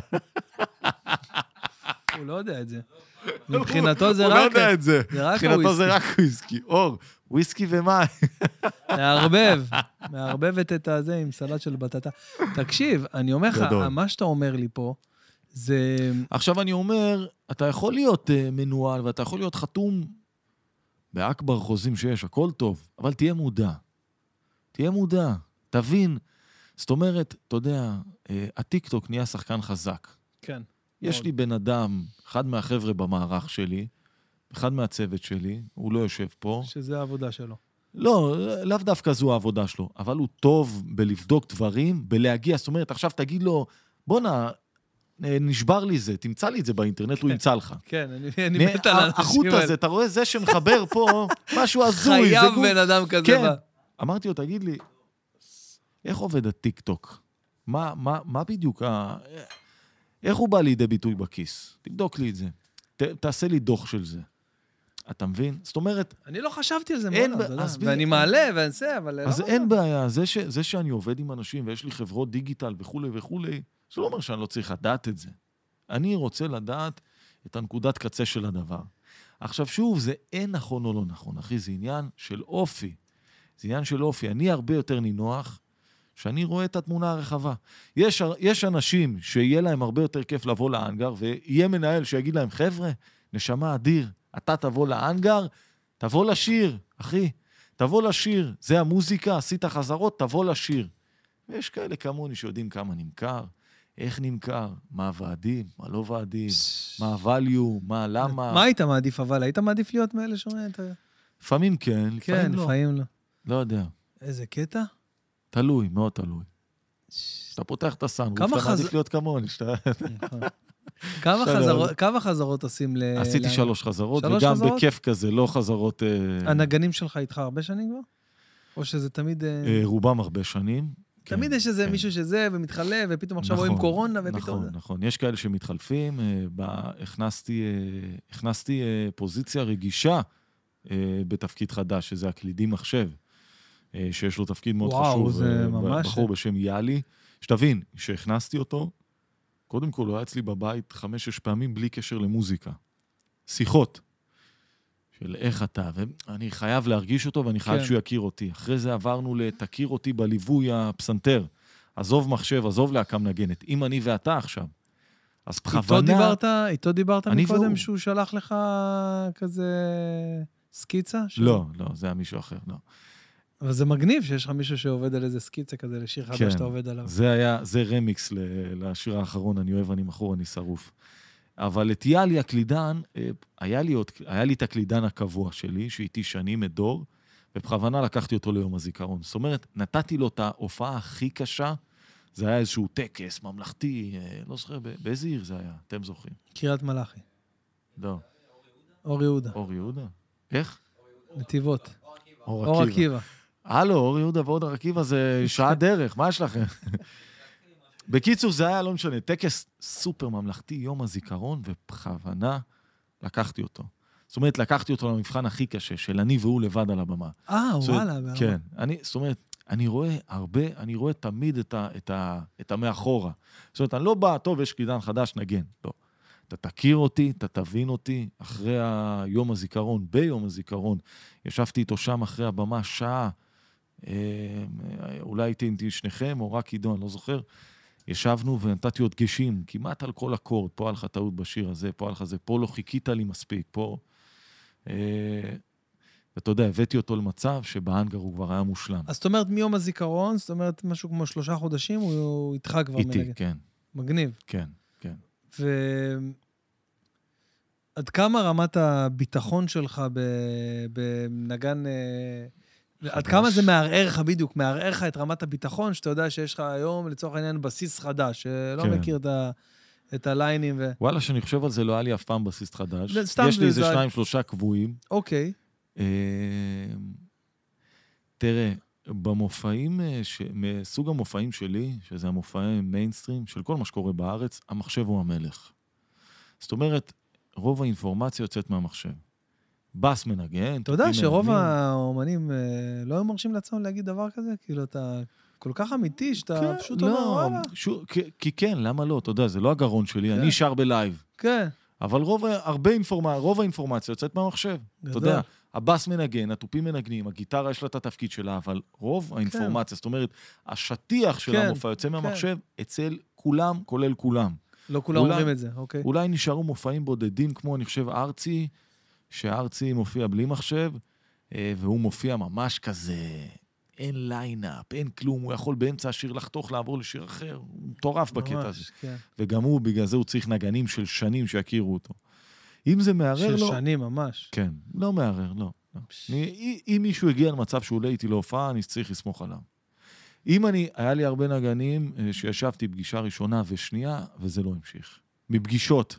הוא לא יודע את זה. מבחינתו זה רק... הוא לא יודע את זה. זה רק מבחינתו זה רק וויסקי. אור, וויסקי ומים. מערבב. מערבבת את הזה עם סלט של בטטה. תקשיב, אני אומר לך, מה שאתה אומר לי פה, זה... עכשיו אני אומר, אתה יכול להיות מנוהל, ואתה יכול להיות חתום באקבר חוזים שיש, הכל טוב, אבל תהיה מודע. תהיה מודע. תבין. זאת אומרת, אתה יודע, הטיקטוק נהיה שחקן חזק. כן. יש לי בן אדם, אחד מהחבר'ה במערך שלי, אחד מהצוות שלי, הוא לא יושב פה. שזה העבודה שלו. לא, לאו דווקא זו העבודה שלו, אבל הוא טוב בלבדוק דברים, בלהגיע, זאת אומרת, עכשיו תגיד לו, בוא נשבר לי זה, תמצא לי את זה באינטרנט, הוא ימצא לך. כן, אני מת על האנשים החוט הזה, אתה רואה זה שמחבר פה, משהו הזוי. חייב בן אדם כזה. כן. אמרתי לו, תגיד לי, איך עובד הטיקטוק? מה, מה, מה בדיוק ה... איך הוא בא לידי ביטוי בכיס? תבדוק לי את זה. ת, תעשה לי דוח של זה. אתה מבין? זאת אומרת... אני לא חשבתי על זה מעולם, ב... אתה יודע. אז ואני מעלה ואנסה, אבל... אז לא אין בעיה. זה, ש... זה שאני עובד עם אנשים ויש לי חברות דיגיטל וכו' וכו', זה לא אומר שאני לא צריך לדעת את זה. אני רוצה לדעת את הנקודת קצה של הדבר. עכשיו שוב, זה אין נכון או לא נכון, אחי, זה עניין של אופי. זה עניין של אופי. אני הרבה יותר נינוח שאני רואה את התמונה הרחבה. יש, יש אנשים שיהיה להם הרבה יותר כיף לבוא לאנגר, ויהיה מנהל שיגיד להם, חבר'ה, נשמה אדיר, אתה תבוא לאנגר, תבוא לשיר, אחי, תבוא לשיר, זה המוזיקה, עשית חזרות, תבוא לשיר. ויש כאלה כמוני שיודעים כמה נמכר, איך נמכר, מה ועדים, מה לא ועדים, מה הווליו, מה, למה. מה היית מעדיף אבל? היית מעדיף להיות מאלה שומע את ה... לפעמים כן, לפעמים לא. כן, לפעמים לא. לא יודע. איזה קטע? תלוי, מאוד תלוי. אתה פותח את הסאן, אתה מעדיף להיות כמוני. כמה חזרות עושים ל... עשיתי שלוש חזרות, וגם בכיף כזה, לא חזרות... הנגנים שלך איתך הרבה שנים כבר? או שזה תמיד... רובם הרבה שנים. תמיד יש איזה מישהו שזה, ומתחלף, ופתאום עכשיו רואים קורונה, ופתאום... נכון, נכון. יש כאלה שמתחלפים. הכנסתי פוזיציה רגישה בתפקיד חדש, שזה הקלידים מחשב. שיש לו תפקיד מאוד וואו, חשוב. זה ממש... בחור בשם יאלי. שתבין, שהכנסתי אותו, קודם כל הוא היה אצלי בבית חמש-שש פעמים בלי קשר למוזיקה. שיחות. של איך אתה, ואני חייב להרגיש אותו, ואני חייב כן. שהוא יכיר אותי. אחרי זה עברנו לתכיר אותי בליווי הפסנתר. עזוב מחשב, עזוב להקה מנגנת. אם אני ואתה עכשיו. אז בכוונה... איתו דיברת, איתו דיברת מקודם והוא... שהוא שלח לך כזה סקיצה? ש... לא, לא, זה היה מישהו אחר, לא. אבל זה מגניב שיש לך מישהו שעובד על איזה סקיצה כזה, לשיר חדש כן, שאתה עובד עליו. זה היה, זה רמיקס לשיר האחרון, אני אוהב, אני מכור, אני שרוף. אבל את יאלי הקלידן, היה לי, עוד, היה לי את הקלידן הקבוע שלי, שאיתי שנים את דור, ובכוונה לקחתי אותו ליום הזיכרון. זאת אומרת, נתתי לו את ההופעה הכי קשה, זה היה איזשהו טקס ממלכתי, לא זוכר, באיזה עיר זה היה? אתם זוכרים? קריית מלאכי. לא. אור יהודה. אור יהודה? איך? נתיבות. אור, אור עקיבא. הלו, אור יהודה ועוד אור עקיבא זה שעה דרך, מה יש לכם? בקיצור, זה היה, לא משנה, טקס סופר ממלכתי, יום הזיכרון, ובכוונה לקחתי אותו. זאת אומרת, לקחתי אותו למבחן הכי קשה, של אני והוא לבד על הבמה. אה, וואלה. כן, אני, זאת אומרת, אני רואה הרבה, אני רואה תמיד את, ה, את, ה, את המאחורה. זאת אומרת, אני לא בא, טוב, יש קלידן חדש, נגן. לא. אתה תכיר אותי, אתה תבין אותי, אחרי היום הזיכרון, ביום הזיכרון, ישבתי איתו שם אחרי הבמה, שעה, אולי הייתי עם שניכם, או רק עידו, אני לא זוכר, ישבנו ונתתי עוד גשים, כמעט על כל אקורד, פה היה לך טעות בשיר הזה, פה היה לך זה, פה לא חיכית לי מספיק, פה... ואתה יודע, הבאתי אותו למצב שבאנגר הוא כבר היה מושלם. אז זאת אומרת, מיום הזיכרון, זאת אומרת, משהו כמו שלושה חודשים, הוא איתך כבר מנגן. איתי, כן. מגניב. כן, כן. ועד כמה רמת הביטחון שלך בנגן... עד כמה זה מערער לך בדיוק, מערער לך את רמת הביטחון, שאתה יודע שיש לך היום, לצורך העניין, בסיס חדש, שלא כן. מכיר את, ה, את הליינים. ו... וואלה, שאני חושב על זה, לא היה לי אף פעם בסיס חדש. יש לי איזה שניים, שלושה קבועים. אוקיי. אה, תראה, במופעים, ש... מסוג המופעים שלי, שזה המופעים מיינסטרים, של כל מה שקורה בארץ, המחשב הוא המלך. זאת אומרת, רוב האינפורמציה יוצאת מהמחשב. בס מנגן. אתה יודע שרוב האומנים לא היו מרשים לעצמם להגיד דבר כזה? כאילו, אתה כל כך אמיתי, שאתה פשוט אומר, וואלה. כי כן, למה לא? אתה יודע, זה לא הגרון שלי, אני שר בלייב. כן. אבל רוב, הרבה אינפורמציה, רוב האינפורמציה יוצאת מהמחשב. אתה יודע, הבאס מנגן, הטופים מנגנים, הגיטרה יש לה את התפקיד שלה, אבל רוב האינפורמציה, זאת אומרת, השטיח של המופע יוצא מהמחשב, אצל כולם, כולל כולם. לא כולם אומרים את זה, אוקיי. אולי נשארו מופעים בודדים, כמו אני חושב ארצי, שארצי מופיע בלי מחשב, והוא מופיע ממש כזה, אין ליינאפ, אין כלום, הוא יכול באמצע השיר לחתוך, לעבור לשיר אחר, הוא מטורף בקטע הזה. וגם הוא, בגלל זה הוא צריך נגנים של שנים שיכירו אותו. אם זה מערער, לא... של שנים ממש. כן, לא מערער, לא. אם מישהו הגיע למצב שהוא עולה איתי להופעה, אני צריך לסמוך עליו. אם אני, היה לי הרבה נגנים שישבתי פגישה ראשונה ושנייה, וזה לא המשיך. מפגישות.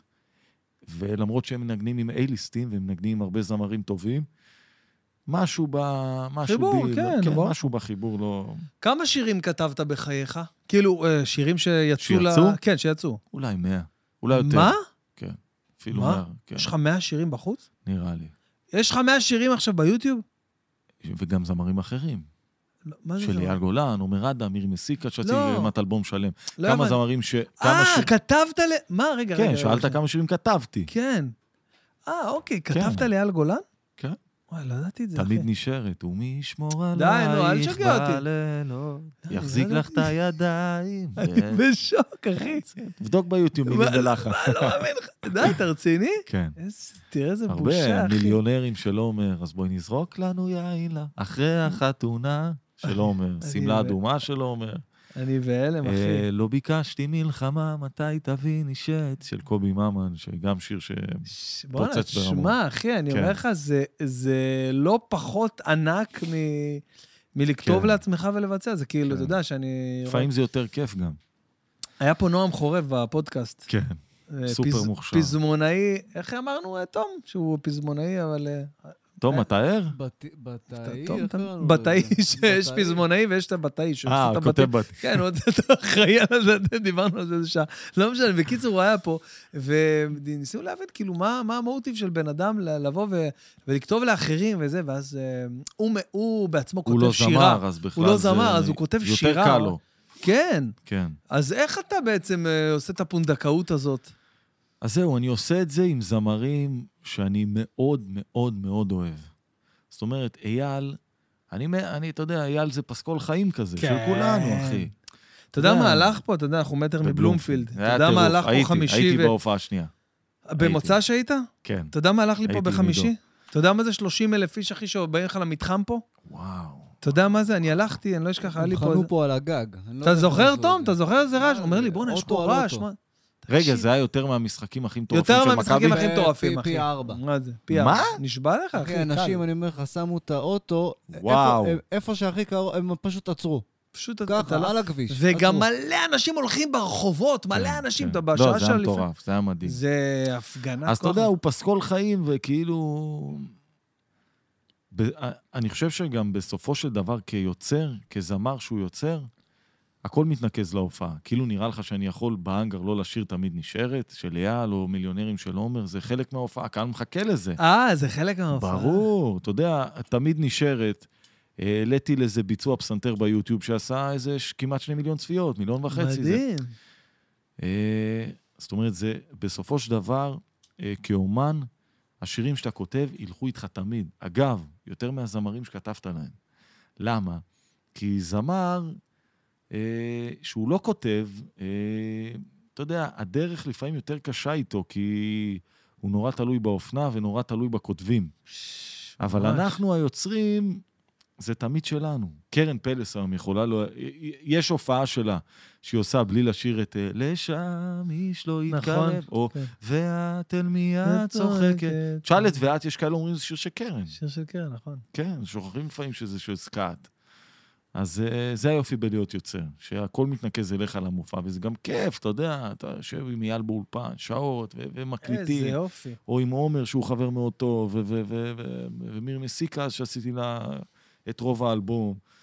ולמרות שהם מנגנים עם אייליסטים, והם מנגנים עם הרבה זמרים טובים, משהו ב... משהו חיבור, ב... כן. כן, משהו בחיבור לא... כמה שירים כתבת בחייך? כאילו, שירים שיצאו... שיצאו? לה... כן, שיצאו. אולי מאה. אולי יותר. מה? כן. אפילו מה? מאה. כן. יש לך מאה שירים בחוץ? נראה לי. יש לך מאה שירים עכשיו ביוטיוב? וגם זמרים אחרים. לא, מה זה של זמרים? אייל גולן, עומר אדם, מירי מסיקה, שרציתי לא. לרמת אלבום שלם. לא כמה הבנ... זמרים ש... אה, שיר... כתבת ל... מה? רגע, כן, רגע. שאלת רגע. כמה שירים כתבתי. כן. אה, אוקיי, כתבת כן. לאייל גולן? כן. וואי, לא ידעתי את זה, אחי. תמיד נשארת, ומי ישמור די, נו, אל עלייך תשגע אותי. בלילות, די, יחזיק לא לך את הידיים. אני בשוק, אחי. תבדוק ביוטיוב מילים בלחה. מה, לא מאמין לך. די, אתה רציני? כן. איזה- תראה איזה בושה, הרבה אחי. מיליונרים של עומר, אז בואי נזרוק לנו יעילה. אחרי החתונה של עומר, סמלה אדומה של עומר. אני בהלם, אחי. אה, לא ביקשתי מלחמה, מתי תביני שאת, של קובי ממן, שגם שיר ש... ש- בוא'נה, פוצץ ברמות. תשמע, אחי, אני כן. אומר לך, זה- זה לא פחות ענק מ- מלכתוב כן. לעצמך ולבצע. זה כאילו, כן. אתה יודע שאני... לפעמים זה יותר כיף גם. היה פה נועם חורב בפודקאסט. כן. אה, סופר פז- מוכשר. פזמונאי, איך אמרנו, אה, תום? שהוא פזמונאי, אבל... אה, תום, אתה ער? בתאי, תום, איך תום. קראנו בתאי, לזה? שיש בתאי. פזמונאי ויש את הבתאי. שעושה אה, את כותב הבתאי. בת. כן, הוא אתה אחראי על זה, דיברנו על זה איזה שעה. לא משנה, בקיצור, הוא היה פה, וניסינו להבין, כאילו, מה מה המוטיב של בן אדם ל- לבוא ו- ולכתוב לאחרים וזה, ואז אה, הוא מ- הוא בעצמו הוא כותב לא שירה. זמר, אז בכלל הוא לא זה... זמר, אז הוא כותב שירה. יותר קל לו. כן. כן. אז איך אתה בעצם אה, עושה את הפונדקאות הזאת? אז זהו, אני עושה את זה עם זמרים שאני מאוד מאוד מאוד אוהב. זאת אומרת, אייל, אני, אני, אתה יודע, אייל זה פסקול חיים כזה, כן. של כולנו, אחי. אתה יודע יודע. מה הלך פה? אתה יודע, אנחנו מטר מבלומפילד. אתה היה יודע מה טירוף. הלך פה הייתי, חמישי? הייתי ו- בהופעה השנייה. במוצא שהיית? כן. אתה יודע מה הלך לי פה הייתי בחמישי? במידו. אתה יודע מה זה שלושים אלף איש, אחי, שבאים לך למתחם פה? וואו. אתה יודע מה זה? אני הלכתי, אני לא אשכח, היה לי הם פה... חנו פה על הגג. אני לא אתה יודע זוכר, איך תום? זה. אתה זוכר איזה רעש? הוא אומר לי, בוא'נה, יש אוטו פה על רעש. אוטו. מה? רגע, תקשיב. זה היה יותר מהמשחקים הכי מטורפים יותר של מהמשחקים מכבי? הכי מטורפים, פי- אחי. פי ארבע. מה זה? פי מה? ארבע. נשבע לך, אחי. אחי, קל. אנשים, אני אומר לך, שמו את האוטו, וואו. איפה- איפה שהכי קרוב, הם פשוט עצרו. פשוט אתה אתה ככה, לא... על הכביש. וגם עצרו. מלא אנשים הולכים ברחובות, מלא כן, אנשים, כן. אתה לא, בשעה זה של היה לפני. מטורף, זה היה מדהים. זה הפגנה. אז אתה כוח. יודע, הוא פסקול חיים, וכאילו... ב- אני חושב שגם בסופו של דבר, כיוצר, כזמר שהוא יוצר, הכל מתנקז להופעה. כאילו נראה לך שאני יכול באנגר לא לשיר תמיד נשארת, של אייל או מיליונרים של עומר, זה חלק מההופעה, הקהל מחכה לזה. אה, זה חלק מההופעה. ברור, אתה יודע, תמיד נשארת. העליתי לזה ביצוע פסנתר ביוטיוב שעשה איזה ש- כמעט שני מיליון צפיות, מיליון וחצי. זה. מדהים. אה, זאת אומרת, זה בסופו של דבר, אה, כאומן, השירים שאתה כותב ילכו איתך תמיד. אגב, יותר מהזמרים שכתבת להם. למה? כי זמר אה, שהוא לא כותב, אה, אתה יודע, הדרך לפעמים יותר קשה איתו, כי הוא נורא תלוי באופנה ונורא תלוי בכותבים. אבל ממש. אנחנו היוצרים, זה תמיד שלנו. קרן פלס היום יכולה לו... יש הופעה שלה שהיא עושה בלי לשיר את לשם איש לא יתקרב, נכון, או כן. ואת אל מיד צוחקת. תשאל את ואת, יש כאלה אומרים, זה שיר של קרן. שיר של קרן, נכון. כן, שוכחים לפעמים שזה של סקאט. אז זה, זה היופי בלהיות יוצר, שהכל מתנקז אליך למופע, וזה גם כיף, אתה יודע, אתה יושב עם אייל באולפן, שעות, ו- ומקליטים. איזה יופי. או עם עומר, שהוא חבר מאוד טוב, ו- ו- ו- ו- ומיר מסיקה, שעשיתי לה את רוב האלבום.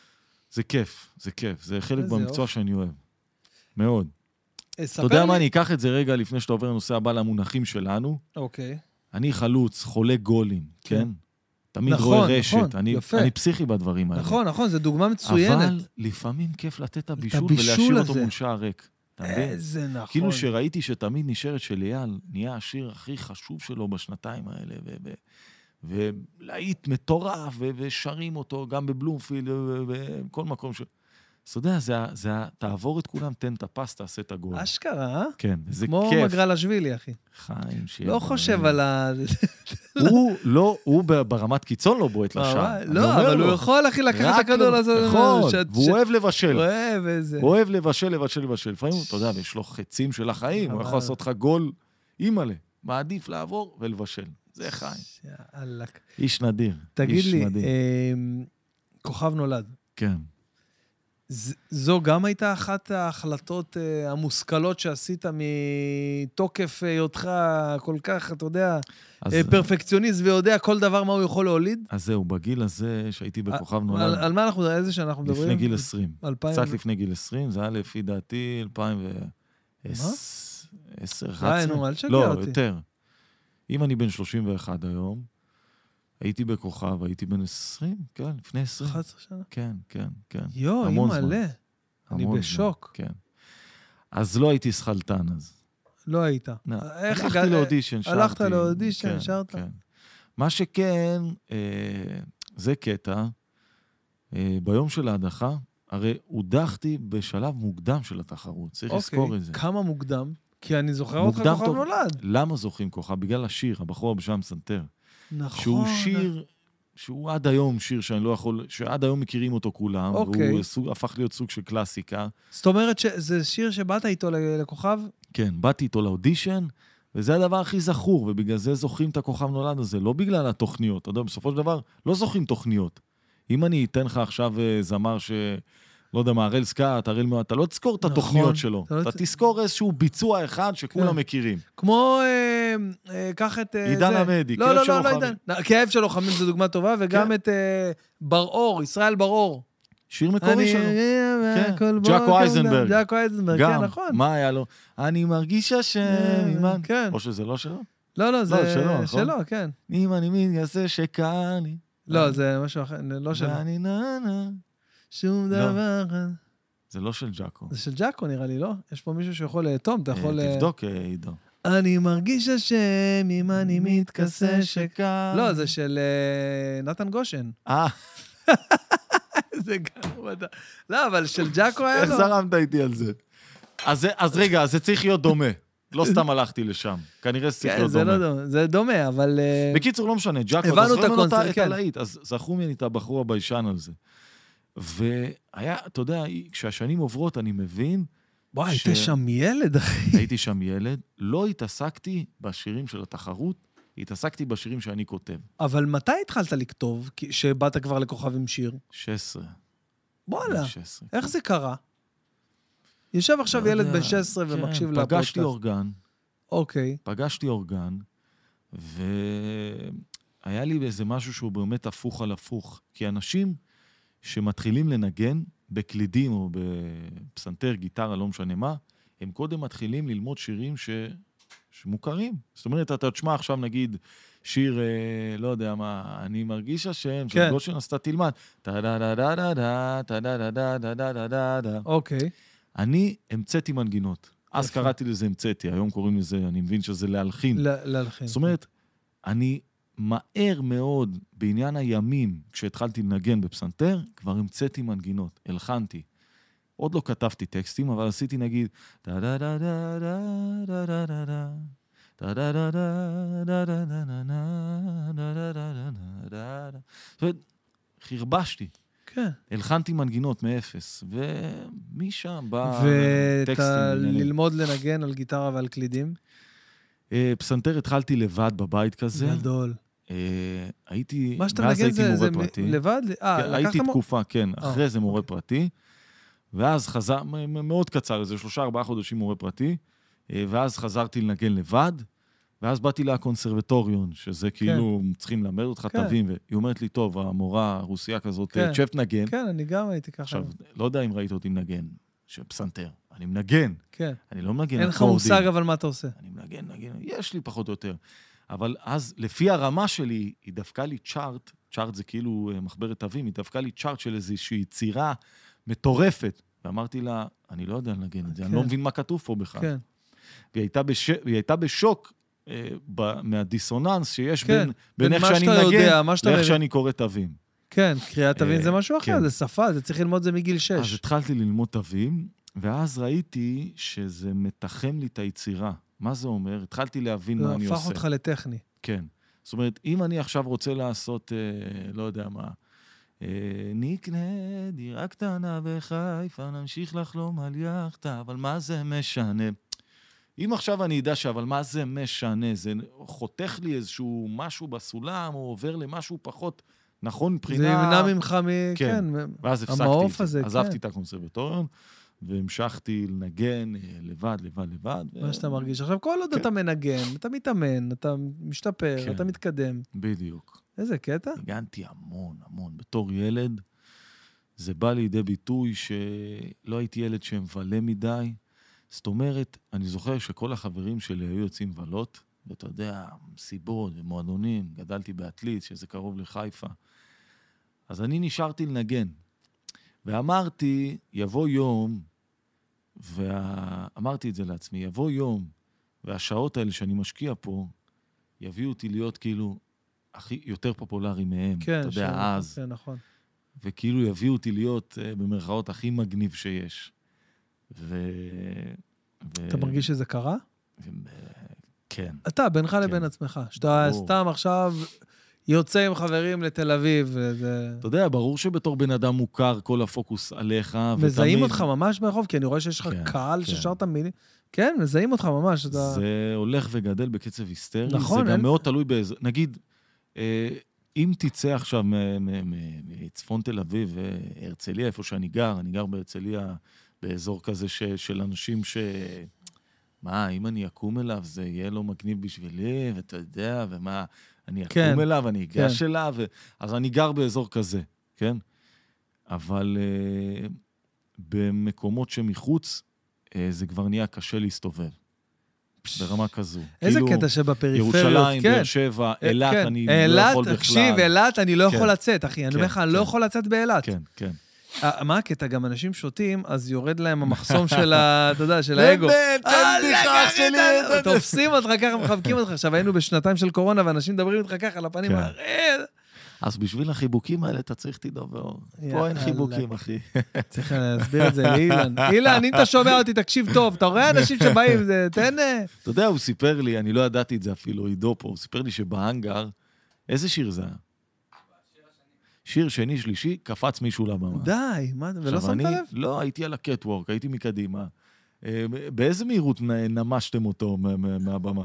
זה כיף, זה כיף. זה חלק איזה במקצוע אוף. שאני אוהב. מאוד. אה, אתה ספר יודע לי. מה, אני אקח את זה רגע לפני שאתה עובר לנושא הבא למונחים שלנו. אוקיי. אני חלוץ, חולה גולים, כן. כן? תמיד נכון, רואה רשת. נכון, אני, יפה. אני פסיכי בדברים האלה. נכון, נכון, זו דוגמה מצוינת. אבל לפעמים כיף לתת את הבישול, הבישול ולהשאיר אותו הזה. מול שער ריק. אתה מבין? איזה נכון. כאילו שראיתי שתמיד נשארת של אייל, נהיה השיר הכי חשוב שלו בשנתיים האלה, ו- ו- ולהיט מטורף, ו- ושרים אותו גם בבלומפילד, וכל מקום ש... אתה יודע, זה, ה- זה, ה- תעבור את כולם, תן את הפס, תעשה את הגול. אשכרה, אה? כן, זה כמו כיף. מגרל השבילי, אחי. חיים, שיהיה... לא חושב על ה... הוא לא, הוא ברמת קיצון לא בועט לשם. לא, אבל הוא יכול, אחי, לקחת את הכדור הזה. נכון, והוא אוהב לבשל. הוא אוהב איזה... הוא אוהב לבשל, לבשל, לבשל. לפעמים, אתה יודע, ויש לו חצים של החיים, הוא יכול לעשות לך גול אימא'לה. מעדיף לעבור ולבשל. זה חיים. יאללה. איש נדיר. תגיד לי, כוכב נולד. כן. זו גם הייתה אחת ההחלטות המושכלות שעשית מתוקף היותך כל כך, אתה יודע, פרפקציוניסט ויודע כל דבר מה הוא יכול להוליד? אז זהו, בגיל הזה שהייתי בכוכב נולד... על מה אנחנו, איזה שאנחנו מדברים? לפני גיל עשרים. קצת לפני גיל עשרים, זה היה לפי דעתי אלפיים ועשר, אחת עשרה. די, נו, אל תשגע לא, אותי. יותר. אם אני בן שלושים ואחת היום, הייתי בכוכב, הייתי בן עשרים, כן, לפני עשרים. אחת עשרה שנה? כן, כן, כן. יו, היא מלא. אני בשוק. כן. אז לא הייתי שחלטן אז. לא היית. הלכתי לאודישן, שרתי. הלכת לאודישן, שרת? מה שכן, זה קטע, ביום של ההדחה, הרי הודחתי בשלב מוקדם של התחרות, צריך לזכור את זה. כמה מוקדם? כי אני זוכר אותך כוכב נולד. למה זוכרים כוכב? בגלל השיר, הבחור בשם סנטר. נכון. שהוא שיר, שהוא עד היום שיר שאני לא יכול, שעד היום מכירים אותו כולם, אוקיי. והוא סוג, הפך להיות סוג של קלאסיקה. זאת אומרת שזה שיר שבאת איתו לכוכב? כן, באתי איתו לאודישן, וזה הדבר הכי זכור, ובגלל זה זוכרים את הכוכב נולד הזה, לא בגלל התוכניות. אתה יודע, בסופו של דבר, לא זוכרים תוכניות. אם אני אתן לך עכשיו זמר ש... לא יודע מה, הראל סקאט, הראל מועד, אתה לא תזכור את התוכניות שלו. אתה תזכור איזשהו ביצוע אחד שכולם מכירים. כמו, קח את... עידן עמדי, כאב של לוחמים. כאב של לוחמים זו דוגמה טובה, וגם את בר-אור, ישראל בר-אור. שיר מקורי שלו. ג'אקו אייזנברג. ג'אקו אייזנברג, כן, נכון. מה היה לו? אני מרגיש השם, אימן. כן. או שזה לא שלו? לא, לא, זה שלו, כן. אם אני מתגסה שקר לי. לא, זה משהו אחר, לא שלו. ואני נענה. שום דבר. זה לא של ג'אקו. זה של ג'אקו נראה לי, לא? יש פה מישהו שיכול לאטום, אתה יכול... תבדוק, עידו. אני מרגיש השם, אם אני מתכסה שקר. לא, זה של נתן גושן. אה. זה גם מדע. לא, אבל של ג'אקו היה לו. איך זרמת איתי על זה? אז רגע, זה צריך להיות דומה. לא סתם הלכתי לשם. כנראה זה צריך להיות דומה. כן, זה לא דומה. זה דומה, אבל... בקיצור, לא משנה. ג'אקו, אתה זוכר ממנו את הלהיט. אז זכרו ממני את הבחור הביישן על זה. והיה, אתה יודע, כשהשנים עוברות, אני מבין... וואי, היית שם ילד, אחי. הייתי שם ילד. לא התעסקתי בשירים של התחרות, התעסקתי בשירים שאני כותב. אבל מתי התחלת לכתוב, שבאת כבר לכוכב עם שיר? שש עשרה. וואלה, איך זה קרה? יושב עכשיו ילד בן שש עשרה ומקשיב לפודקאסט. פגשתי אורגן. אוקיי. פגשתי אורגן, והיה לי איזה משהו שהוא באמת הפוך על הפוך. כי אנשים שמתחילים לנגן בקלידים או בפסנתר, גיטרה, לא משנה מה, הם קודם מתחילים ללמוד שירים ש... שמוכרים. זאת אומרת, אתה תשמע עכשיו נגיד שיר, לא יודע מה, אני מרגיש השם, של גושן, אז אתה תלמד. טה-דה-דה-דה-דה, טה-דה-דה-דה-דה-דה-דה. אוקיי. אני המצאתי מנגינות. אז קראתי לזה המצאתי, היום קוראים לזה, אני מבין שזה להלחין. להלחין. זאת אומרת, אני מהר מאוד, בעניין הימים, כשהתחלתי לנגן בפסנתר, כבר המצאתי מנגינות, הלחנתי. עוד לא כתבתי טקסטים, אבל עשיתי נגיד, זאת אומרת, חרבשתי. כן. הלחנתי מנגינות מאפס, ומשם בא טקסטים. ואתה ללמוד לנגן על גיטרה ועל קלידים? פסנתר התחלתי לבד בבית כזה. גדול. הייתי, מה שאתה מנגן זה לבד? הייתי תקופה, כן, אחרי זה מורה פרטי, ואז חזר, מאוד קצר, איזה שלושה, ארבעה חודשים מורה פרטי, ואז חזרתי לנגן לבד, ואז באתי לקונסרבטוריון, שזה כאילו צריכים ללמד אותך תווים, והיא אומרת לי, טוב, המורה רוסיה כזאת, שב נגן. כן, אני גם הייתי ככה. עכשיו, לא יודע אם ראית אותי מנגן, שפסנתר. אני מנגן. כן. אני לא מנגן אין לך מושג אבל מה אתה עושה. אני מנגן, מנגן, יש לי פחות או יותר. אבל אז, לפי הרמה שלי, היא דווקא לי צ'ארט, צ'ארט זה כאילו מחברת תווים, היא דווקא לי צ'ארט של איזושהי יצירה מטורפת. ואמרתי לה, אני לא יודע לנגן את זה, אני לא מבין מה כתוב פה בכלל. כן. והיא הייתה, בש... והיא הייתה בשוק אה, ב... מהדיסוננס שיש כן. בין, בין איך שאני מנגן יודע, לאיך שאני קורא תווים. כן, קריאת תווים זה משהו אחר, כן. זה שפה, זה צריך ללמוד זה מגיל שש. אז התחלתי ללמוד תווים, ואז ראיתי שזה מתחם לי את היצירה. מה זה אומר? התחלתי להבין מה אני עושה. הפך אותך לטכני. כן. זאת אומרת, אם אני עכשיו רוצה לעשות, אה, לא יודע מה, אה, נקנה דירה קטנה בחיפה, נמשיך לחלום על יחדה, אבל מה זה משנה? אם עכשיו אני יודע שאבל מה זה משנה, זה חותך לי איזשהו משהו בסולם, או עובר למשהו פחות נכון מבחינה... זה ימנע ממך מ... כן, ואז הפסקתי את זה. עזבתי את הקונסרבטוריון, והמשכתי לנגן לבד, לבד, לבד. מה שאתה מרגיש. עכשיו, כל עוד אתה מנגן, אתה מתאמן, אתה משתפר, אתה מתקדם. בדיוק. איזה קטע? ניגנתי המון, המון. בתור ילד, זה בא לידי ביטוי שלא הייתי ילד שמבלה מדי. זאת אומרת, אני זוכר שכל החברים שלי היו יוצאים מבלות, ואתה יודע, מסיבות ומועדונים, גדלתי בעתלית, שזה קרוב לחיפה. אז אני נשארתי לנגן. ואמרתי, יבוא יום, ואמרתי את זה לעצמי, יבוא יום, והשעות האלה שאני משקיע פה, יביאו אותי להיות כאילו הכי, יותר פופולרי מהם. כן, אתה יודע, ש... אז. כן, נכון. וכאילו יביאו אותי להיות במרכאות הכי מגניב שיש. ו... ו... אתה מרגיש שזה קרה? ו... כן. אתה, בינך כן. לבין עצמך. שאתה ברור. סתם עכשיו יוצא עם חברים לתל אביב. וזה... אתה יודע, ברור שבתור בן אדם מוכר כל הפוקוס עליך. מזהים ותמיד... אותך ממש ברחוב, כי אני רואה שיש לך כן, קהל כן. ששרת מילים. כן, מזהים אותך ממש. אתה... זה הולך וגדל בקצב היסטרי. נכון. זה גם אין... מאוד תלוי באיזה... נגיד, אם תצא עכשיו מצפון תל אביב, הרצליה, איפה שאני גר, אני גר בהרצליה, באזור כזה ש... של אנשים ש... מה, אם אני אקום אליו, זה יהיה לו מגניב בשבילי, ואתה יודע, ומה, אני אקום כן, אליו, אני אגש כן. אליו, ו... אז אני גר באזור כזה, כן? אבל uh, במקומות שמחוץ, uh, זה כבר נהיה קשה להסתובב. ברמה כזו. איזה כאילו, קטע שבפריפריות, ירושלים, כן. באר שבע, אילת, כן. אני אילת, לא יכול בכלל. תקשיב, אילת, אני לא כן. יכול לצאת, אחי. כן, אני אומר לך, אני כן. לא יכול לצאת באילת. כן, כן. מה הקטע? גם אנשים שותים, אז יורד להם המחסום של ה... אתה יודע, של האגו. באמת, הבדיחה שלי. תופסים אותך ככה, מחבקים אותך. עכשיו, היינו בשנתיים של קורונה, ואנשים מדברים איתך ככה על הפנים. אז בשביל החיבוקים האלה, אתה צריך תדבר. פה אין חיבוקים, אחי. צריך להסביר את זה לאילן. אילן, אם אתה שומע אותי, תקשיב טוב. אתה רואה אנשים שבאים, זה... תן... אתה יודע, הוא סיפר לי, אני לא ידעתי את זה אפילו, עידו פה, הוא סיפר לי שבהנגר, איזה שיר זה היה? שיר שני, שלישי, קפץ מישהו לבמה. די, מה, ולא שמת לב? לא, הייתי על הקטוורק, הייתי מקדימה. באיזה מהירות נמשתם אותו מהבמה?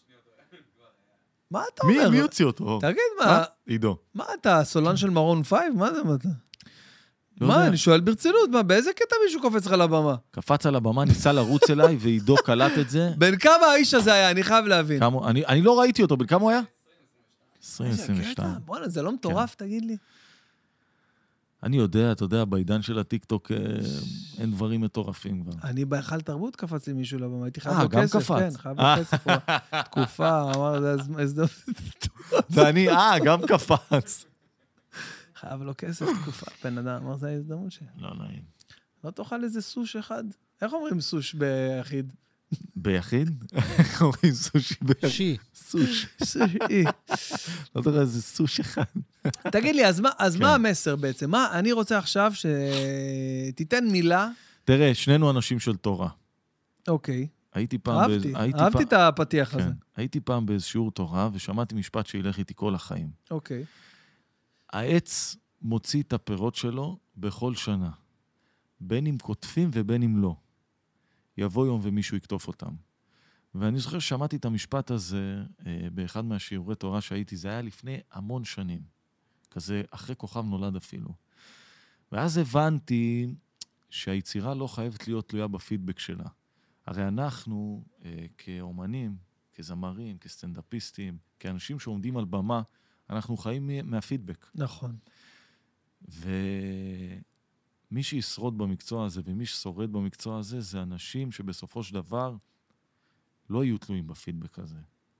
מה אתה אומר? מי יוציא אותו? תגיד מה... עידו. מה אתה, סולן של מרון פייב? מה זה, מה אתה? מה, אני שואל ברצינות, מה, באיזה קטע מישהו קופץ לך לבמה? קפץ על הבמה, ניסה לרוץ אליי, ועידו קלט את זה. בין כמה האיש הזה היה? אני חייב להבין. אני לא ראיתי אותו, בין כמה הוא היה? עשרים עשרים ושתיים. בוא'נה, זה לא מטורף, תגיד לי. אני יודע, אתה יודע, בעידן של הטיקטוק אין דברים מטורפים כבר. אני בהיכל תרבות קפץ לי מישהו לבמה, הייתי חייב לו כסף. אה, גם קפץ. כן, חייב לו כסף. תקופה, אמר, זה... ואני, אה, גם קפץ. חייב לו כסף, תקופה. בן אדם, אמר, זה ההזדמנות שלי. לא נעים. לא תאכל איזה סוש אחד? איך אומרים סוש ביחיד? ביחיד? איך אומרים סושי ביחיד? שי. סוש. סושי. לא תראה, זה סוש אחד. תגיד לי, אז מה המסר בעצם? מה, אני רוצה עכשיו שתיתן מילה. תראה, שנינו אנשים של תורה. אוקיי. הייתי פעם... אהבתי, אהבתי את הפתיח הזה. הייתי פעם באיזה שיעור תורה, ושמעתי משפט שילך איתי כל החיים. אוקיי. העץ מוציא את הפירות שלו בכל שנה. בין אם כותפים ובין אם לא. יבוא יום ומישהו יקטוף אותם. ואני זוכר ששמעתי את המשפט הזה אה, באחד מהשיעורי תורה שהייתי, זה היה לפני המון שנים. כזה אחרי כוכב נולד אפילו. ואז הבנתי שהיצירה לא חייבת להיות תלויה בפידבק שלה. הרי אנחנו, אה, כאומנים, כזמרים, כסטנדאפיסטים, כאנשים שעומדים על במה, אנחנו חיים מהפידבק. נכון. ומי שישרוד במקצוע הזה, ומי ששורד במקצוע הזה, זה אנשים שבסופו של דבר לא יהיו תלויים בפידבק הזה.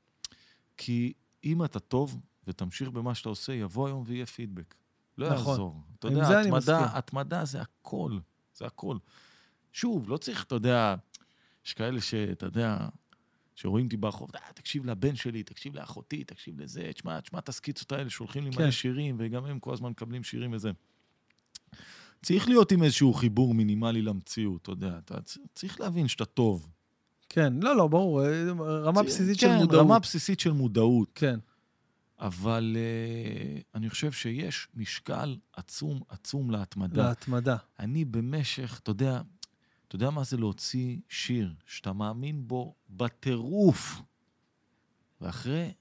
כי אם אתה טוב ותמשיך במה שאתה עושה, יבוא היום ויהיה פידבק. לא נכון. יעזור. אתה יודע, התמדה, התמדה זה הכל. זה הכל. שוב, לא צריך, אתה יודע, יש כאלה שאתה יודע, שרואים אותי ברחוב, תקשיב לבן שלי, תקשיב לאחותי, תקשיב לזה, תשמע, תשמע את הסקיצות האלה, שולחים לי כן. מלא שירים, וגם הם כל הזמן מקבלים שירים וזה. צריך להיות עם איזשהו חיבור מינימלי למציאות, אתה יודע, אתה צריך להבין שאתה טוב. כן, לא, לא, ברור, רמה בסיסית של מודעות. כן, רמה בסיסית של מודעות. כן. אבל uh, אני חושב שיש משקל עצום, עצום להתמדה. להתמדה. אני במשך, אתה יודע, אתה יודע מה זה להוציא שיר, שאתה מאמין בו בטירוף, ואחרי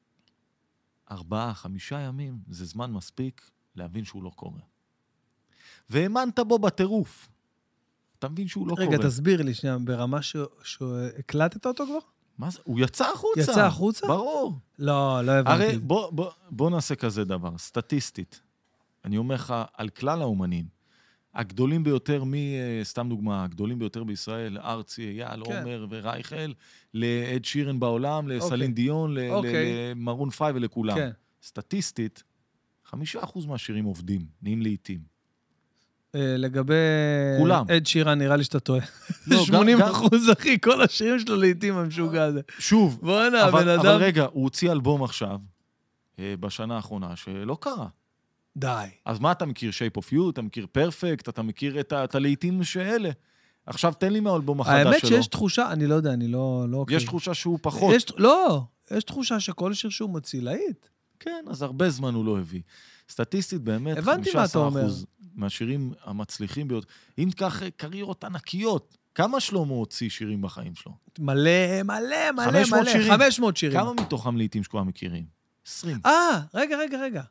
ארבעה, חמישה ימים, זה זמן מספיק להבין שהוא לא קורה. והאמנת בו בטירוף. אתה מבין שהוא לא רגע, קורה. רגע, תסביר לי שנייה, ברמה שהקלטת אותו כבר? מה זה? הוא יצא החוצה. יצא החוצה? ברור. לא, לא הבנתי. הרי בוא, בוא, בוא נעשה כזה דבר, סטטיסטית. אני אומר לך, על כלל האומנים, הגדולים ביותר, מי, סתם דוגמה, הגדולים ביותר בישראל, ארצי, יעל, כן. עומר ורייכל, לעד שירן בעולם, לסלין אוקיי. דיון, אוקיי. למרון פייב ולכולם. כן. סטטיסטית, חמישה אחוז מהשירים עובדים, נהיים לעיתים. לגבי כולם. עד שירן, נראה לי שאתה טועה. שמונים אחוז, אחי, כל השירים שלו לעיתים המשוגע הזה. שוב, בוא נע, בן אדם... אבל רגע, הוא הוציא אלבום עכשיו, בשנה האחרונה, שלא קרה. די. אז מה אתה מכיר? Shape of You, אתה מכיר Perfect, אתה מכיר את הלעיתים שאלה. עכשיו תן לי מהאלבום החדש שלו. האמת שיש תחושה, אני לא יודע, אני לא... יש תחושה שהוא פחות. לא, יש תחושה שכל שיר שהוא מוציא להיט. כן, אז הרבה זמן הוא לא הביא. סטטיסטית באמת, חמישה עשר אחוז מהשירים המצליחים ביותר. אם כך, קריירות ענקיות. כמה שלמה הוציא שירים בחיים שלו? מלא, מלא, מלא, מלא. חמש מאות שירים. כמה מתוכם לעיתים שכולם מכירים? עשרים. אה, רגע, רגע, רגע.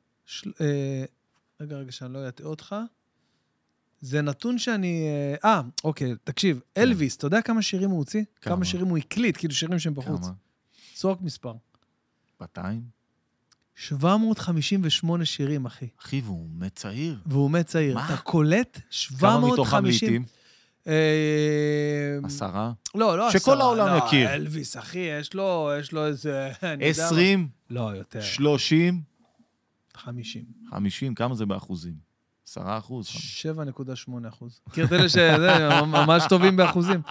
רגע, רגע, שאני לא אטעה אותך. זה נתון שאני... אה, אוקיי, תקשיב. אלוויס, אתה יודע כמה שירים הוא הוציא? כמה שירים הוא הקליט, כאילו שירים שהם בחוץ. כמה? זרוק מספר. מאתיים? שבע מאות חמישים ושמונה שירים, אחי. אחי, והוא מת צעיר. והוא מת צעיר. מה? אתה קולט שבע מאות וחמישים... כמה מתוכם לעיתים? עשרה? לא, לא עשרה. שכל העולם מכיר. אלוויס, אחי, יש לו, יש לו איזה... עשרים? לא, יותר. שלושים? חמישים. חמישים, כמה זה באחוזים? עשרה אחוז? שבע נקודה שמונה אחוז. מכיר אלה שזה ממש טובים באחוזים.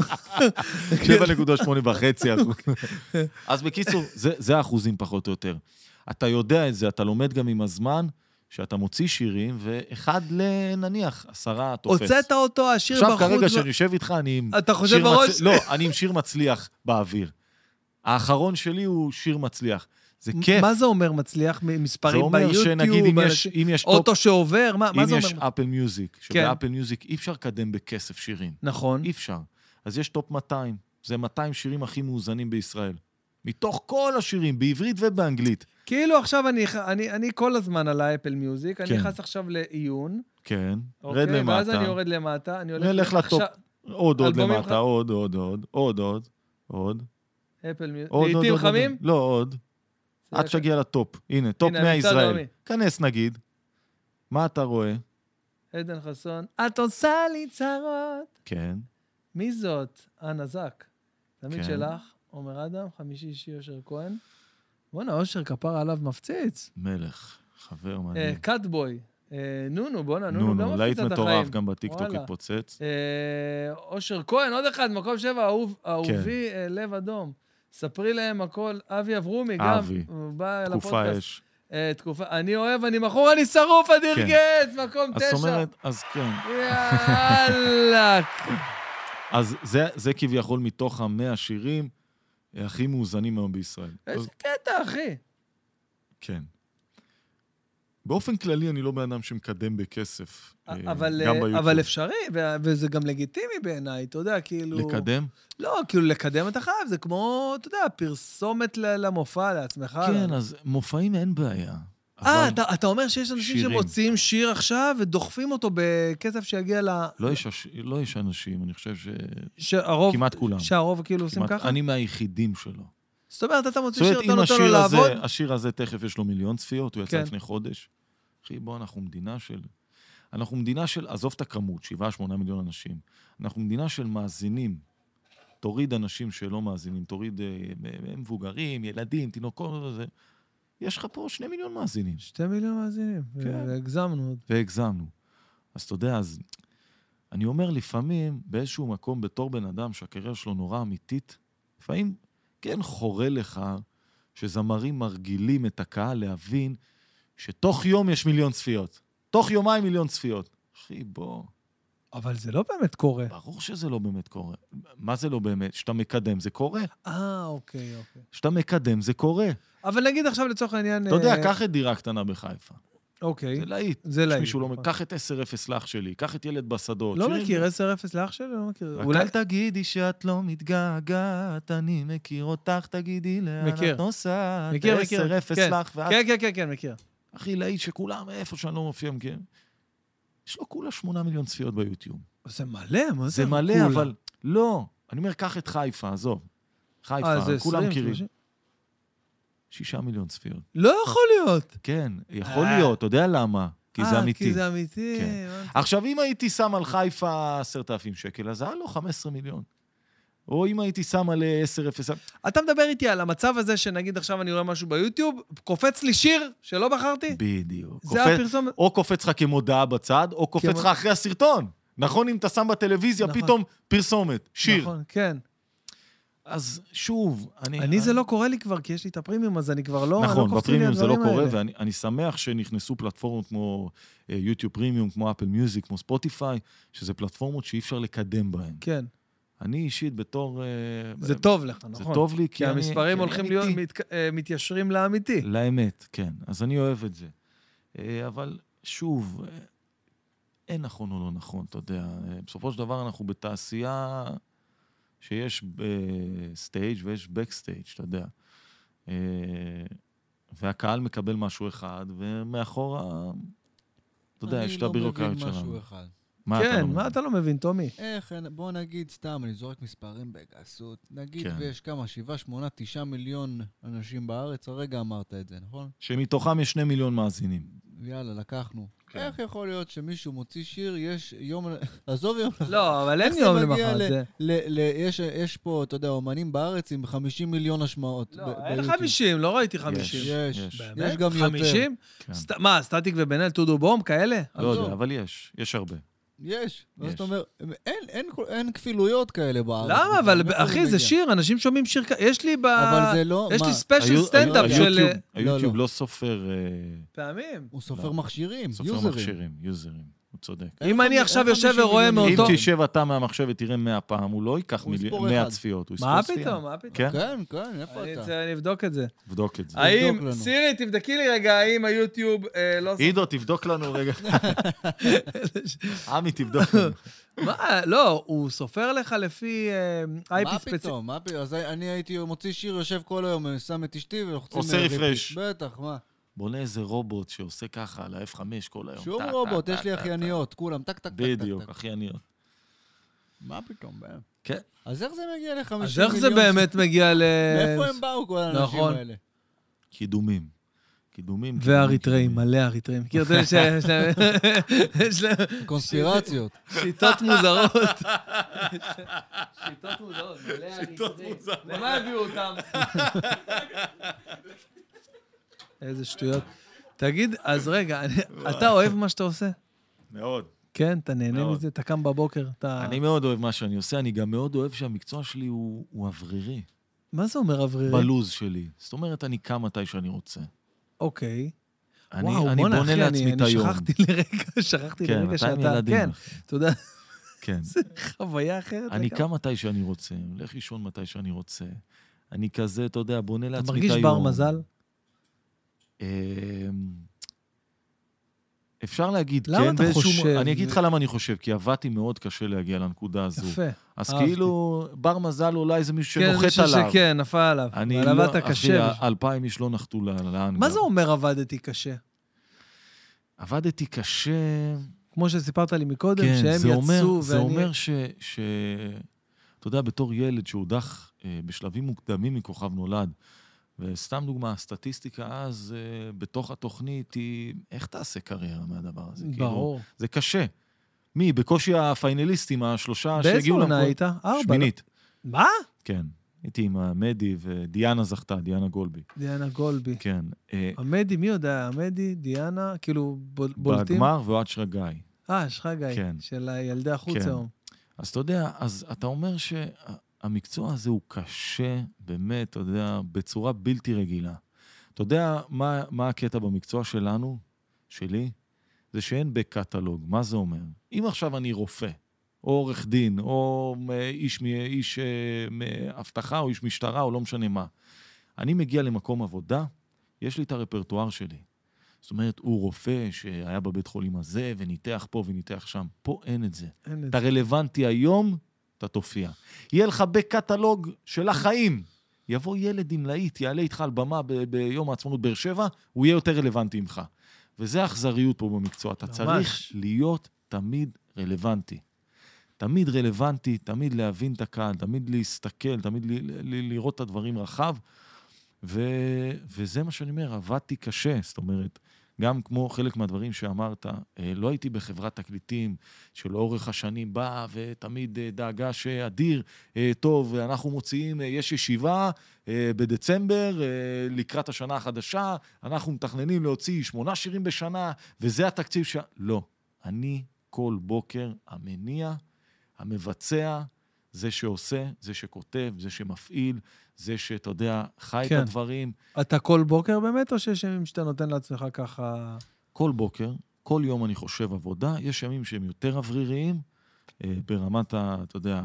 שבע נקודה שמונה וחצי אחוז. אז בקיצור, זה האחוזים פחות או יותר. אתה יודע את זה, אתה לומד גם עם הזמן, שאתה מוציא שירים, ואחד לנניח, עשרה תופס. הוצאת אותו, השיר בחוץ. עכשיו, כרגע שאני יושב איתך, אני עם... אתה חושב בראש? לא, אני עם שיר מצליח באוויר. האחרון שלי הוא שיר מצליח. זה כיף. מה זה אומר מצליח? מספרים ביוטיוב? זה אומר שנגיד אם יש... אוטו שעובר? מה זה אומר? אם יש אפל מיוזיק, שבאפל מיוזיק אי אפשר לקדם בכסף שירים. נכון. אי אפשר. אז יש טופ מאתיים. זה מאתיים שירים הכי מאוזנים בישראל. מתוך כל השירים, בעברית ובאנגלית. כאילו עכשיו אני, אני, אני כל הזמן על האפל מיוזיק, אני נכנס עכשיו לעיון. כן, רד למטה. ואז אני יורד למטה, אני הולך לטופ. עוד, עוד למטה, עוד, עוד, עוד, עוד, עוד, עוד. אפל מיוזיק. לעיתים חמים? לא, עוד. עד שגיע לטופ. הנה, טופ מאה ישראל. כנס נגיד. מה אתה רואה? עדן חסון. את עושה לי צרות. כן. מי זאת? אנה זק. תמיד שלך. עומר אדם, חמישי אישי אושר כהן. בוא'נה, אושר כפר עליו מפציץ. מלך, חבר מדהים. קאטבוי. נונו, בוא'נה, נונו גם מפציץ את החיים. להיט מטורף, גם בטיקטוק התפוצץ. אושר כהן, עוד אחד, מקום שבע, אהובי לב אדום. ספרי להם הכל, אבי אברומי, גם. אבי, תקופה אש. תקופה, אני אוהב, אני מכור, אני שרוף, אדיר גץ, מקום תשע. אז זאת אומרת, אז כן. יאללה. אז זה כביכול מתוך המאה שירים, הכי מאוזנים היום בישראל. איזה קטע, אחי. כן. באופן כללי, אני לא באדם שמקדם בכסף. אבל אפשרי, וזה גם לגיטימי בעיניי, אתה יודע, כאילו... לקדם? לא, כאילו לקדם את החייב, זה כמו, אתה יודע, פרסומת למופע, לעצמך. כן, אז מופעים אין בעיה. אה, אתה אומר שיש אנשים שמוציאים שיר עכשיו ודוחפים אותו בכסף שיגיע ל... לא יש אנשים, אני חושב ש... כמעט כולם. שהרוב כאילו עושים ככה? אני מהיחידים שלו. זאת אומרת, אתה מוציא שיר, אתה נותן לו לעבוד. השיר הזה תכף יש לו מיליון צפיות, הוא יצא לפני חודש. אחי, בוא, אנחנו מדינה של... אנחנו מדינה של, עזוב את הכמות, שבעה, שמונה מיליון אנשים. אנחנו מדינה של מאזינים. תוריד אנשים שלא מאזינים, תוריד מבוגרים, ילדים, תינוקות וזה. יש לך פה שני מיליון מאזינים. שתי מיליון מאזינים. כן. והגזמנו. והגזמנו. אז אתה יודע, אז... אני אומר לפעמים, באיזשהו מקום, בתור בן אדם, שהקריירה שלו נורא אמיתית, לפעמים כן חורה לך שזמרים מרגילים את הקהל להבין שתוך יום יש מיליון צפיות. תוך יומיים מיליון צפיות. אחי, בוא. אבל זה לא באמת קורה. ברור שזה לא באמת קורה. מה זה לא באמת? שאתה מקדם, זה קורה. אה, אוקיי, אוקיי. שאתה מקדם, זה קורה. אבל נגיד עכשיו לצורך העניין... אתה יודע, קח את דירה קטנה בחיפה. אוקיי. זה להיט. זה להיט. שמישהו לא... קח את עשר אפס לאח שלי, קח את ילד בשדות. לא מכיר עשר אפס לאח שלי? לא מכיר. רק אל תגידי שאת לא מתגעגעת, אני מכיר אותך, תגידי לאן את נוסעת. מכיר, מכיר. עשר אפס לאח ואת... כן, כן, כן, כן, מכיר. אחי, להיט שכולם, איפה שאני לא מופיע, מכיר. יש לו כולה שמונה מיליון צפיות ביוטיוב. זה מלא, מה זה? זה מלא, אבל לא. אני אומר, קח את חיפה, עזוב. חיפה, כולם מכירים. שישה מיליון צפיות. לא יכול להיות. כן, יכול להיות, אתה יודע למה? כי זה אמיתי. כי זה אמיתי. עכשיו, אם הייתי שם על חיפה עשרת אלפים שקל, אז היה לו חמישה עשר מיליון. או אם הייתי שם על עשר אפס... אתה מדבר איתי על המצב הזה שנגיד עכשיו אני רואה משהו ביוטיוב, קופץ לי שיר שלא בחרתי? בדיוק. זה הפרסום... או קופץ לך כמודעה בצד, או קופץ לך אחרי הסרטון. נכון, אם אתה שם בטלוויזיה, פתאום פרסומת, שיר. נכון, כן. אז שוב, אני... אני זה לא קורה לי כבר, כי יש לי את הפרימיום, אז אני כבר לא... נכון, בפרימיום זה לא קורה, ואני שמח שנכנסו פלטפורמות כמו יוטיוב פרימיום, כמו אפל מיוזיק, כמו ספוטיפיי, שזה פלטפורמות שאי אפשר לקדם בהן. כן. אני אישית בתור... זה טוב לך, נכון? זה טוב לי, כי המספרים הולכים להיות מתיישרים לאמיתי. לאמת, כן. אז אני אוהב את זה. אבל שוב, אין נכון או לא נכון, אתה יודע. בסופו של דבר אנחנו בתעשייה שיש סטייג' ויש בקסטייג', אתה יודע. והקהל מקבל משהו אחד, ומאחורה, אתה יודע, יש את הבירוקרטיות שלנו. אני לא מבין משהו אחד. כן, מה אתה לא מבין, טומי? איך, בוא נגיד סתם, אני זורק מספרים בגסות, נגיד ויש כמה, שבעה, שמונה, תשעה מיליון אנשים בארץ, הרגע אמרת את זה, נכון? שמתוכם יש שני מיליון מאזינים. יאללה, לקחנו. איך יכול להיות שמישהו מוציא שיר, יש יום, עזוב יום למחרת. לא, אבל אין יום למחרת זה. יש פה, אתה יודע, אומנים בארץ עם חמישים מיליון השמעות. לא, אין חמישים, לא ראיתי חמישים. יש, יש גם יותר. חמישים? מה, סטטיק ובן-אל, טודו בום, כאלה? לא יודע, אבל יש, יש הרבה. יש. זאת אומרת, אין כפילויות כאלה בארץ. למה? אבל אחי, זה שיר, אנשים שומעים שיר... יש לי ב... אבל זה לא... יש לי ספיישל סטנדאפ של... היוטיוב לא סופר... פעמים. הוא סופר מכשירים, יוזרים. סופר מכשירים, יוזרים. הוא צודק. אם אני עכשיו יושב ורואה מאותו... אם תשב אתה מהמחשב ותראה מאה פעם, הוא לא ייקח מאה צפיות. מה פתאום? מה פתאום? כן, כן, איפה אתה? אני אבדוק את זה. תבדוק את זה. האם, סירי, תבדקי לי רגע, האם היוטיוב לא... עידו, תבדוק לנו רגע. עמי, תבדוק לנו. מה? לא, הוא סופר לך לפי איי פי ספציפי. מה פתאום? מה פתאום? אז אני הייתי מוציא שיר, יושב כל היום, שם את אשתי ולוחצים... עושה רפרש. בטח, מה? בונה איזה רובוט שעושה ככה על ה-אף חמש כל היום. שום רובוט, יש לי אחייניות, כולם, טק, טק, טק, טק. בדיוק, אחייניות. מה פתאום, בהם? כן. אז איך זה מגיע ל-חמישים מיליון? אז איך זה באמת מגיע ל... מאיפה הם באו כל האנשים האלה? קידומים. קידומים. ואריתראים, מלא אריתראים. מכיר את זה שיש להם... קונספירציות. שיטות מוזרות. שיטות מוזרות, מלא אריתראים. למה הביאו אותם? איזה שטויות. תגיד, אז רגע, אתה אוהב מה שאתה עושה? מאוד. כן, אתה נהנה מזה? אתה קם בבוקר, אתה... אני מאוד אוהב מה שאני עושה, אני גם מאוד אוהב שהמקצוע שלי הוא אוורירי. מה זה אומר אוורירי? בלוז שלי. זאת אומרת, אני קם מתי שאני רוצה. אוקיי. וואו, אני בונה לעצמי את היום. אני שכחתי לרגע, שכחתי לרגע שאתה... כן, אתה יודע. כן. זה חוויה אחרת. אני קם מתי שאני רוצה, הולך לישון מתי שאני רוצה. אני כזה, אתה יודע, בונה לעצמי את היום. אתה מרגיש בר מזל? אפשר להגיד, למה אתה חושב? אני אגיד לך למה אני חושב, כי עבדתי מאוד קשה להגיע לנקודה הזו. יפה. אז כאילו, בר מזל אולי זה מישהו שנוחת עליו. כן, נפל עליו. אני לא, אחי, אלפיים איש לא נחתו לאן. מה זה אומר עבדתי קשה? עבדתי קשה... כמו שסיפרת לי מקודם, שהם יצאו ואני... זה אומר ש... אתה יודע, בתור ילד שהודח בשלבים מוקדמים מכוכב נולד, וסתם דוגמה, הסטטיסטיקה אז בתוך התוכנית היא, איך תעשה קריירה מהדבר הזה? ברור. כאילו, זה קשה. מי? בקושי הפיינליסטים, השלושה שהגיעו... באיזה עונה היית? ארבע. שמינית. מה? כן. הייתי עם המדי ודיאנה זכתה, דיאנה גולבי. דיאנה גולבי. כן. המדי, מי יודע? המדי, דיאנה, כאילו בולטים? בגמר ואוהד שרגאי. אה, שרגאי. כן. של ילדי החוץ כן. היום. אז אתה יודע, אז אתה אומר שהמקצוע הזה הוא קשה, באמת, אתה יודע, בצורה בלתי רגילה. אתה יודע מה, מה הקטע במקצוע שלנו, שלי? זה שאין בקטלוג. מה זה אומר? אם עכשיו אני רופא, או עורך דין, או איש, איש מאבטחה, או איש משטרה, או לא משנה מה. אני מגיע למקום עבודה, יש לי את הרפרטואר שלי. זאת אומרת, הוא רופא שהיה בבית חולים הזה, וניתח פה וניתח שם. פה אין את זה. אין אתה רלוונטי היום, אתה תופיע. יהיה לך בקטלוג של החיים. יבוא ילד עם להיט, יעלה איתך על במה ב- ביום העצמאות באר שבע, הוא יהיה יותר רלוונטי ממך. וזה האכזריות פה במקצוע. אתה ממש. צריך להיות תמיד רלוונטי. תמיד רלוונטי, תמיד להבין את הקהל, תמיד להסתכל, תמיד ל- ל- לראות את הדברים רחב. ו- וזה מה שאני אומר, עבדתי קשה, זאת אומרת, גם כמו חלק מהדברים שאמרת, לא הייתי בחברת תקליטים שלאורך השנים באה ותמיד דאגה שאדיר, טוב, אנחנו מוציאים, יש ישיבה בדצמבר לקראת השנה החדשה, אנחנו מתכננים להוציא שמונה שירים בשנה, וזה התקציב ש... לא, אני כל בוקר המניע, המבצע, זה שעושה, זה שכותב, זה שמפעיל, זה שאתה יודע, חי כן. את הדברים. אתה כל בוקר באמת, או שיש ימים שאתה נותן לעצמך ככה? כל בוקר, כל יום אני חושב עבודה, יש ימים שהם יותר אווריריים, ברמת, ה, אתה יודע,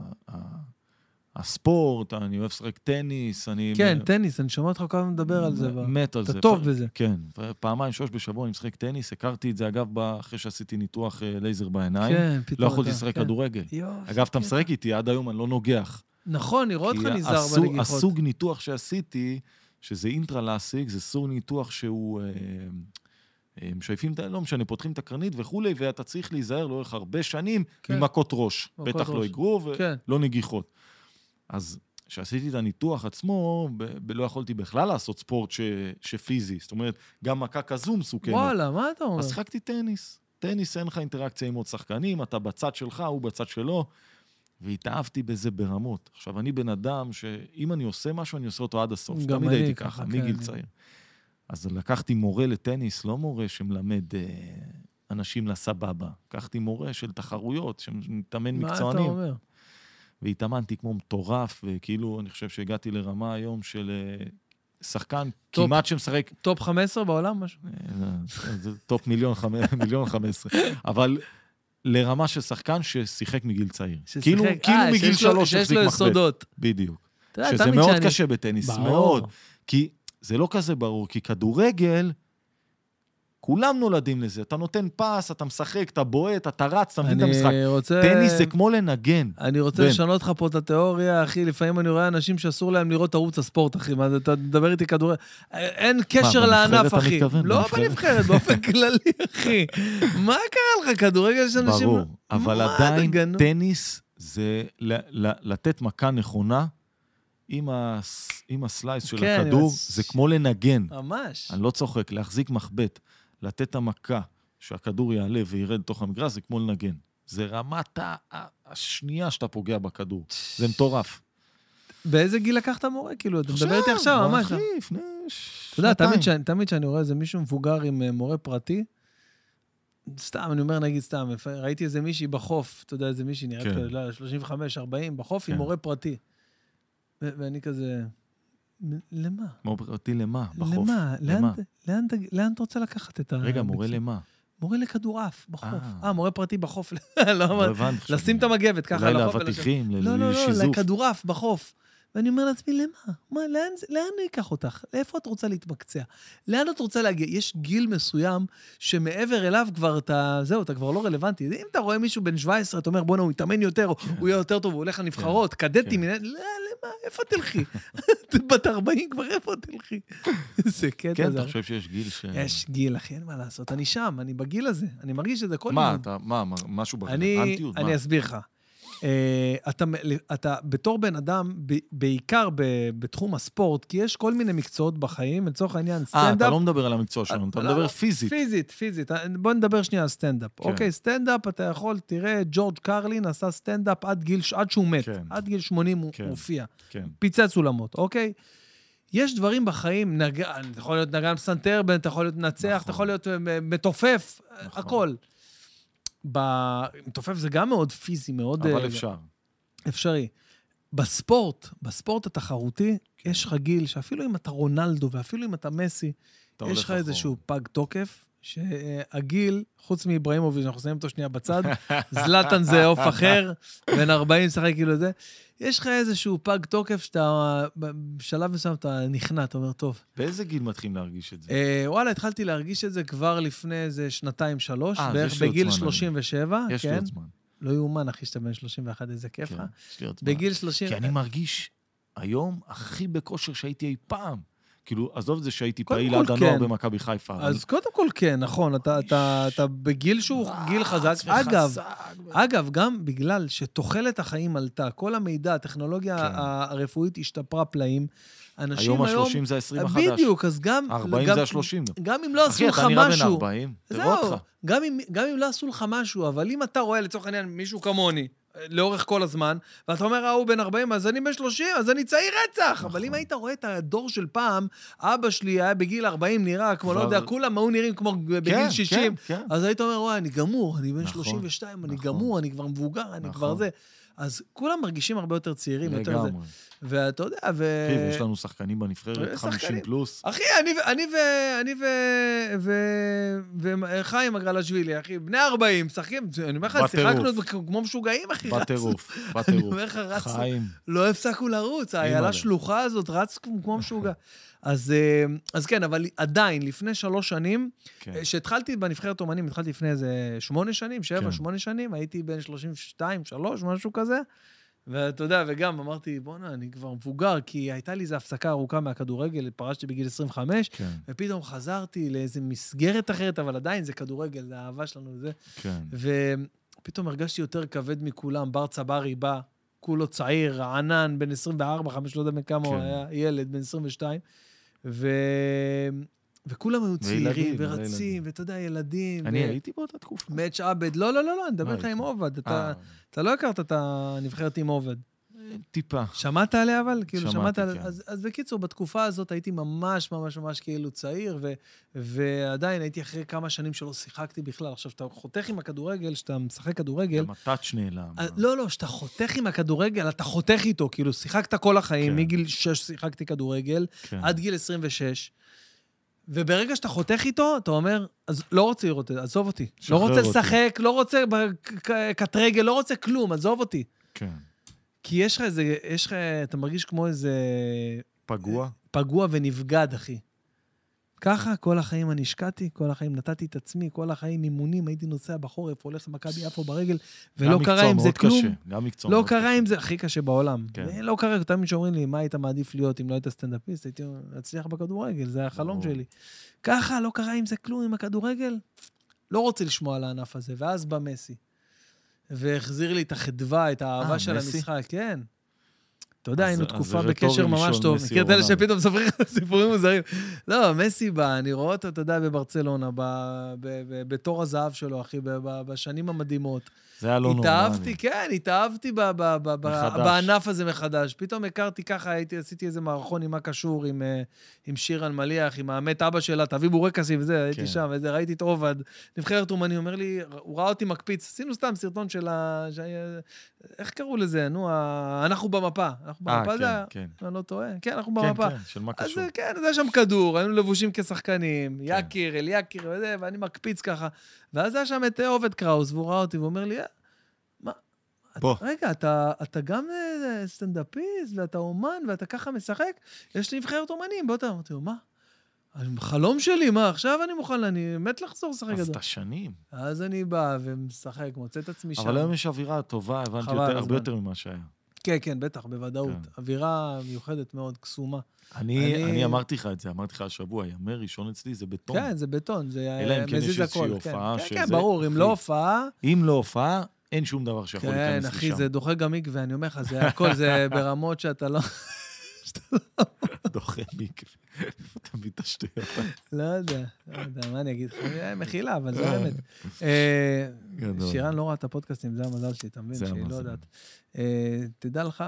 הספורט, אני אוהב לשחק טניס, אני... כן, טניס, אני שומע אותך כל הזמן מדבר על זה. מת על זה. אתה טוב בזה. כן, פעמיים, שלוש בשבוע אני משחק טניס, הכרתי את זה, אגב, אחרי שעשיתי ניתוח לייזר בעיניים. כן, פתאום. לא יכולתי לשחק כדורגל. אגב, אתה משחק איתי, עד היום אני לא נוגח. נכון, נראה אותך נזהר בנגיחות. הסוג ניתוח שעשיתי, שזה אינטרלסיק, זה סוג ניתוח שהוא... משייפים, לא משנה, פותחים את הקרנית וכולי, ואתה צריך להיזהר לאורך הרבה שנים ממכות ראש. בטח לא יגרו ולא נגיחות. אז כשעשיתי את הניתוח עצמו, לא יכולתי בכלל לעשות ספורט שפיזי. זאת אומרת, גם מכה כזו מסוכנת. וואלה, מה אתה אומר? אז שחקתי טניס. טניס אין לך אינטראקציה עם עוד שחקנים, אתה בצד שלך, הוא בצד שלו, והתאהבתי בזה ברמות. עכשיו, אני בן אדם שאם אני עושה משהו, אני עושה אותו עד הסוף. תמיד הייתי ככה, מגיל צעיר. אז לקחתי מורה לטניס, לא מורה שמלמד אנשים לסבבה. לקחתי מורה של תחרויות, שמתאמן מקצוענים. מה אתה אומר? והתאמנתי כמו מטורף, וכאילו אני חושב שהגעתי לרמה היום של שחקן כמעט שמשחק... טופ חמש עשרה בעולם, משהו? זה טופ מיליון חמש עשרה. אבל לרמה של שחקן ששיחק מגיל צעיר. כאילו מגיל שלוש שחזיק מחבט. בדיוק. שזה מאוד קשה בטניס, מאוד. כי זה לא כזה ברור, כי כדורגל... כולם נולדים לזה, אתה נותן פס, אתה משחק, אתה בועט, אתה רץ, אתה מבין את המשחק. רוצה... טניס זה כמו לנגן. אני רוצה בין. לשנות לך פה את התיאוריה, אחי, לפעמים אני רואה אנשים שאסור להם לראות ערוץ הספורט, אחי, מה, אתה מדבר איתי כדורגל, אין קשר מה, לענף, אחי. לא בנבחרת, בנבחרת באופן כללי, אחי. מה קרה לך, כדורגל של אנשים? ברור, אבל עדיין דגנו? טניס זה ל- ל- לתת מכה נכונה, עם, הס... עם הסלייס של כן, הכדור, הס... זה כמו לנגן. ממש. אני לא צוחק, להחזיק מחבט. לתת את המכה, שהכדור יעלה וירד לתוך המגרש, זה כמו לנגן. זה רמת השנייה שאתה פוגע בכדור. זה מטורף. באיזה גיל לקחת מורה? כאילו, אתה מדבר איתי עכשיו, ממש. אחי, לפני שנתיים. אתה יודע, תמיד שאני רואה איזה מישהו מבוגר עם מורה פרטי, סתם, אני אומר, נגיד סתם, ראיתי איזה מישהי בחוף, אתה יודע, איזה מישהי נראית כזה, שלושים וחמש ארבעים, בחוף עם מורה פרטי. ואני כזה... למה? מורה פרטי למה? בחוף. למה? לאן אתה רוצה לקחת את ה... רגע, מורה למה? מורה לכדורעף, בחוף. אה, מורה פרטי בחוף. לא הבנתי. לשים את המגבת ככה. אולי לאבטיחים, לשיזוף. לא, לא, לא, לכדורעף, בחוף. ואני אומר לעצמי, למה? מה, לאן, לאן אני אקח אותך? איפה את רוצה להתמקצע? לאן את רוצה להגיע? יש גיל מסוים שמעבר אליו כבר אתה, זהו, אתה כבר לא רלוונטי. אם אתה רואה מישהו בן שבע עשרה, אתה אומר, בוא נה, הוא יתאמן יותר, הוא יהיה יותר טוב, הוא הולך לנבחרות, קדטים, לא, למה? איפה תלכי? בת ארבעים כבר, איפה תלכי? זה קטע. כן, אתה חושב שיש גיל ש... יש גיל, אחי, אין מה לעשות. אני שם, אני בגיל הזה. אני מרגיש שזה כל מה, אתה, מה, משהו ברלוונטיות? אני אסביר לך. אתה, אתה בתור בן אדם, בעיקר בתחום הספורט, כי יש כל מיני מקצועות בחיים, לצורך העניין, סטנדאפ... אה, אתה לא מדבר על המקצוע שלנו, אתה מדבר פיזית. פיזית, פיזית. בוא נדבר שנייה על סטנדאפ. אוקיי, סטנדאפ, אתה יכול, תראה, ג'ורג' קרלין עשה סטנדאפ עד גיל, עד שהוא מת. עד גיל שמונים הוא הופיע. פיצץ אולמות, אוקיי? יש דברים בחיים, אתה יכול להיות נגן פסנתר, אתה יכול להיות נצח, אתה יכול להיות מתופף, הכל. מתופף זה גם מאוד פיזי, מאוד... אבל אפשר. אפשרי. בספורט, בספורט התחרותי, יש לך גיל שאפילו אם אתה רונלדו ואפילו אם אתה מסי, יש לך איזשהו פג תוקף, שהגיל, חוץ מאיברהימוביץ', אנחנו שמים אותו שנייה בצד, זלאטן זה אוף אחר, בין ארבעים שחק כאילו זה, יש לך איזשהו פג תוקף שאתה, בשלב מסוים אתה נכנע, אתה אומר, טוב. באיזה גיל מתחילים להרגיש את זה? וואלה, התחלתי להרגיש את זה כבר לפני איזה שנתיים, שלוש, בערך בגיל שלושים ושבע. יש לי עוד זמן. לא יאומן, אחי, שאתה בן שלושים ואחת, איזה כיף, אה? יש לי עוד זמן. בגיל שלושים... כי אני מרגיש היום הכי בכושר שהייתי אי פעם. כאילו, עזוב את זה שהייתי פעיל עד הנוער במכבי חיפה. אז קודם כל כן, נכון, אתה בגיל שהוא גיל חזק. אגב, אגב, גם בגלל שתוחלת החיים עלתה, כל המידע, הטכנולוגיה הרפואית השתפרה פלאים, אנשים היום... היום ה-שלושים זה ה-עשרים החדש. בדיוק, אז גם... ארבעים זה ה-שלושים. גם אם לא עשו לך משהו... אחי, אתה נראה בן ארבעים, תראו אותך. גם אם לא עשו לך משהו, אבל אם אתה רואה לצורך העניין מישהו כמוני, לאורך כל הזמן, ואתה אומר, אה, הוא בן ארבעים, אז אני בן שלושים, אז אני צעיר רצח. אבל אם היית רואה את הדור של פעם, אבא שלי היה בגיל ארבעים נראה, כמו לא יודע, כולם היו נראים כמו בגיל שישים, אז היית אומר, וואי, אני גמור, אני בן שלושים ושתיים, אני גמור, אני כבר מבוגר, אני כבר זה. אז כולם מרגישים הרבה יותר צעירים, יותר זה. ואתה יודע, ו... אחי, יש לנו שחקנים בנבחרת, חמישים פלוס. אחי, אני ו... אני ו... וחיים אגרלשווילי, אחי, בני ארבעים, שחקים, אני אומר לך, שיחקנו כמו משוגעים, אחי, רץ. בטירוף, בטירוף. אני אומר לך, רץ. לא הפסקו לרוץ, היה שלוחה הזאת, רץ כמו משוגע. אז, אז כן, אבל עדיין, לפני שלוש שנים, שהתחלתי בנבחרת אומנים, התחלתי לפני איזה שמונה שנים, שבע, שמונה שנים, הייתי בין שלושים ושתיים, שלוש, משהו כזה, ואתה יודע, וגם אמרתי, בוא'נה, אני כבר מבוגר, כי הייתה לי איזו הפסקה ארוכה מהכדורגל, פרשתי בגיל עשרים וחמש, כן. ופתאום חזרתי לאיזו מסגרת אחרת, אבל עדיין זה כדורגל, זה האהבה שלנו וזה. כן. ופתאום הרגשתי יותר כבד מכולם, בר צברי בא, כולו צעיר, ענן, בן עשרים וארבע, חמש, לא יודע מכמה כן. הוא היה ילד, בן עשרים ושתיים, ו... וכולם היו צעירים ורצים, ואתה יודע, ילדים. אני הייתי באותה תקופה. מאץ' עבד, לא, לא, לא, לא, אני מדבר לך עם עובד. אתה לא הכרת את הנבחרת עם עובד. טיפה. שמעת עליה אבל? שמעתי, כן. אז בקיצור, בתקופה הזאת הייתי ממש ממש ממש כאילו צעיר, ועדיין הייתי אחרי כמה שנים שלא שיחקתי בכלל. עכשיו, שאתה חותך עם הכדורגל, שאתה משחק כדורגל... גם הטאץ' נעלם. לא, לא, שאתה חותך עם הכדורגל, אתה חותך איתו, כאילו, שיחקת כל החיים, מגיל שש שיחקתי כדורגל, עד גיל עשרים ושש, וברגע שאתה חותך איתו, אתה אומר, אז לא רוצה לראות, עזוב אותי. לא רוצה לשחק, לא רוצה קטרגל, לא רוצה כלום, עזוב אותי. כן. כי יש לך איזה, יש לך, אתה מרגיש כמו איזה... פגוע? פגוע ונבגד, אחי. ככה, כל החיים אני השקעתי, כל החיים נתתי את עצמי, כל החיים אימונים, הייתי נוסע בחורף, הולך למכבי יפו ברגל, ולא קרה עם זה כלום. גם מקצוע לא קרה עם זה, הכי קשה בעולם. לא קרה, תמיד שאומרים לי, מה היית מעדיף להיות אם לא היית סטנדאפיסט? הייתי להצליח בכדורגל, זה החלום שלי. ככה, לא קרה עם זה כלום עם הכדורגל. לא רוצה לשמוע על הענף הזה, ואז בא מסי. והחזיר לי את החדווה, את האהבה של המשחק, כן. אתה יודע, היינו תקופה בקשר ממש טוב. מכיר את אלה שפתאום ספרים סיפורים מוזרים. לא, מסי בא, אני רואה אותו, אתה יודע, בברצלונה, בתור הזהב שלו, אחי, בשנים המדהימות. זה היה לא נורמלי. התאהבתי, כן, התאהבתי בענף הזה מחדש. פתאום הכרתי ככה, עשיתי איזה מערכון עם מה קשור, עם שיר אלמליח, עם האמת אבא שלה, תביא בורקסי וזה, הייתי שם, ראיתי את עובד. נבחרת אומני, אומר לי, הוא ראה אותי מקפיץ, עשינו סתם סרטון של ה... איך קראו לזה? נו, אנחנו במפה. אנחנו במפה זה, אני לא טועה. כן, אנחנו במפה. כן, של מה קשור. אז כן, זה שם כדור, היינו לבושים כשחקנים, יקיר, אל יקיר וזה, ואני מקפיץ ככה. ואז היה שם את עובד קראוס, והוא ראה אותי, ואומר לי, מה? רגע, אתה גם סטנדאפיסט, ואתה אומן, ואתה ככה משחק? יש לי נבחרת אומנים, בוא אתה אמרתי, מה? חלום שלי, מה? עכשיו אני מוכן, אני מת לחזור לשחק גדול. אז אתה שנים. אז אני בא ומשחק, מוצא את עצמי שם. אבל היום יש אווירה טובה, הבנתי הרבה יותר ממה שהיה. כן, כן, בטח, בוודאות. אווירה מיוחדת מאוד, קסומה. אני אמרתי לך את זה, אמרתי לך השבוע, ימי ראשון אצלי זה בטון. כן, זה בטון, זה מזיז הכל. אלא אם כן יש איזושהי הופעה. כן, ברור, אם לא הופעה... אם לא הופעה, אין שום דבר שיכול להיכנס לשם. כן, אחי, זה דוחה גם מקווה, ואני אומר לך, זה הכל, זה ברמות שאתה לא... דוחה מקווה. איפה אתה מביא את השטויות? לא יודע, לא יודע, מה אני אגיד לך? מחילה, אבל זה באמת. שירן לא רואה את הפודקאסטים, זה המזל שלי, אתה מבין? שהיא לא יודעת. תדע לך...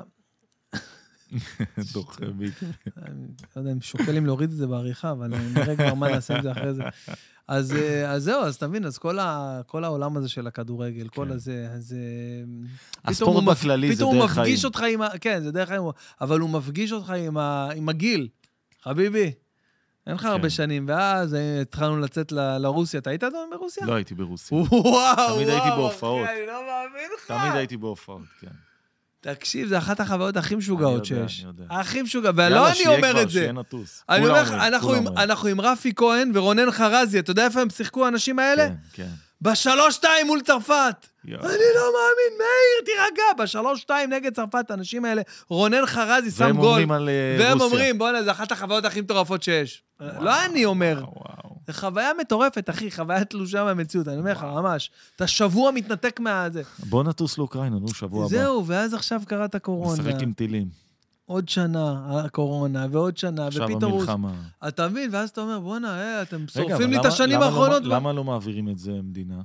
דוחה מקווה. לא יודע, הם שוקלים להוריד את זה בעריכה, אבל נראה כבר מה נעשה עם זה אחרי זה. אז זהו, אז תבין, אז כל העולם הזה של הכדורגל, כל הזה, אז... הספורט בכללי זה דרך חיים. פתאום הוא מפגיש אותך עם... כן, זה דרך חיים, אבל הוא מפגיש אותך עם הגיל. חביבי, אין לך הרבה שנים, ואז התחלנו לצאת לרוסיה. אתה היית אדום ברוסיה? לא הייתי ברוסיה. וואו, וואו. תמיד הייתי בהופעות. אני לא מאמין לך. תמיד הייתי בהופעות, כן. תקשיב, זה אחת החוויות הכי משוגעות שיש. אני יודע. הכי משוגעות, ולא אני אומר את זה. שיהיה נטוס. אני אומר לך, אנחנו עם רפי כהן ורונן חרזי, אתה יודע איפה הם שיחקו האנשים האלה? כן, כן. בשלוש שתיים מול צרפת. אני לא מאמין, מאיר, תירגע. בשלוש שתיים נגד צרפת, האנשים האלה, רונן חרזי שם גול. והם אומרים על רוסיה. והם אומרים, בוא'נה, זה אחת החוויות הכי מטורפות שיש. לא אני אומר. זה חוויה מטורפת, אחי, חוויה תלושה מהמציאות. אני אומר לך, ממש. אתה שבוע מתנתק מהזה. בוא נטוס לאוקראינה, נו, שבוע הבא. זהו, ואז עכשיו קראת הקורונה. משחק עם טילים. עוד שנה, הקורונה, ועוד שנה, ופתאום... עכשיו המלחמה. אתה מבין, ואז אתה אומר, בוא'נה, אתם שורפים לי את השנים האחרונות. למה לא מעבירים את זה מדינה?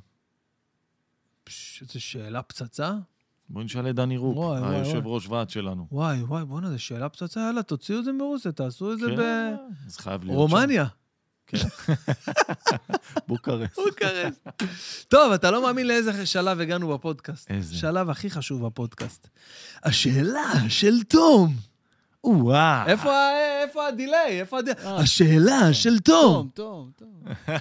זו שאלה פצצה? בואי נשאל את דני רוק, היושב ראש ועד שלנו. וואי, וואי, בוא'נה, זו שאלה פצצה, יאללה, תוציאו את זה מרוסיה, תעשו את זה ב... אז חייב להיות רומניה. כן. בוקרסט. בוקרסט. טוב, אתה לא מאמין לאיזה שלב הגענו בפודקאסט. איזה? שלב הכי חשוב בפודקאסט. השאלה של תום. וואו. איפה הדיליי? איפה הדיליי? השאלה של תום. תום, תום, תום.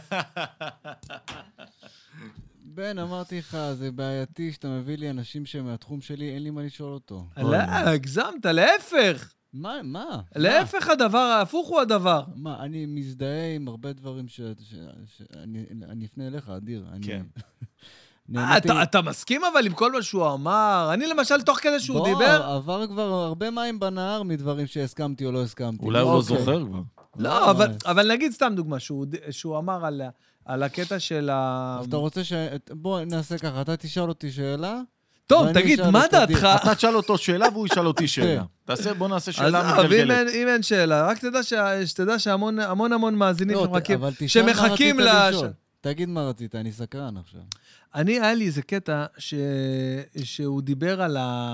בן, אמרתי לך, זה בעייתי שאתה מביא לי אנשים שמהתחום שלי, אין לי מה לשאול אותו. לא, הגזמת, להפך. מה? מה? להפך הדבר, ההפוך הוא הדבר. מה, אני מזדהה עם הרבה דברים ש... אני אפנה אליך, אדיר. כן. אתה מסכים אבל עם כל מה שהוא אמר? אני למשל, תוך כדי שהוא דיבר... בוא, עבר כבר הרבה מים בנהר מדברים שהסכמתי או לא הסכמתי. אולי הוא לא זוכר כבר. לא, אבל נגיד סתם דוגמה, שהוא אמר על הקטע של ה... אז אתה רוצה ש... בוא נעשה ככה, אתה תשאל אותי שאלה... טוב, תגיד, מה דעתך? אתה תשאל אותו שאלה והוא ישאל אותי שאלה. בוא נעשה שאלה מתגלגלת. אם אין שאלה, רק תדע שהמון המון מאזינים שמחכים ל... תגיד מה רצית, אני סקרן עכשיו. אני, היה לי איזה קטע שהוא דיבר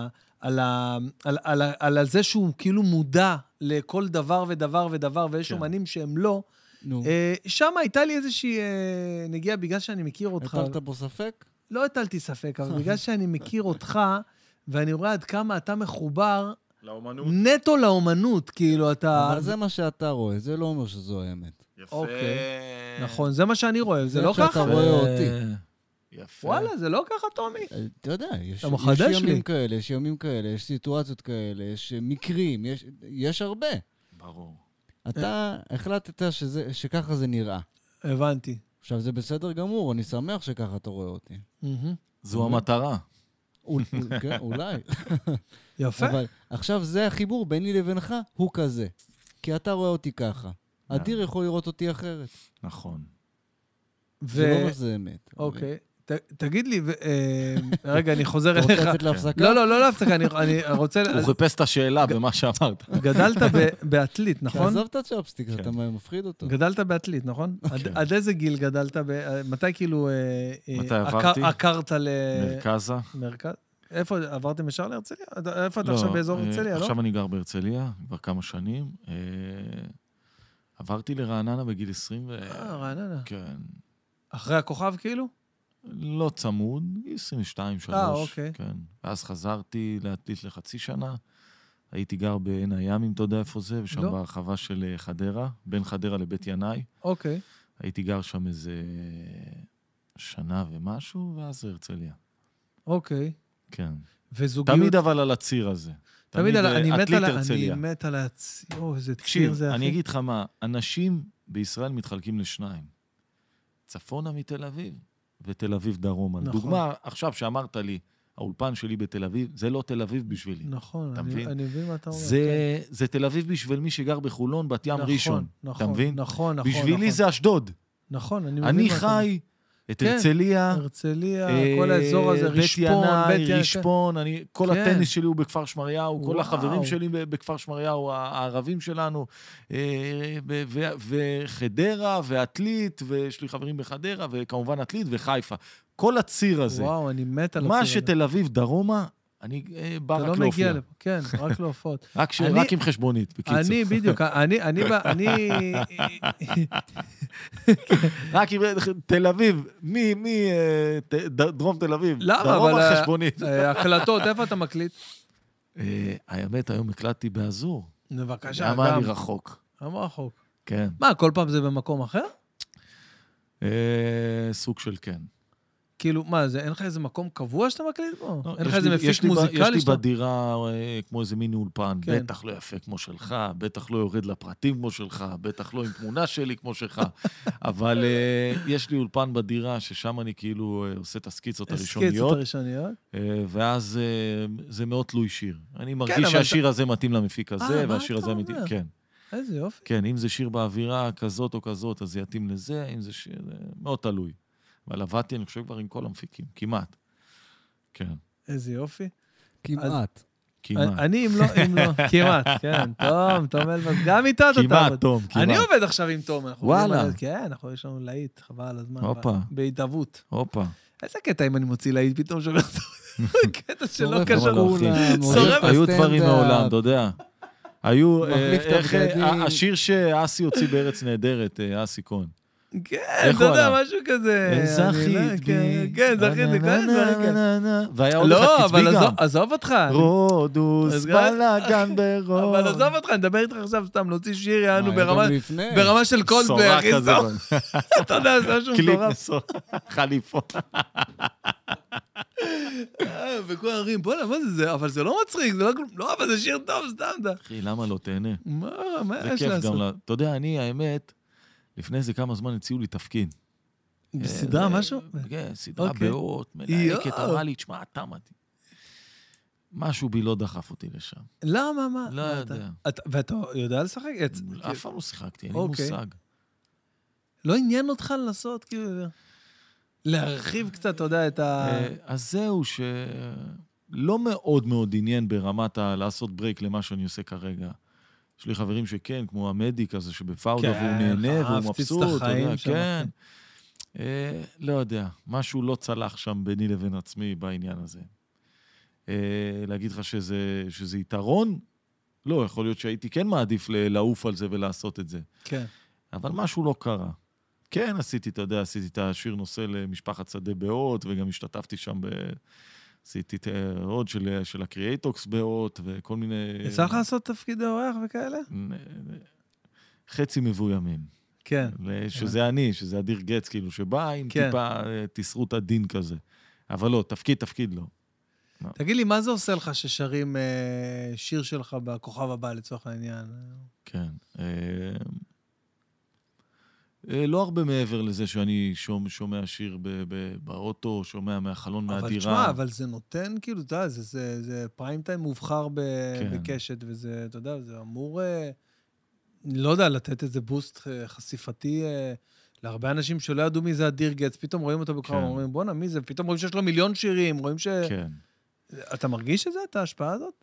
על זה שהוא כאילו מודע לכל דבר ודבר ודבר, ויש אומנים שהם לא. שם הייתה לי איזושהי נגיעה, בגלל שאני מכיר אותך. הטלת בו ספק? לא הטלתי ספק, אבל בגלל שאני מכיר אותך, ואני רואה עד כמה אתה מחובר... לאומנות. נטו לאומנות, כאילו אתה... אבל זה מה שאתה רואה, זה לא אומר שזו האמת. יפה. אוקיי. נכון, זה מה שאני רואה, זה לא ככה? זה שאתה רואה אותי. יפה. וואלה, זה לא ככה, טומי. אתה יודע, יש ימים כאלה, יש ימים כאלה, יש סיטואציות כאלה, יש מקרים, יש הרבה. ברור. אתה החלטת שככה זה נראה. הבנתי. עכשיו, זה בסדר גמור, אני שמח שככה אתה רואה אותי. זו המטרה. אולי. יפה. אבל עכשיו זה החיבור ביני לבינך, הוא כזה. כי אתה רואה אותי ככה. אדיר יכול לראות אותי אחרת. נכון. זה לא מה זה אמת. אוקיי. תגיד לי, רגע, אני חוזר אליך. רוצה לצאת להפסקה? לא, לא, לא להפסקה, אני רוצה... הוא חיפש את השאלה במה שאמרת. גדלת בעתלית, נכון? עזוב את הצ'ופסטיק, אתה מפחיד אותו. גדלת בעתלית, נכון? עד איזה גיל גדלת? מתי כאילו... מתי עברתי? עקרת ל... מרכזה. מרכז? איפה, עברתם ישר להרצליה? איפה אתה עכשיו באזור הרצליה, לא? עכשיו אני גר בהרצליה, כבר כמה שנים. עברתי לרעננה בגיל עשרים. אה, רעננה. כן. אחרי הכוכב כאילו? לא צמוד, עשרים ושתיים, שלוש. אה, אוקיי. כן. ואז חזרתי לעתלית לחצי שנה. הייתי גר בעין הים, אם אתה יודע איפה זה, ושם לא. בהרחבה של חדרה, בין חדרה לבית ינאי. אוקיי. הייתי גר שם איזה שנה ומשהו, ואז הרצליה. אוקיי. כן. וזוגיות... תמיד אבל על הציר הזה. תמיד על... אני מת על... אני מת על הציר... או, איזה ציר זה, אחי. אני אגיד לך מה, אנשים בישראל מתחלקים לשניים. צפונה מתל אביב, ותל אביב דרומה. נכון. דוגמה, עכשיו שאמרת לי, האולפן שלי בתל אביב, זה לא תל אביב בשבילי. נכון, אני, אני מבין מה אתה אומר. זה, כן. זה תל אביב בשביל מי שגר בחולון, בת ים נכון, ראשון. נכון, אתה מבין? נכון, נכון. בשבילי נכון. זה אשדוד. נכון, אני מבין אני מה חי את הרצליה. הרצליה, כל האזור הזה, רשפון, בית ינאי, רשפון, כל הטניס שלי הוא בכפר שמריהו, כל החברים שלי בכפר שמריהו, הערבים שלנו, וחדרה, ועתלית, ויש לי חברים בחדרה, וכמובן עתלית, וחיפה. כל הציר הזה. וואו, אני מת על הציר הזה. מה שתל אביב דרומה, אני בא רק להופיע. אתה לא מגיע לפה, כן, רק להופעות. רק עם חשבונית, בקיצור. אני, בדיוק, אני, אני, אני... רק עם תל אביב, מי, מי, דרום תל אביב. למה? דרום החשבונית. הקלטות, איפה אתה מקליט? האמת, היום הקלטתי באזור. בבקשה, גם. למה אני רחוק? למה רחוק? כן. מה, כל פעם זה במקום אחר? סוג של כן. כאילו, מה, זה, אין לך איזה מקום קבוע שאתה מקליט בו? אין לך איזה מפיק מוזיקלי? יש לי בדירה כמו איזה מיני אולפן, בטח לא יפה כמו שלך, בטח לא יורד לפרטים כמו שלך, בטח לא עם תמונה שלי כמו שלך, אבל יש לי אולפן בדירה ששם אני כאילו עושה את הסקיצות הראשוניות. הסקיצות הראשוניות? ואז זה מאוד תלוי שיר. אני מרגיש שהשיר הזה מתאים למפיק הזה, והשיר הזה מתאים, כן. איזה יופי. כן, אם זה שיר באווירה כזאת או כזאת, אז זה יתאים לזה, אם זה שיר, מאוד תלוי. אבל עבדתי, אני חושב כבר עם כל המפיקים, כמעט. כן. איזה יופי. כמעט. כמעט. אני, אם לא, אם לא, כמעט, כן. תום, תום אלבז, גם איתה אתה תעבוד. כמעט, תום, כמעט. אני עובד עכשיו עם תום. וואלה. כן, אנחנו יש לנו להיט, חבל על הזמן. הופה. בהתאבות. הופה. איזה קטע אם אני מוציא להיט, פתאום שומע קטע שלא קשור. היו דברים מעולם, אתה יודע. היו, השיר שאסי הוציא בארץ נהדרת, אסי כהן. כן, אתה יודע, משהו כזה. זכית בי. כן, זכית בי, כן, דברים כאלה. והיה עוד אחד קצבי גם. לא, אבל עזוב אותך. רודוס, בלגן ברוד. אבל עזוב אותך, אני מדבר איתך עכשיו סתם, להוציא שיר, יענו ברמה של קולדפליי, אחי סוף. אתה יודע, זה משהו קליפ מטורף. נסור, חליפות. וכל הרים, בוא'נה, מה זה זה? אבל זה לא מצחיק, זה לא כלום. לא, אבל זה שיר טוב, סתם. אחי, למה לא תהנה? מה, מה יש לעשות? אתה יודע, אני, האמת, לפני איזה כמה זמן הציעו לי תפקיד. בסדרה, משהו? כן, סדרה באות, מלהקת, אמרה לי, תשמע, אתה מתאים. משהו בי לא דחף אותי לשם. למה, מה? לא יודע. ואתה יודע לשחק? אף פעם לא שיחקתי, אין לי מושג. לא עניין אותך לנסות, כאילו, להרחיב קצת, אתה יודע, את ה... אז זהו שלא מאוד מאוד עניין ברמת לעשות ברייק למה שאני עושה כרגע. יש לי חברים שכן, כמו המדיק הזה שבפאודה, והוא נהנה והוא מבסוט, אתה יודע, כן. לא יודע, משהו לא צלח שם ביני לבין עצמי בעניין הזה. להגיד לך שזה יתרון? לא, יכול להיות שהייתי כן מעדיף לעוף על זה ולעשות את זה. כן. אבל משהו לא קרה. כן, עשיתי, אתה יודע, עשיתי את השיר נושא למשפחת שדה באות, וגם השתתפתי שם ב... עשיתי את עוד של, של הקריאטוקס באות, וכל מיני... יצא לך לעשות תפקידי אורח וכאלה? חצי מבוימים. כן. שזה אני, שזה אדיר גץ, כאילו, שבא עם כן. טיפה תסרות הדין כזה. אבל לא, תפקיד, תפקיד לא. תגיד לי, מה זה עושה לך ששרים אה, שיר שלך בכוכב הבא, לצורך העניין? כן. אה, לא הרבה מעבר לזה שאני שומע שיר באוטו, שומע מהחלון מהדירה. אבל תשמע, אבל זה נותן, כאילו, אתה יודע, זה פריים טיים מובחר בקשת, וזה, אתה יודע, זה אמור, לא יודע, לתת איזה בוסט חשיפתי להרבה אנשים שלא ידעו מי זה אדיר גץ, פתאום רואים אותו בקרב, אומרים, בוא'נה, מי זה? פתאום רואים שיש לו מיליון שירים, רואים ש... כן. אתה מרגיש את זה, את ההשפעה הזאת?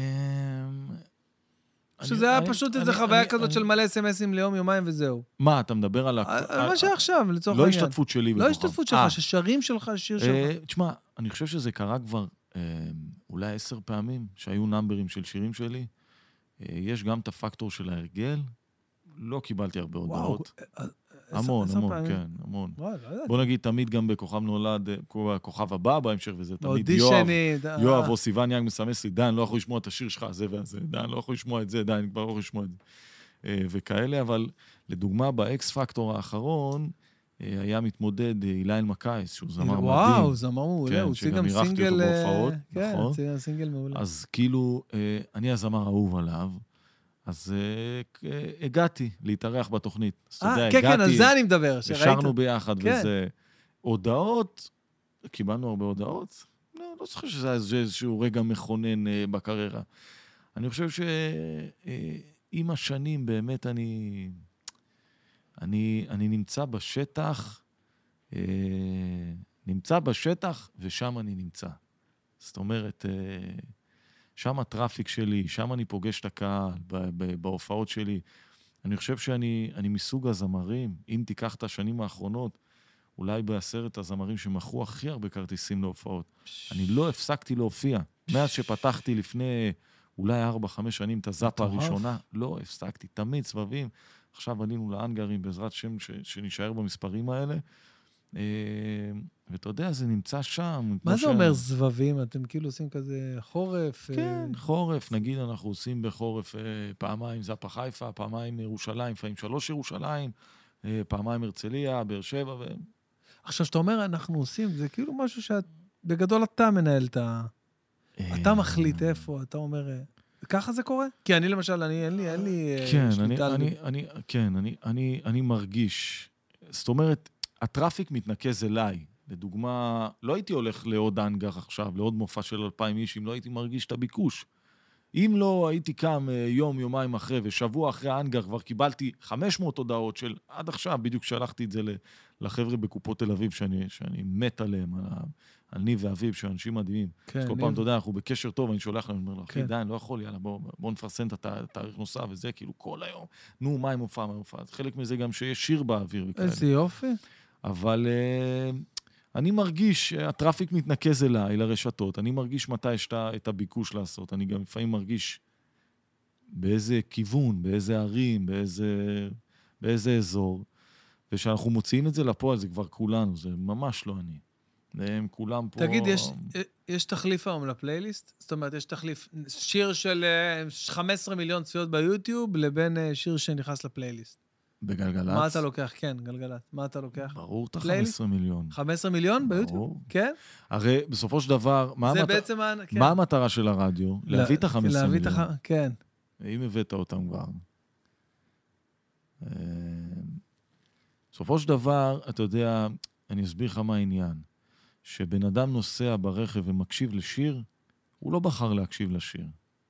שזה היה פשוט איזו חוויה כזאת של מלא אס-אמסים ליום, יומיים וזהו. מה, אתה מדבר על... על מה שעכשיו, לצורך העניין. לא השתתפות שלי. לא השתתפות שלך, ששרים שלך, שיר שלך. תשמע, אני חושב שזה קרה כבר אולי עשר פעמים, שהיו נאמברים של שירים שלי. יש גם את הפקטור של ההרגל. לא קיבלתי הרבה הודעות. המון, המון, כן, המון. בוא נגיד, תמיד גם בכוכב נולד, בכוכב הבא בהמשך, וזה תמיד יואב, יואב או סיוון יאנג מסמס לי, דן, לא יכול לשמוע את השיר שלך, זה והזה, דן, לא יכול לשמוע את זה, דן, כבר לא יכול לשמוע את זה. וכאלה, אבל לדוגמה, באקס פקטור האחרון, היה מתמודד אילי אלמקייס, שהוא זמר מדהים. וואו, זמר מעולה, הוא הוציא גם סינגל, כן, הוציא גם סינגל מעולה. אז כאילו, אני הזמר האהוב עליו, אז הגעתי להתארח בתוכנית. אה, כן, כן, על זה אני מדבר. שרנו ביחד, וזה הודעות, קיבלנו הרבה הודעות, לא, לא זוכר שזה היה איזשהו רגע מכונן בקריירה. אני חושב שעם השנים באמת אני, אני, אני נמצא בשטח נמצא בשטח, ושם אני נמצא. זאת אומרת, שם הטראפיק שלי, שם אני פוגש את הקהל, בהופעות שלי. אני חושב שאני אני מסוג הזמרים, אם תיקח את השנים האחרונות, אולי בעשרת הזמרים שמכרו הכי הרבה כרטיסים להופעות. אני לא הפסקתי להופיע. מאז שפתחתי לפני אולי ארבע, חמש שנים את הזאפה הראשונה, לא הפסקתי. תמיד סבבים. עכשיו עלינו לאנגרים בעזרת שם שנשאר במספרים האלה. ואתה יודע, זה נמצא שם. מה זה אומר זבבים? אתם כאילו עושים כזה חורף? כן, חורף. נגיד אנחנו עושים בחורף פעמיים זאפה חיפה, פעמיים ירושלים, פעמים שלוש ירושלים, פעמיים הרצליה, באר שבע ו... עכשיו, שאתה אומר, אנחנו עושים, זה כאילו משהו שאת, בגדול אתה מנהל את ה... אתה מחליט איפה, אתה אומר... ככה זה קורה? כי אני למשל, אני, אין לי, אין לי שליטה על... כן, אני מרגיש. זאת אומרת, הטראפיק מתנקז אליי. לדוגמה, לא הייתי הולך לעוד אנגר עכשיו, לעוד מופע של אלפיים איש, אם לא הייתי מרגיש את הביקוש. אם לא הייתי קם יום, יומיים אחרי, ושבוע אחרי האנגר, כבר קיבלתי חמש מאות הודעות של, עד עכשיו, בדיוק שלחתי את זה לחבר'ה בקופות תל אביב, שאני, שאני מת עליהם, על, על ניב ואביב, שאנשים מדהימים. כן, כל ניב... פעם, אתה יודע, אנחנו בקשר טוב, אני שולח להם, אני אומר לו, אחי, כן. די, אני לא יכול, יאללה, בוא, בוא נפרסם את התאריך נוסף, וזה כאילו כל היום, נו, מה עם מופע, מה עם מופע? חלק מזה גם שיש שיר באוויר וכאלה. איזה יופי. אבל... אני מרגיש שהטראפיק מתנקז אליי, לרשתות, אני מרגיש מתי יש את הביקוש לעשות, אני גם לפעמים מרגיש באיזה כיוון, באיזה ערים, באיזה, באיזה אזור, ושאנחנו מוציאים את זה לפועל, זה כבר כולנו, זה ממש לא אני. הם כולם פה... תגיד, יש, יש תחליף היום לפלייליסט? זאת אומרת, יש תחליף שיר של חמש עשרה מיליון צפיות ביוטיוב, לבין שיר שנכנס לפלייליסט. בגלגלת? מה אתה לוקח? כן, גלגלת. מה אתה לוקח? ברור, אתה חמש עשרה מיליון. חמש עשרה מיליון ביוטיוב? כן? הרי בסופו של דבר, מה, זה המת... בעצם... כן. מה המטרה של הרדיו? להביא את ה-חמש עשרה מיליון. הח... כן. אם הבאת אותם כבר. בסופו של דבר, אתה יודע, אני אסביר לך מה העניין. שבן אדם נוסע ברכב ומקשיב לשיר, הוא לא בחר להקשיב לשיר.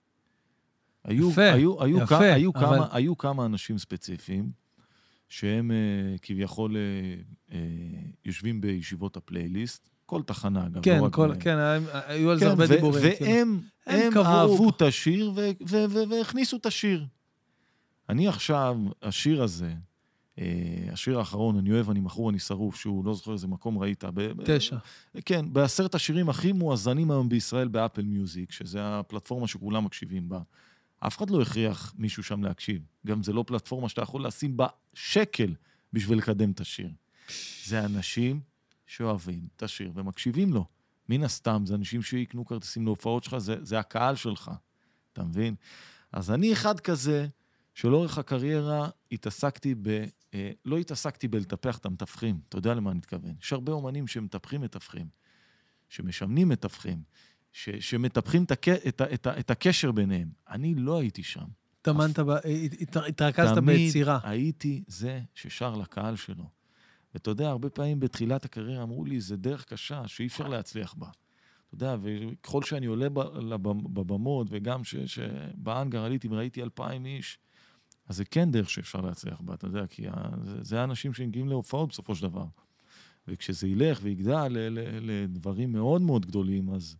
היו, יפה, היו, היו, יפה. כמה, היו, אבל... כמה, היו כמה אנשים ספציפיים, שהם uh, כביכול uh, uh, יושבים בישיבות הפלייליסט, כל תחנה, אגב. כן, לא כל, רק... כן, היו על זה כן, הרבה ו- דיבורים. והם הם הם אהבו את השיר ו- ו- ו- והכניסו את השיר. אני עכשיו, השיר הזה, uh, השיר האחרון, אני אוהב, אני מכור, אני שרוף, שהוא לא זוכר איזה מקום ראית. ב- תשע. ב- כן, בעשרת השירים הכי מואזנים היום בישראל באפל מיוזיק, שזה הפלטפורמה שכולם מקשיבים בה. אף אחד לא הכריח מישהו שם להקשיב. גם זה לא פלטפורמה שאתה יכול לשים בה שקל בשביל לקדם את השיר. זה אנשים שאוהבים את השיר ומקשיבים לו. מן הסתם, זה אנשים שיקנו כרטיסים להופעות שלך, זה, זה הקהל שלך. אתה מבין? אז אני אחד כזה, שלאורך הקריירה התעסקתי ב... אה, לא התעסקתי בלטפח את המתווכים. אתה יודע למה אני מתכוון? יש הרבה אומנים שמטפחים מתווכים, שמשמנים מתווכים, ש, שמטפחים את, הק, את, את, את הקשר ביניהם. אני לא הייתי שם. תמנת, התרכזת ביצירה. תמיד הייתי זה ששר לקהל שלו. ואתה יודע, הרבה פעמים בתחילת הקריירה אמרו לי, זה דרך קשה שאי אפשר להצליח בה. אתה יודע, וככל שאני עולה בבמות, וגם שבאנגר עליתי וראיתי אלפיים איש, אז זה כן דרך שאפשר להצליח בה, אתה יודע, כי זה האנשים שמגיעים להופעות בסופו של דבר. וכשזה ילך ויגדל לדברים מאוד מאוד גדולים, אז...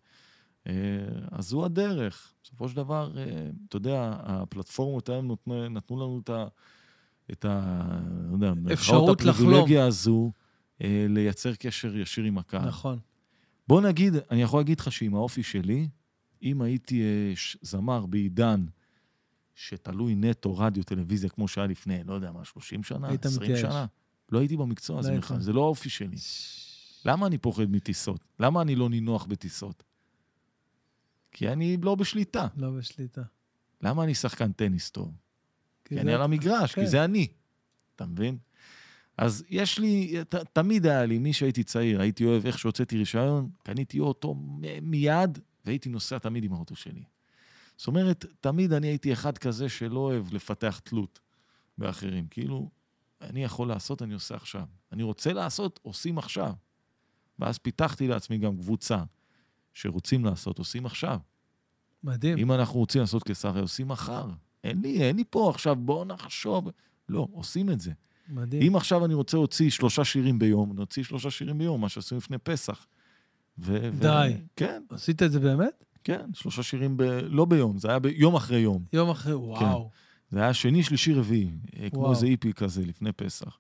אז זו הדרך. בסופו של דבר, אתה יודע, הפלטפורמות היום נתנו, נתנו לנו את ה... את ה... לא יודע, אפשרות לחלום. הפריבילגיה הזו, לייצר קשר ישיר עם הקהל. נכון. בוא נגיד, אני יכול להגיד לך שעם האופי שלי, אם הייתי זמר בעידן שתלוי נטו רדיו, טלוויזיה, כמו שהיה לפני, לא יודע מה, שלושים שנה, עשרים שנה, לא הייתי במקצוע הזה בכלל, זה לא האופי שלי. למה אני פוחד מטיסות? למה אני לא נינוח בטיסות? כי אני לא בשליטה. לא בשליטה. למה אני שחקן טניס טוב? כי, כי אני על המגרש, כן. כי זה אני. אתה מבין? אז יש לי, ת, תמיד היה לי, מי שהייתי צעיר, הייתי אוהב איך שהוצאתי רישיון, קניתי אוטו מיד, והייתי נוסע תמיד עם האוטו שלי. זאת אומרת, תמיד אני הייתי אחד כזה שלא אוהב לפתח תלות באחרים. כאילו, אני יכול לעשות, אני עושה עכשיו. אני רוצה לעשות, עושים עכשיו. ואז פיתחתי לעצמי גם קבוצה. שרוצים לעשות, עושים עכשיו. מדהים. אם אנחנו רוצים לעשות קיסריה, עושים מחר. אין לי, אין לי פה עכשיו, בואו נחשוב. לא, עושים את זה. מדהים. אם עכשיו אני רוצה להוציא שלושה שירים ביום, נוציא שלושה שירים ביום, מה שעשו לפני פסח. ו- די. ו- כן. עשית את זה באמת? כן, שלושה שירים ב- לא ביום, זה היה ביום אחרי יום. יום אחרי, וואו. כן. זה היה שני, שלישי, רביעי, כמו איזה איפי כזה לפני פסח.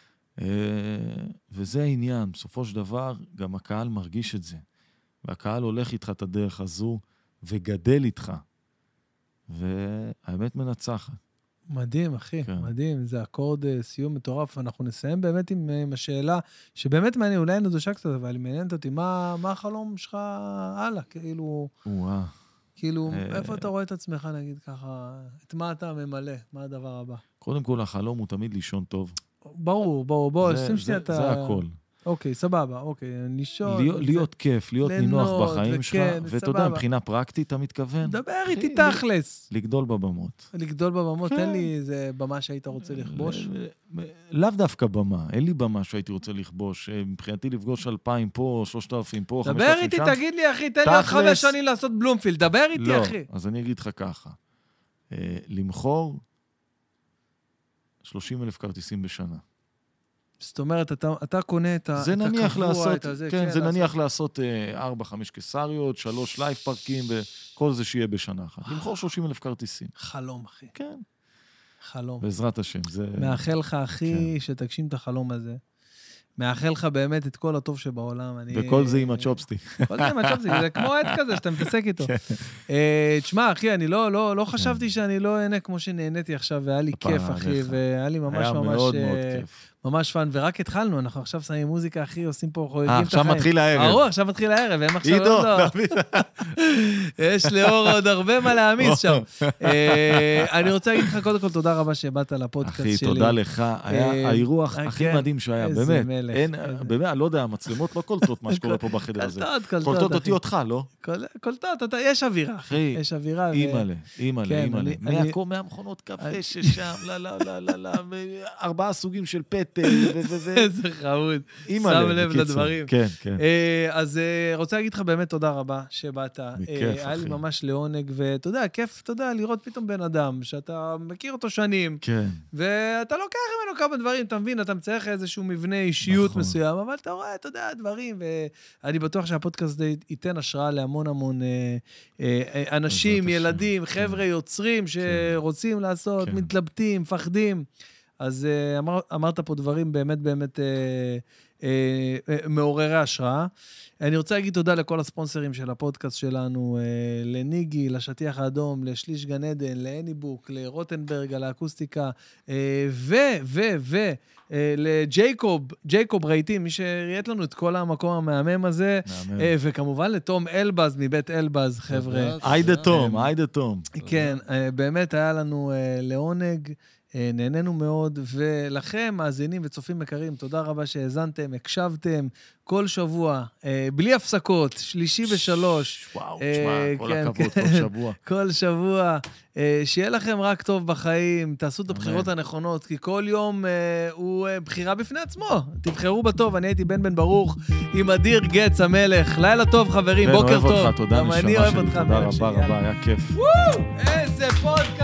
וזה העניין, בסופו של דבר, גם הקהל מרגיש את זה. והקהל הולך איתך את הדרך הזו, וגדל איתך. והאמת מנצחת. מדהים, אחי, כן. מדהים. זה אקורד סיום מטורף. אנחנו נסיים באמת עם, עם השאלה, שבאמת מעניין, אולי אין נדושה קצת, אבל היא מעניינת אותי, מה, מה החלום שלך הלאה? כאילו, וואו. כאילו, איפה אתה רואה את עצמך, נגיד ככה, את מה אתה ממלא? מה הדבר הבא? קודם כל, החלום הוא תמיד לישון טוב. ברור, ברור, בוא, זה, שים זה, שנייה את ה... זה הכל. אוקיי, סבבה, אוקיי, לישון... להיות, להיות כיף, להיות נינוח בחיים שלך, ואתה יודע, מבחינה פרקטית, אתה מתכוון? דבר איתי תכלס. לגדול בבמות. לגדול בבמות, תן לי איזה במה שהיית רוצה לכבוש. לאו דווקא במה, אין לי במה שהייתי רוצה לכבוש. מבחינתי לפגוש אלפיים פה, שלושת אלפים פה, חמשת אלפים שם. דבר איתי, תגיד לי, אחי, תן לי עוד חמש שנים לעשות בלומפילד, דבר איתי, אחי. לא, אז אני אגיד לך ככה. למכור שלושים אלף כרטיסים בשנה. זאת אומרת, אתה, אתה קונה את הקבוע, זה נניח לעשות, את הזה, כן, כן, זה לעשות. נניח לעשות ארבע, חמש קיסריות, שלוש לייב פארקים, וכל זה שיהיה בשנה אחת. למכור שלושים אלף כרטיסים. חלום, אחי. כן. חלום. בעזרת השם, זה... מאחל לך, אחי, כן. שתגשים את החלום הזה. מאחל לך באמת את כל הטוב שבעולם. אני... וכל זה עם הצ'ופסטיק. כל זה עם הצ'ופסטיק, זה כמו עד כזה שאתה מתעסק איתו. תשמע, אחי, אני לא, לא, לא חשבתי שאני לא אהנה כמו שנהניתי עכשיו, והיה לי כיף, אחי, והיה לי ממש ממש... היה מאוד מאוד כיף. ממש פן, ורק התחלנו, אנחנו עכשיו שמים מוזיקה, אחי, עושים פה חוגגים את החיים. עכשיו מתחיל הערב. ברור, עכשיו מתחיל הערב, הם עכשיו... עידו, יש לאור עוד הרבה מה להעמיס שם. אני רוצה להגיד לך, קודם כל, תודה רבה שבאת לפודקאסט שלי. אחי, תודה לך. היה האירוח הכי מדהים שהיה, באמת. באמת, אני לא יודע, המצלמות לא קולטות מה שקורה פה בחדר הזה. קולטות, קולטות. קולטות אותי אותך, לא? קולטות, יש אווירה, אחי. יש אווירה. אימא'לה, אימא'לה, אימא'לה. מהמכונות קפה ששם, לא, לא, לא, לא, לא, ארבעה סוגים של פטל, איזה חמוד. שם לב לדברים. כן, כן. אז רוצה להגיד לך באמת תודה רבה שבאת. היה לי ממש לעונג, ואתה יודע, כיף, אתה יודע, לראות פתאום בן אדם, שאתה מכיר אותו שנים, ואתה לוקח ממנו כמה דברים, אתה מבין, אתה מצריך איזשהו מבנה אישיות מסוים, אבל אתה רואה, אתה יודע, דברים, ואני בטוח שהפודקאסט ייתן השראה להמון המון אנשים, ילדים, חבר'ה יוצרים שרוצים לעשות, מתלבטים, מפחדים. אז אמר, אמרת פה דברים באמת באמת אה, אה, אה, מעוררי השראה. אני רוצה להגיד תודה לכל הספונסרים של הפודקאסט שלנו, אה, לניגי, לשטיח האדום, לשליש גן עדן, לאניבוק, לרוטנברג, על האקוסטיקה, אה, ו, ו, ו, אה, לג'ייקוב, ג'ייקוב רייטים, מי שראיית לנו את כל המקום המהמם הזה, אה, וכמובן לתום אלבז, מבית אלבז, חבר'ה. היידה תום, היידה תום. כן, אה, באמת היה לנו אה, לעונג, נהנינו מאוד, ולכם, מאזינים וצופים יקרים, תודה רבה שהאזנתם, הקשבתם כל שבוע, בלי הפסקות, שלישי בשלוש. וואו, תשמע, כל הכבוד, כל שבוע. כל שבוע. שיהיה לכם רק טוב בחיים, תעשו את הבחירות הנכונות, כי כל יום הוא בחירה בפני עצמו. תבחרו בטוב, אני הייתי בן בן ברוך, עם אדיר גץ המלך. לילה טוב, חברים, בוקר טוב. אוהב אותך, תודה נשמה שלי, תודה רבה רבה, היה כיף. איזה פודקאסט.